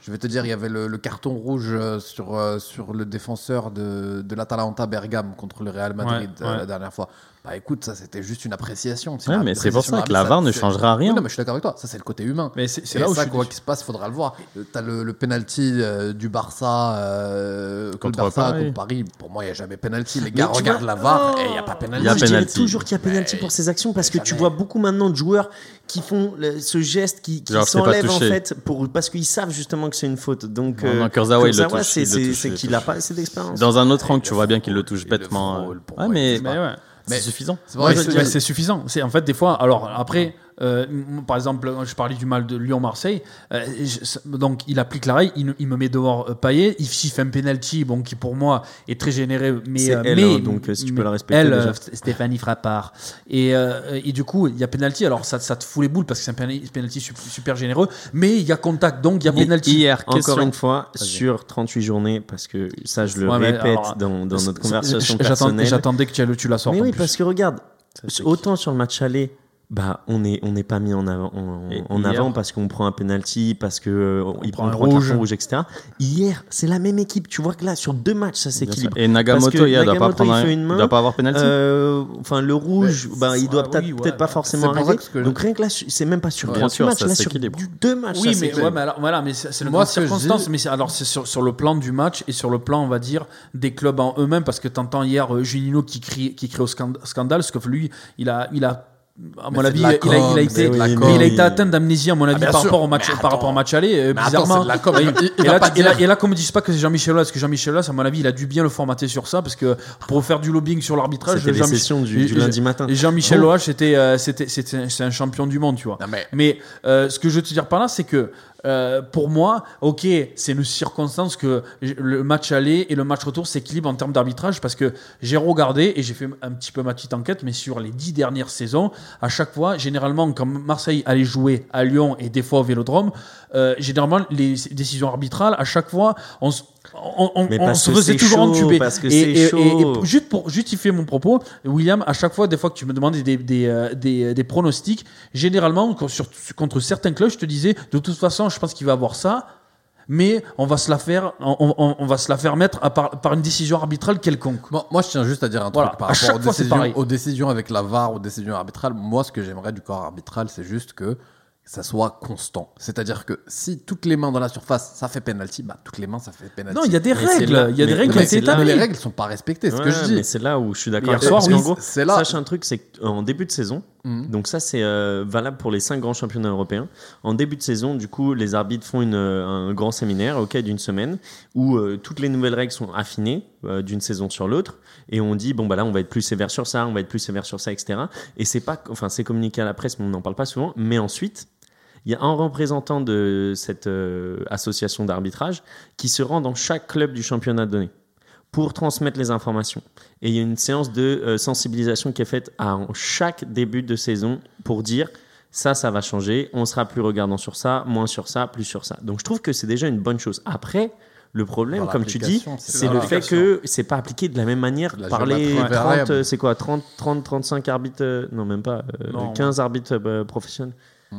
Je vais te dire, il y avait le, le carton rouge euh, sur, euh, sur le défenseur de, de l'Atalanta Bergame contre le Real Madrid Ouais, euh, ouais. la dernière fois. Bah écoute, ça c'était juste une appréciation. Ouais, une mais c'est pour appréciation ça que arbitre, la V A R ne c'est- changera rien. Oui, non, mais je suis d'accord avec toi. Ça, c'est le côté humain. Mais c'est c'est Et là où ça, je quoi suis. qu'il se passe, il faudra le voir. Euh, T'as le, le penalty euh, du Barça euh, contre, Contre le Barça Paris. contre Paris. Pour moi, il n'y a jamais penalty. Les gars tu regardent vois- la V A R Oh et il n'y a pas penalty. Il y a Moi, je dirais penalty. toujours qu'il y a penalty Mais- pour ces actions parce que tu jamais. vois beaucoup maintenant de joueurs qui font le- ce geste qui, qui Genre, c'est pas s'enlèvent en touché. fait pour, parce qu'ils savent justement que c'est une faute. Donc, Non, non, euh, Kurzawa, il le Kurzawa, touche, c'est il le c'est- touche, c'est il le qu'il touche. n'a pas assez d'expérience. Dans un autre angle, tu le vois bien qu'il le frôle, touche il le bêtement. frôle, pour Ouais, moi, mais il Mais ouais. c'est Mais- suffisant. C'est vrai, Ouais, je- c'est mais c'est suffisant. C'est en fait des fois. Alors après, euh, m- par exemple, je parlais du mal de Lyon-Marseille. euh, je- donc il applique la règle, il, il me met dehors euh, Payet. Il, il fait un penalty, bon qui pour moi est très généreux, mais C'est euh, elle, mais hein, donc, euh, si tu peux mais la respecter, Elle, déjà. euh, Stéphanie Frappard. Et euh, et du coup il y a penalty. Alors ça, ça te fout les boules parce que c'est un penalty, penalty sup- super généreux, mais il y a contact, donc il y a penalty. Hier, Encore question. une fois, Vas-y. sur trente-huit journées, parce que ça, je le Ouais, mais répète alors, dans, dans notre C'est- conversation j'attendais- personnelle. J'attendais que tu, tu la sortes. Mais en oui, plus. parce que regarde, c'est autant sur le match aller, bah, on n'est on n'est pas mis en avant, en, Et en hier- avant parce qu'on prend un penalty, parce qu'on il prend prend un trois rouge. cartons rouges, et cetera. Hier, c'est la même équipe. Tu vois que là, sur deux matchs, ça Bien sûr. s'équilibre. Et Nagamoto, Parce que il ne doit pas Nagamoto, prendre il un- fait une il main. doit pas avoir penalty. Euh, Enfin, le rouge, Mais bah, il c'est- doit ah peut-être oui, ouais, peut-être pas bah, forcément c'est pour ça arriver. que ce que- Donc rien que là, c'est même pas sur Bien trente-huit sûr, matchs, ça là, sur s'équilibre. du- deux matchs. Oui, ça mais, s'équilibre. ouais, mais alors, voilà, mais c'est c'est le Moi, grande ce que je circonstance. dis- Mais c'est- alors, c'est sur, sur le plan du match et sur le plan, on va dire, des clubs en eux-mêmes, parce que t'entends hier euh, Juninho qui crie, qui crie au scand- scandale, parce que lui, il a, il a à mon Mais avis, c'est de la il a, il a com, été, c'est de la mais com. il a été atteint d'amnésie, à mon avis, bien par, sûr. rapport au match, Mais par rapport au attends. match aller, euh, Mais attends, bizarrement. c'est de la com. Et, Il- il et va là, pas et, là, dire- et là, qu'on me dise pas que c'est Jean-Michel Aulas, parce que Jean-Michel Aulas, à mon avis, il a dû bien le formater sur ça, parce que pour faire du lobbying sur l'arbitrage, C'était les Jean-Michel- sessions du, du et- lundi matin. et Jean-Michel Aulas, c'était, euh, c'était, c'était, c'est un champion du monde, tu vois. Non, mais- Mais euh, ce que je veux te dire par là, c'est que euh, pour moi, ok, c'est une circonstance que j- le match aller et le match retour s'équilibrent en termes d'arbitrage, parce que j'ai regardé et j'ai fait un petit peu ma petite enquête, mais sur les dix dernières saisons, à chaque fois, généralement, quand Marseille allait jouer à Lyon et des fois au Vélodrome, euh, généralement, les décisions arbitrales, à chaque fois, on, s- on, on- Mais on parce se que faisait c'est toujours chaud, entuber. parce que Et- c'est et- et- chaud. et juste pour justifier mon propos, William, à chaque fois, des fois que tu me demandais des, des, euh, des, des pronostics, généralement, quand- sur- contre certains clubs, je te disais, de toute façon, je pense qu'il va avoir ça, mais on va se la faire, on, on- on va se la faire mettre à par, par une décision arbitrale quelconque. Bon, moi, je tiens juste à dire un truc Voilà, par à rapport chaque aux fois, c'est décisions, pareil. aux décisions avec la V A R, aux décisions arbitrales. Moi, ce que j'aimerais du corps arbitral, c'est juste que ça soit constant. C'est-à-dire que si toutes les mains dans la surface, ça fait penalty, bah toutes les mains, ça fait penalty. Non, il y a des Mais c'est règles, là- il y a des mais- règles qui ont mais été c'est là- Mais établies. les règles sont pas respectées, c'est ce que Ouais, je dis. mais c'est là où je suis d'accord Hier avec toi. soir, Parce oui, qu'en gros, c'est là. sache un truc, c'est qu'en début de saison, Mhm. donc ça c'est euh, valable pour les cinq grands championnats européens. En début de saison, du coup, les arbitres font une, euh, un grand séminaire, ok, d'une semaine, où euh, toutes les nouvelles règles sont affinées euh, d'une saison sur l'autre, et on dit bon bah là on va être plus sévère sur ça, on va être plus sévère sur ça, et cetera. Et c'est pas, enfin c'est communiqué à la presse, mais on n'en parle pas souvent. Mais ensuite, il y a un représentant de cette euh, association d'arbitrage qui se rend dans chaque club du championnat donné pour transmettre les informations. Et il y a une séance de euh, sensibilisation qui est faite à chaque début de saison pour dire ça, ça va changer, on sera plus regardant sur ça, moins sur ça, plus sur ça. Donc je trouve que c'est déjà une bonne chose. Après, le problème, Dans comme tu dis, l'application, c'est c'est dans le fait l'application. que c'est pas appliqué de la même manière La par les géométrie trente, variable. euh, c'est quoi, trente, trente, trente-cinq arbitres, euh, non même pas, euh, Non, quinze arbitres euh, professionnels.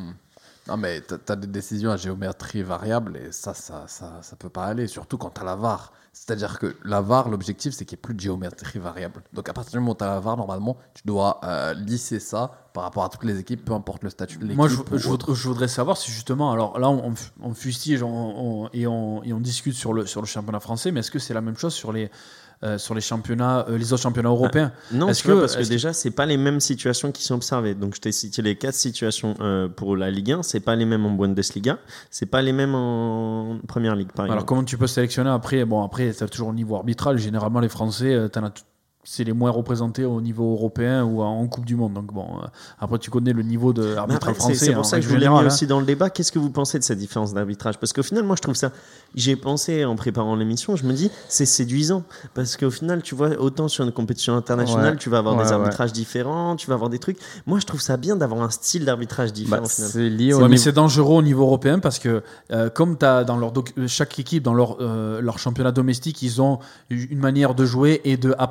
Non, mais t'as as des décisions à géométrie variable et ça, ça, ça, ça peut pas aller, surtout quand t'as la V A R. C'est-à-dire que la V A R, l'objectif, c'est qu'il n'y ait plus de géométrie variable. Donc, à partir du moment où t'as la V A R, normalement, tu dois euh, lisser ça par rapport à toutes les équipes, peu importe le statut de l'équipe. Moi, je, ou je autre. voudrais, je voudrais savoir si justement, alors là, on, on fustige on- on- et, on, et on discute sur le, sur le championnat français, mais est-ce que c'est la même chose sur les, euh, sur les championnats, euh, les autres championnats européens? Non, Est-ce tu vois, que- parce que est-ce que- déjà, c'est pas les mêmes situations qui sont observées. Donc, je t'ai cité les quatre situations euh, pour la Ligue un, c'est pas les mêmes en Bundesliga, c'est pas les mêmes en Première Ligue, par Alors, exemple. comment tu peux sélectionner après? Bon, après, tu as toujours au niveau arbitral. Généralement, les Français, euh, t'en as tout- c'est les moins représentés au niveau européen ou en Coupe du Monde. Donc, bon, euh, après, tu connais le niveau de Mais arbitral après, c'est- français. c'est pour en ça que je règle vous l'ai mis générale, aussi dans le débat. Qu'est-ce que vous pensez de cette différence d'arbitrage? Parce qu'au final, moi, je trouve ça. J'ai pensé en préparant l'émission, je me dis, c'est séduisant. Parce qu'au final, tu vois, autant sur une compétition internationale, Ouais. tu vas avoir Ouais, des ouais. arbitrages différents, tu vas avoir des trucs. Moi, je trouve ça bien d'avoir un style d'arbitrage différent Bah, au final. c'est lié au Ouais, mais niveau- c'est dangereux au niveau européen parce que euh, comme t'as dans leur doc- chaque équipe dans leur, euh, leur championnat domestique, ils ont une manière de jouer et de après- d'appréhender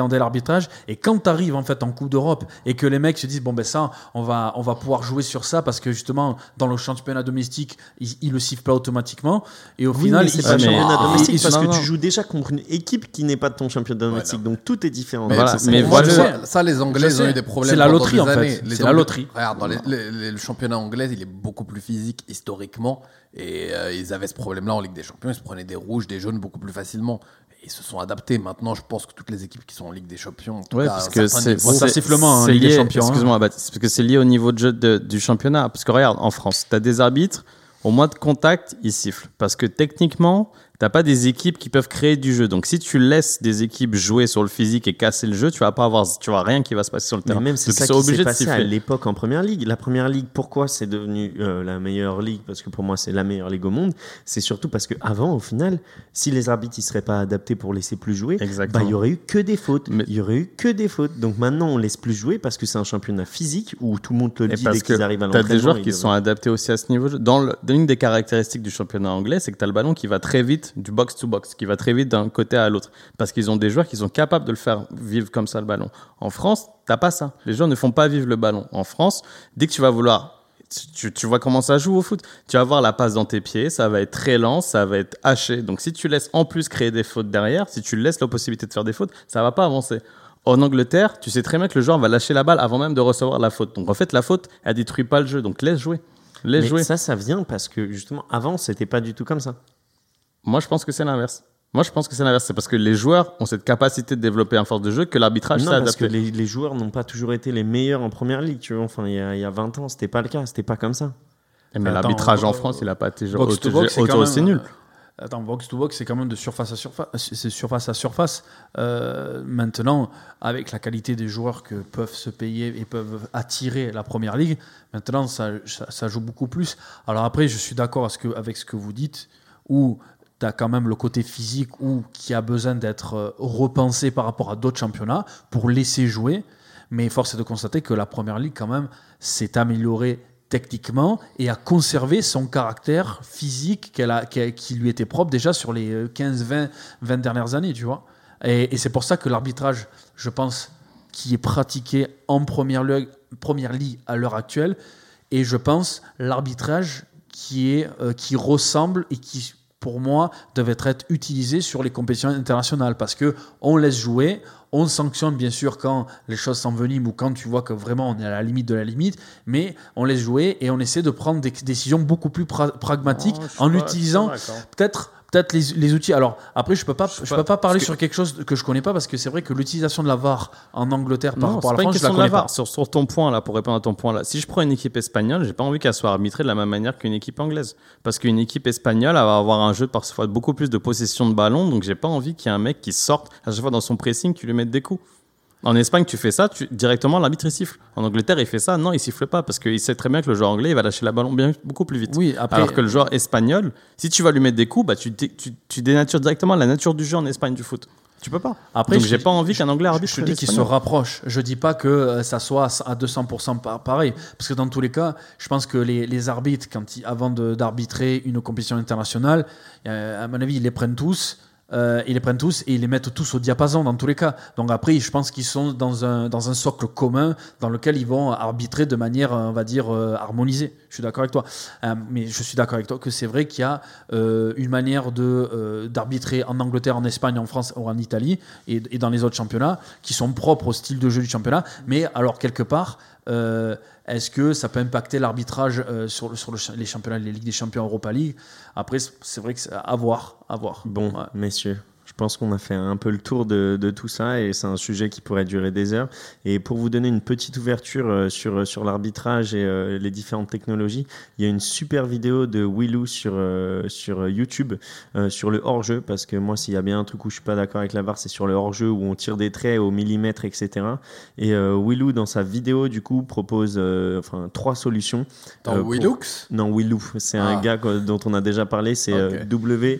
appréhender l'arbitrage. Et quand tu arrives en fait en Coupe d'Europe et que les mecs se disent bon ben ça, on va, on va pouvoir jouer sur ça parce que justement dans le championnat domestique, ils, ils le sifflent pas automatiquement. Et au Oui, final, mais c'est ils pas le s'achètent- championnat ils- domestique ils- parce non, que non. tu joues déjà contre une équipe qui n'est pas de ton championnat domestique, Ouais, donc tout est différent. Mais, Voilà, c'est- mais moi, voilà. je Je sais, ça, les Anglais Je ils ont sais. eu des problèmes. C'est la pendant loterie, des en fait. années. Les C'est la Anglais- loterie. Regarde, dans les, les- les- le championnat anglais, il est beaucoup plus physique historiquement. Et euh, ils avaient ce problème-là en Ligue des Champions. Ils se prenaient des rouges, des jaunes beaucoup plus facilement. Et ils se sont adaptés. Maintenant, je pense que toutes les équipes qui sont en Ligue des Champions, en tout Ouais, cas, à parce un que certain c'est niveau, ça c'est- sifflement, hein, c'est Ligue des lié- Champions, hein. Excuse-moi, Baptiste, parce que c'est lié au niveau de jeu de- du championnat. Parce que regarde, en France, tu as des arbitres, au moins de contact, ils sifflent. Parce que techniquement, t'as pas des équipes qui peuvent créer du jeu. Donc si tu laisses des équipes jouer sur le physique et casser le jeu, tu vas pas avoir, tu vois rien qui va se passer sur le Mais terrain. même c'est Donc, ça ils sont qui obligés s'est de passé à siffler. l'époque en Première Ligue. La Première Ligue, pourquoi c'est devenu euh, la meilleure ligue? Parce que pour moi, c'est la meilleure ligue au monde. C'est surtout parce qu'avant, au final, si les arbitres ne seraient pas adaptés pour laisser plus jouer, bah, Exactement. il y aurait eu que des fautes. Mais- Il y aurait eu que des fautes. Donc maintenant, on laisse plus jouer parce que c'est un championnat physique où tout le monde te le Et dit parce dès que qu'ils arrivent à t'as l'entraînement. des joueurs ils qui doivent- sont adaptés aussi à ce niveau. Dans, le, dans une des caractéristiques du championnat anglais, c'est que tu as le ballon qui va très vite du box to box, qui va très vite d'un côté à l'autre. Parce qu'ils ont des joueurs qui sont capables de le faire vivre comme ça le ballon. En France, t'as pas ça. Les joueurs ne font pas vivre le ballon. En France, dès que tu vas vouloir, tu, tu vois comment ça joue au foot. Tu vas voir la passe dans tes pieds, ça va être très lent, ça va être haché. Donc si tu laisses en plus créer des fautes derrière, si tu laisses la possibilité de faire des fautes, ça va pas avancer. En Angleterre, tu sais très bien que le joueur va lâcher la balle avant même de recevoir la faute. Donc en fait, la faute, elle détruit pas le jeu. Donc laisse jouer. Laisse Mais jouer. ça, ça vient parce que justement, avant, c'était pas du tout comme ça. Moi, je pense que c'est l'inverse. Moi, je pense que c'est l'inverse. C'est parce que les joueurs ont cette capacité de développer un force de jeu que l'arbitrage s'est Non, parce adapté. que les, les joueurs n'ont pas toujours été les meilleurs en Première Ligue. Tu vois, enfin, il y a, il y a vingt ans, c'était pas le cas. C'était pas comme ça. Eh, Mais Attends, l'arbitrage euh, en France, il a pas été Box to auto- box, c'est auto- quand aussi même, nul. euh, Attends, box to box, c'est quand même de surface à surface. C'est surface à surface. Euh, maintenant, avec la qualité des joueurs que peuvent se payer et peuvent attirer la Première Ligue, maintenant, ça, ça, ça joue beaucoup plus. Alors après, je suis d'accord avec ce que, avec ce que vous dites, où tu as quand même le côté physique ou qui a besoin d'être euh, repensé par rapport à d'autres championnats pour laisser jouer. Mais force est de constater que la Première Ligue, quand même, s'est améliorée techniquement et a conservé son caractère physique qu'elle a, qui, a- qui lui était propre déjà sur les quinze, vingt, vingt dernières années, tu vois. Et, et c'est pour ça que l'arbitrage, je pense, qui est pratiqué en Première Ligue, première ligue à l'heure actuelle, et je pense l'arbitrage qui, est, euh, qui ressemble et qui, pour moi, devait être utilisé sur les compétitions internationales parce qu'on laisse jouer, on sanctionne bien sûr quand les choses s'enveniment ou quand tu vois que vraiment on est à la limite de la limite, mais on laisse jouer et on essaie de prendre des décisions beaucoup plus pra- pragmatiques Oh, je suis en pas- utilisant je suis pas d'accord. peut-être peut-être les, les outils. Alors après, je peux pas, Je je sais peux pas, pas parler parce que- sur quelque chose que je connais pas parce que c'est vrai que l'utilisation de la V A R en Angleterre par Non, rapport c'est à la pas une France, je la question de la connais V A R. pas. Sur, sur ton point là, pour répondre à ton point là, si je prends une équipe espagnole, j'ai pas envie qu'elle soit arbitrée de la même manière qu'une équipe anglaise, parce qu'une équipe espagnole, elle va avoir un jeu parfois beaucoup plus de possession de ballon, donc j'ai pas envie qu'il y ait un mec qui sorte à chaque fois dans son pressing, qui lui mette des coups. En Espagne, tu fais ça, tu, directement l'arbitre il siffle. En Angleterre, il fait ça, non, il siffle pas parce qu'il sait très bien que le joueur anglais il va lâcher la ballon bien beaucoup plus vite. Oui, après, Alors que le joueur espagnol, si tu vas lui mettre des coups, bah tu, dé- tu, tu dénatures directement la nature du jeu en Espagne du foot. Tu peux pas. Après, Donc je j'ai te- pas envie qu'un anglais Je- arbitre. Je te dis qu'ils se l'espagnol. rapprochent. Je dis pas que euh, ça soit à deux cents pour cent pa- pareil. Parce que dans tous les cas, je pense que les, les arbitres, quand ils, avant de- d'arbitrer une compétition internationale, euh, à mon avis, ils les prennent tous. Euh, ils les prennent tous et ils les mettent tous au diapason dans tous les cas. Donc après, je pense qu'ils sont dans un, dans un socle commun dans lequel ils vont arbitrer de manière, on va dire, euh, harmonisée. Je suis d'accord avec toi. Euh, mais je suis d'accord avec toi que c'est vrai qu'il y a euh, une manière de, euh, d'arbitrer en Angleterre, en Espagne, en France ou en Italie et, et dans les autres championnats qui sont propres au style de jeu du championnat. Mais alors, quelque part, euh, est-ce que ça peut impacter l'arbitrage euh, sur, le, sur le, les championnats, les Ligues des Champions, Europa League? Après, c'est c'est vrai que c'est à voir, à voir. Bon, Ouais. messieurs, je pense qu'on a fait un peu le tour de, de tout ça et c'est un sujet qui pourrait durer des heures. Et pour vous donner une petite ouverture euh, sur, sur l'arbitrage et euh, les différentes technologies, il y a une super vidéo de Willou sur, euh, sur YouTube euh, sur le hors-jeu, parce que moi, s'il y a bien un truc où je suis pas d'accord avec la V A R, c'est sur le hors-jeu où on tire des traits au millimètre, et cetera. Et euh, Willou, dans sa vidéo, du coup, propose euh, enfin, trois solutions. Dans Euh, pour- Willux Non, Willou, c'est un Ah. gars quoi, dont on a déjà parlé, c'est Ok. euh, W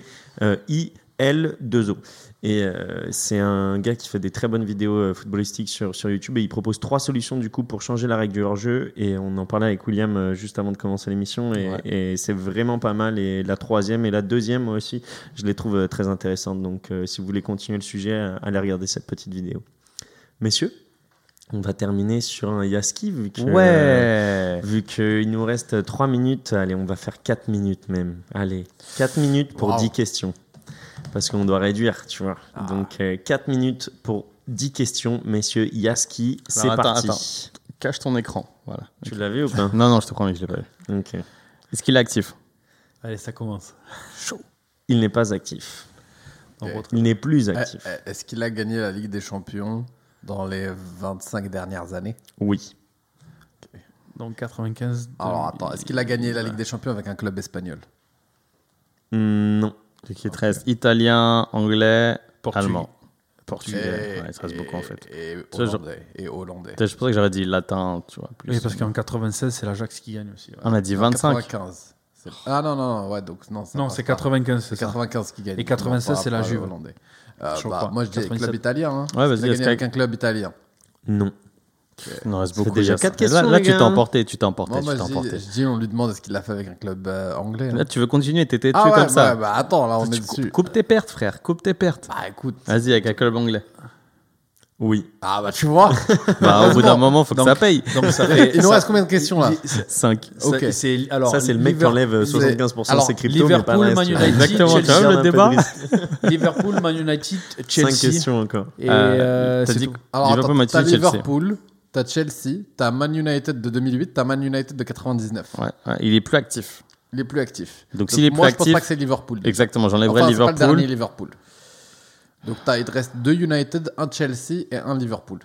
I L deux O. Et euh, c'est un gars qui fait des très bonnes vidéos euh, footballistiques sur, sur YouTube et il propose trois solutions du coup pour changer la règle du hors-jeu. Et on en parlait avec William euh, juste avant de commencer l'émission et, Ouais. et c'est vraiment pas mal. Et la troisième et la deuxième moi aussi, je les trouve euh, très intéressantes. Donc euh, si vous voulez continuer le sujet, euh, allez regarder cette petite vidéo. Messieurs, on va terminer sur un Yaski vu que Ouais. vu qu'il nous reste trois minutes. Allez, on va faire quatre minutes même. Allez, quatre minutes pour Wow. dix questions. Parce qu'on doit réduire, tu vois. Ah. Donc, euh, quatre minutes pour dix questions. Messieurs, Yaski, c'est Alors, attends, parti. attends. Cache ton écran. Voilà. Tu l'as vu ou pas? Non, non, je te promets que je l'ai pas vu. Ok. Est-ce qu'il est actif? Allez, ça commence. Il n'est pas actif. En Ok. retraite. Il n'est plus Eh, actif. eh, Est-ce qu'il a gagné la Ligue des Champions dans les vingt-cinq dernières années? Oui. Donc quatre-vingt-quinze. Alors attends, est-ce qu'il a gagné la Ligue des Champions avec un club espagnol? Hmm, non. Donc, il te reste italien, anglais, Portugais. allemand. Portugais. Et- Ouais, il te reste et- beaucoup en fait. Et Ça, je- hollandais. Et hollandais. Peut-être, Je pensais que j'aurais dit latin, tu vois. Plus. Oui, parce qu'en quatre-vingt-seize, c'est l'Ajax qui gagne aussi. ouais. On a dit Non, vingt-cinq. quatre-vingt-quinze. C'est- Ah non, non, non, ouais, donc non. ça Non, passe c'est pas. quatre-vingt-quinze, c'est C'est ça. quatre-vingt-quinze qui gagne. Et quatre-vingt-seize, Non, pas- c'est la pas Juve. hollandais. Euh, Je bah, crois. moi, je dis club quatre-vingt-sept. italien. Hein. Ouais, Est-ce vas-y, qu'il a est-ce gagné qu'il avec un club italien. Non. Il en reste Ça fait beaucoup. déjà Yass. quatre Là, questions, là les tu t'es gars. emporté, tu t'es emporté, Moi, tu moi t'es je, dis, emporté. je dis, on lui demande est-ce qu'il l'a fait avec un club euh, anglais. Là, hein. tu veux continuer, t'es têtu Ah ouais, comme ça. ouais, bah attends, là, on Tu est cou- dessus. coupe tes pertes, frère. Coupe tes pertes. Bah écoute. Vas-y, avec un club anglais. Oui. Ah bah tu vois. Bah, au bout d'un moment, faut que Donc- ça paye. Donc ça fait. Il nous ça- reste combien de questions là? cinq. ça- Ok. c'est- alors, Ça, c'est le mec qui Liver- enlève soixante-quinze pour cent de Alors, ses cryptos, mais pas le Liverpool, reste, Man tu vois. United, Exactement, tu Chelsea, vois le Garde un peu de débat risque. Liverpool, Man United, Cinq Chelsea. questions encore. Et Euh, euh, t'as c'est dit- tout. Alors Liverpool, attends, Manchester, t'as Chelsea. Liverpool, t'as Chelsea, t'as Man United de deux mille huit, t'as Man United de quatre-vingt-dix-neuf. Ouais, ouais, il est plus actif. Il est plus actif. Donc, s'il est plus moi, je pense actif- pas que c'est Liverpool. Exactement, j'enlèverai Enfin, c'est pas le Liverpool. dernier Liverpool. Donc t'as, il te reste deux United, un Chelsea et un Liverpool.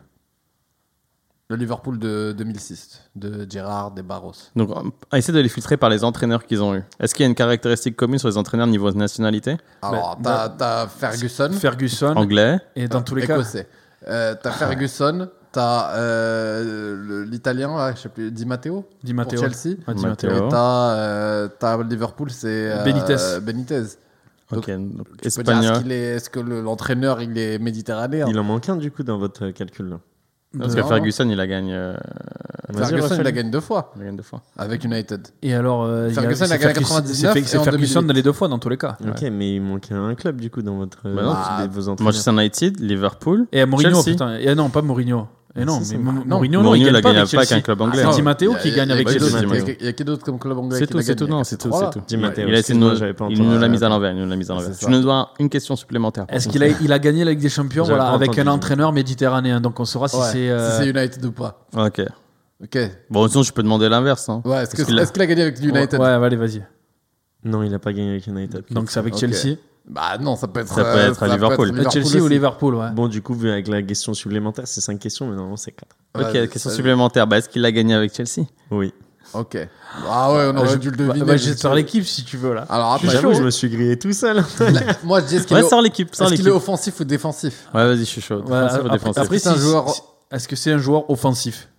Le Liverpool de deux mille six, de Gerrard, des Barros. Donc, on essaie de les filtrer par les entraîneurs qu'ils ont eu. Est-ce qu'il y a une caractéristique commune sur les entraîneurs niveau nationalité? Alors Bah, t'as, t'as Ferguson, Ferguson. Anglais. Et dans tous les cas. écossais. Euh, t'as Ferguson, t'as euh, le- l'Italien, là, je sais plus, Di Matteo, Di pour Matteo. Chelsea. Ah, Di Matteo. Matteo. Et t'as, euh, t'as Liverpool, c'est euh, Benitez. Benitez. Donc, Ok, donc Tu peux dire, est-ce, espagnol. qu'il est, est-ce que le- l'entraîneur il est méditerranéen? Il en manque un du coup dans votre euh, calcul là. Parce que Non, Ferguson, il a gagné. euh, Vas-y, Ferguson, Raphaël. il a gagné deux fois il a gagné deux fois. avec United. Et alors, euh, il y Ferguson c'est a gagné Ferguson- quatre-vingt-dix-neuf c'est- et c'est en Ferguson deux mille huit. les deux fois dans tous les cas. Ok, mais il manque un club du coup dans votre euh, Bah non, de- bah, vos entraîneurs. Manchester United, Liverpool. Et Mourinho, Chelsea. putain. Et non, pas Mourinho. Et non, Si, mais si, Mou- non. Mourinho, non, Mourinho, il il a gagne pas gagné avec pas avec Chelsea. un club anglais. C'est hein. Di Matteo qui Il y a- gagne il y a- avec il y a- Chelsea. il y a- Di Matteo. Il y a qui d'autre comme club anglais C'est qui tout, l'a c'est tout, gagné? non, c'est tout, Voilà. c'est tout. Di Matteo, Il a essayé de excuse-moi, nous, j'avais pas il entendu. nous l'a mise à l'envers, il nous l'a mise à l'envers. C'est Tu ça. nous dois une question supplémentaire. Est-ce qu'il a, il a gagné la Ligue des Champions J'avais voilà, pas avec entendu, un dis-moi. entraîneur méditerranéen? Donc on saura si Ouais, c'est. euh, si c'est United ou pas. Ok. Ok. Bon, sinon, je peux demander l'inverse. Hein. Ouais, est-ce, que- Est-ce qu'il a- est-ce qu'il a gagné avec United? Ouais, allez, vas-y. Non, il a pas gagné avec United. Donc c'est avec Ok. Chelsea. Bah non, ça peut être, Ça peut euh, être à Liverpool. Euh, Chelsea ou aussi. Liverpool, ouais. Bon, du coup, vu avec la question supplémentaire, c'est cinq questions, mais normalement c'est quatre. Ok, Ouais, question ça- supplémentaire. Bah, est-ce qu'il a gagné avec Chelsea? Oui. Ok. Ah ouais, on aurait Je- dû le bah, deviner. bah, mais J'espère tu- l'équipe si tu veux là. Alors après, J'avoue, je me suis grillé tout seul. moi je dis est-ce qu'il Ouais, est, sors l'équipe, sors est-ce qu'il l'équipe. est offensif ou défensif? Ouais, vas-y, je suis chaud. Ouais, Défensif ou après, défensif après, C'est un si- joueur- si- est-ce que c'est un joueur offensif?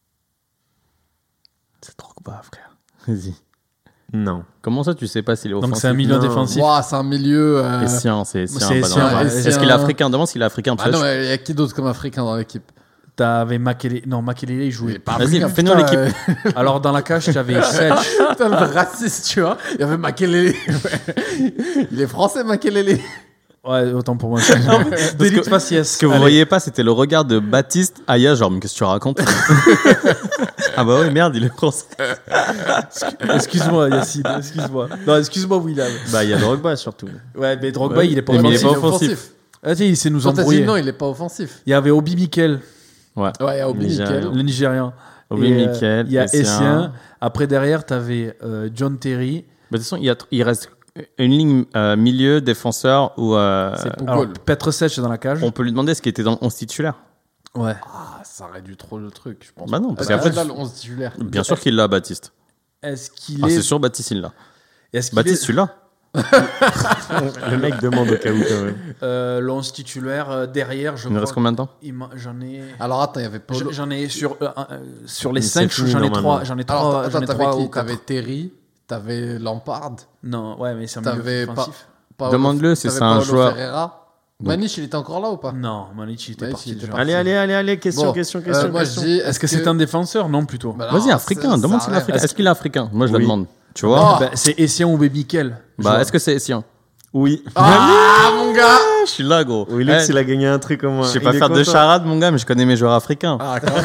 C'est trop bas, frère. Vas-y. Non. Comment ça, tu sais pas s'il est offensif? Donc c'est un milieu Non. défensif. Ouah, c'est un milieu. euh, Et Sien, c'est Sien. C'est pas Sien, dans la- ouais, Est-ce Sien. qu'il est africain? Demande s'il est africain. Ah non, mais il y a qui d'autre comme africain dans l'équipe? T'avais Makelele. Non, Makelele, il Il est jouait. pas Vas-y, africain, fais-nous putain, l'équipe. euh, Alors dans la cage, t'avais Selch. Putain, le raciste, tu vois. Il y avait Makelele. Il est français, Makelele. Ouais, autant pour moi. Délite faciès. Ce que vous Allez. voyez pas, c'était le regard de Baptiste Aya, genre, mais qu'est-ce que tu racontes? Ah bah ouais, merde, il est français. Excuse-moi, Yacine, excuse-moi. Non, excuse-moi, William. Bah, il y a Drogba surtout. Ouais, mais Drogba, Ouais, il est pas mais il est offensif. pas offensif. Ah, tiens, il sait nous Quand t'as dit embrouiller. non, il est pas offensif. Il y avait Obi Mikel, Ouais. Ouais, il y a Obi Nigérian. Mikel. le Nigérian. Obi Et, euh, Mikel, Il y a Essien. Essien. Après, derrière, t'avais euh, John Terry. Bah, de toute façon, il, y a, il reste une ligne euh, milieu, défenseur, où euh, C'est Pougol. Alors, Petr Sech dans la cage. on peut lui demander ce qui était dans le onze titulaire. Ouais. Ah, ça réduit trop le truc, je pense. Bah non, parce Est-ce qu'après, qu'il a tu- le onze titulaire. Bien sûr qu'il l'a, Baptiste. Est-ce qu'il Ah, est. c'est sûr, Baptiste, il l'a. Est-ce qu'il Baptiste, est. tu l'as? Le mec demande au cas où quand même. Euh, l'once titulaire euh, derrière, je Il nous crois. reste combien de temps? il m'a- J'en ai. Alors attends, il y avait Paulo. J'en- J'en ai sur, euh, euh, sur les Mais cinq, c'est fini, j'en ai normalement. trois. J'en ai Alors trois, attends, j'en ai t'avais trois qui ou quatre. T'avais Terry, t'avais Lampard. Non, ouais, mais c'est un T'avais milieu pas- offensif. Paolo- Demande-le si t'avais c'est un Paolo joueur. Ferreira. Maniche, il était encore là ou pas? Non, Manic, il était Manic, parti il était déjà. parti. Allez, allez, allez, allez, question, Bon, question, euh, question. moi je question. dis. Est-ce que c'est un défenseur? Non, plutôt. Bah non, Vas-y, africain, ça- demande ça s'il est arrive. africain. Est-ce qu'il est africain? Moi, je le Oui. demande. Tu vois? Non. Bah, c'est Essien ou Baby Mikel. Bah, est-ce que c'est Essien? Oui. Ah, mon gars. Je suis là, gros. Oui, Lux, Eh, il a gagné un truc au moins. je sais Il pas est faire de content. charade, mon gars, mais je connais mes joueurs africains. Ah, quand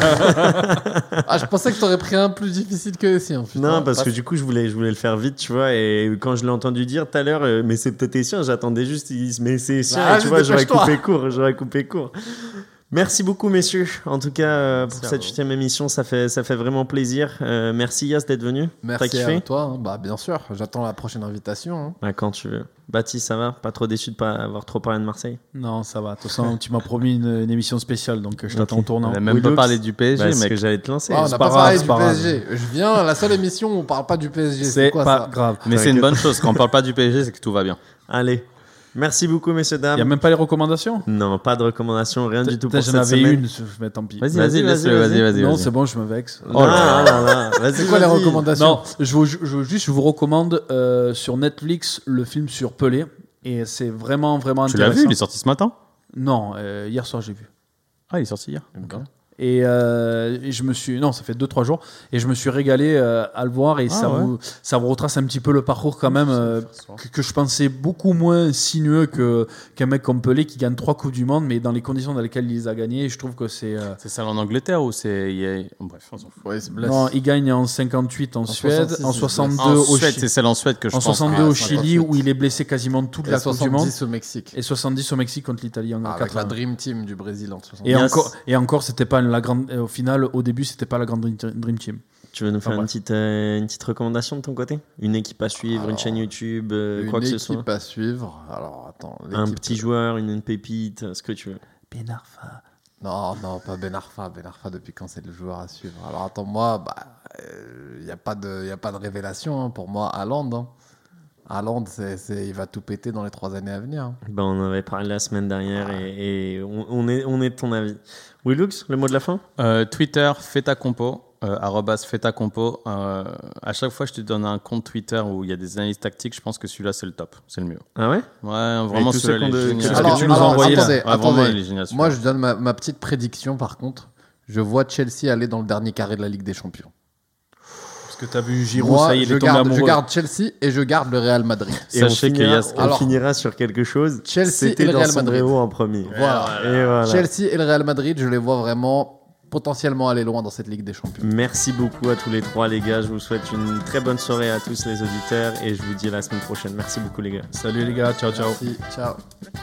même. Ah, je pensais que t'aurais pris un plus difficile que les siens. putain. Non, parce Pas- que du coup, je voulais, je voulais le faire vite, tu vois. Et quand je l'ai entendu dire tout à l'heure, euh, mais c'est peut-être les siens, j'attendais juste, il dise, mais c'est les siens. Ah, et tu vois, j'aurais dépêche-toi. coupé court, j'aurais coupé court. Merci beaucoup, messieurs. En tout cas, euh, pour Merci à cette vous. huitième émission, ça fait, ça fait vraiment plaisir. Euh, merci Yas d'être venu. T'as Merci kiffé à toi. hein. Bah, bien sûr. J'attends la prochaine invitation. hein. Bah, quand tu veux. Baptiste, ça va? Pas trop déçu de pas avoir trop parlé de Marseille? Non, ça va. De toute façon, tu m'as promis une, une émission spéciale, donc je t'attends Ok. au tournant. On a même Oui, pas Lux. parlé du P S G, Bah, c'est ce mec. que j'allais te lancer. Ah, on c'est n'a pas pas grave, parlé c'est du pas P S grave. G. Je viens, la seule émission où on parle pas du P S G. C'est C'est quoi pas ça grave. Mais c'est une bonne chose. Quand on parle pas du P S G, c'est que tout va bien. Allez. Merci beaucoup, messieurs, Il n'y a dames. même pas les recommandations. Non, pas de recommandations, rien du tout pour J'en cette avais semaine. une, mais tant pis. Vas-y, Vas-y, vas-y, laisse-le, vas-y, vas-y, vas-y. Non, vas-y. c'est bon, je me vexe. Oh là là là. Vas-y, C'est quoi les vas-y. recommandations Non, je vous, je, vous- juste, je vous recommande euh, sur Netflix le film sur Pelé. Et c'est vraiment, vraiment Tu l'as intéressant. vu, il est sorti ce matin? Non, euh, hier soir, j'ai vu. Ah, il est sorti hier. Et, euh, et je me suis. Non, ça fait deux trois jours. Et je me suis régalé euh, à le voir. Et Ah, ça, ouais. vous, ça vous retrace un petit peu le parcours, quand même, euh, que, que je pensais beaucoup moins sinueux que, qu'un mec comme Pelé qui gagne trois Coupes du Monde, mais dans les conditions dans lesquelles il les a gagnées. Je trouve que c'est. euh, C'est ça en Angleterre ou c'est. il y a- oh, bref, on s'en fout. Ouais, c'est Non, il gagne en cinquante-huit en, Suède, soixante-six, en il se soixante-deux En au Suède, Chili. c'est celle en Suède que je En pense. soixante-deux Ah, au Chili, cinquante-huit. où il est blessé quasiment toute Et la Coupe du Monde. soixante-dix au Mexique. Et soixante-dix au Mexique contre l'Italie en Avec quatre-vingts. la Dream Team du Brésil en soixante-dix. Et Yes. encore, et encore, c'était pas la grande. Au final, au début, c'était pas la grande Dream Dream Team. Tu veux nous faire Ah, une, bref. petite, euh, une petite recommandation de ton côté? Une équipe à suivre, une Alors, chaîne YouTube, euh, Une quoi que ce soit? équipe à suivre. Alors, attends. Un l'équipe- petit joueur, une, une pépite, ce que tu veux. Ben Arfa. Non, non, pas Ben Arfa. Ben Arfa, depuis quand c'est le joueur à suivre? Alors, attends, moi, bah, il n'y a, pas de- y a pas de révélation. hein. Pour moi, Haaland. Hein. Haaland, c'est, c'est- il va tout péter dans les trois années à venir. hein. Ben, on en avait parlé la semaine dernière et, et on, on est, on est de ton avis. Willux, le mot de la fin? Euh, Twitter, fais ta compo, euh, arrobas fais ta compo. Euh, à chaque fois, je te donne un compte Twitter où il y a des analyses tactiques. Je pense que celui-là, c'est le top. C'est le mieux. Ah ouais? Ouais, vraiment, tous celui-là, ceux qu'on il est de- génial. que- ce Alors, que tu nous as alors, envoyé, là. attendez, Ouais, vraiment, attendez. il est génial, celui-là. Moi, je donne ma, ma petite prédiction, par contre. Je vois Chelsea aller dans le dernier carré de la Ligue des Champions. Parce que t'as vu Giroud, Moi, ça y est, il je est tombé garde, amoureux. je garde Chelsea et je garde le Real Madrid. Et on Sachez qu'il y finira, a ce- on Alors, finira sur quelque chose. Chelsea C'était et le dans Real son Madrid. bréau en premier. Voilà. Et voilà. Chelsea et le Real Madrid, je les vois vraiment potentiellement aller loin dans cette Ligue des Champions. Merci beaucoup à tous les trois, les gars. Je vous souhaite une très bonne soirée à tous les auditeurs et je vous dis à la semaine prochaine. Merci beaucoup, les gars. Salut les gars, ciao ciao. Merci, ciao.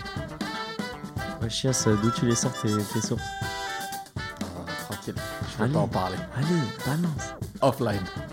Ouais, Chias, d'où tu les sors tes, tes sources? Ah, tranquille, je vais Allez. pas en parler. Allez, balance. Offline.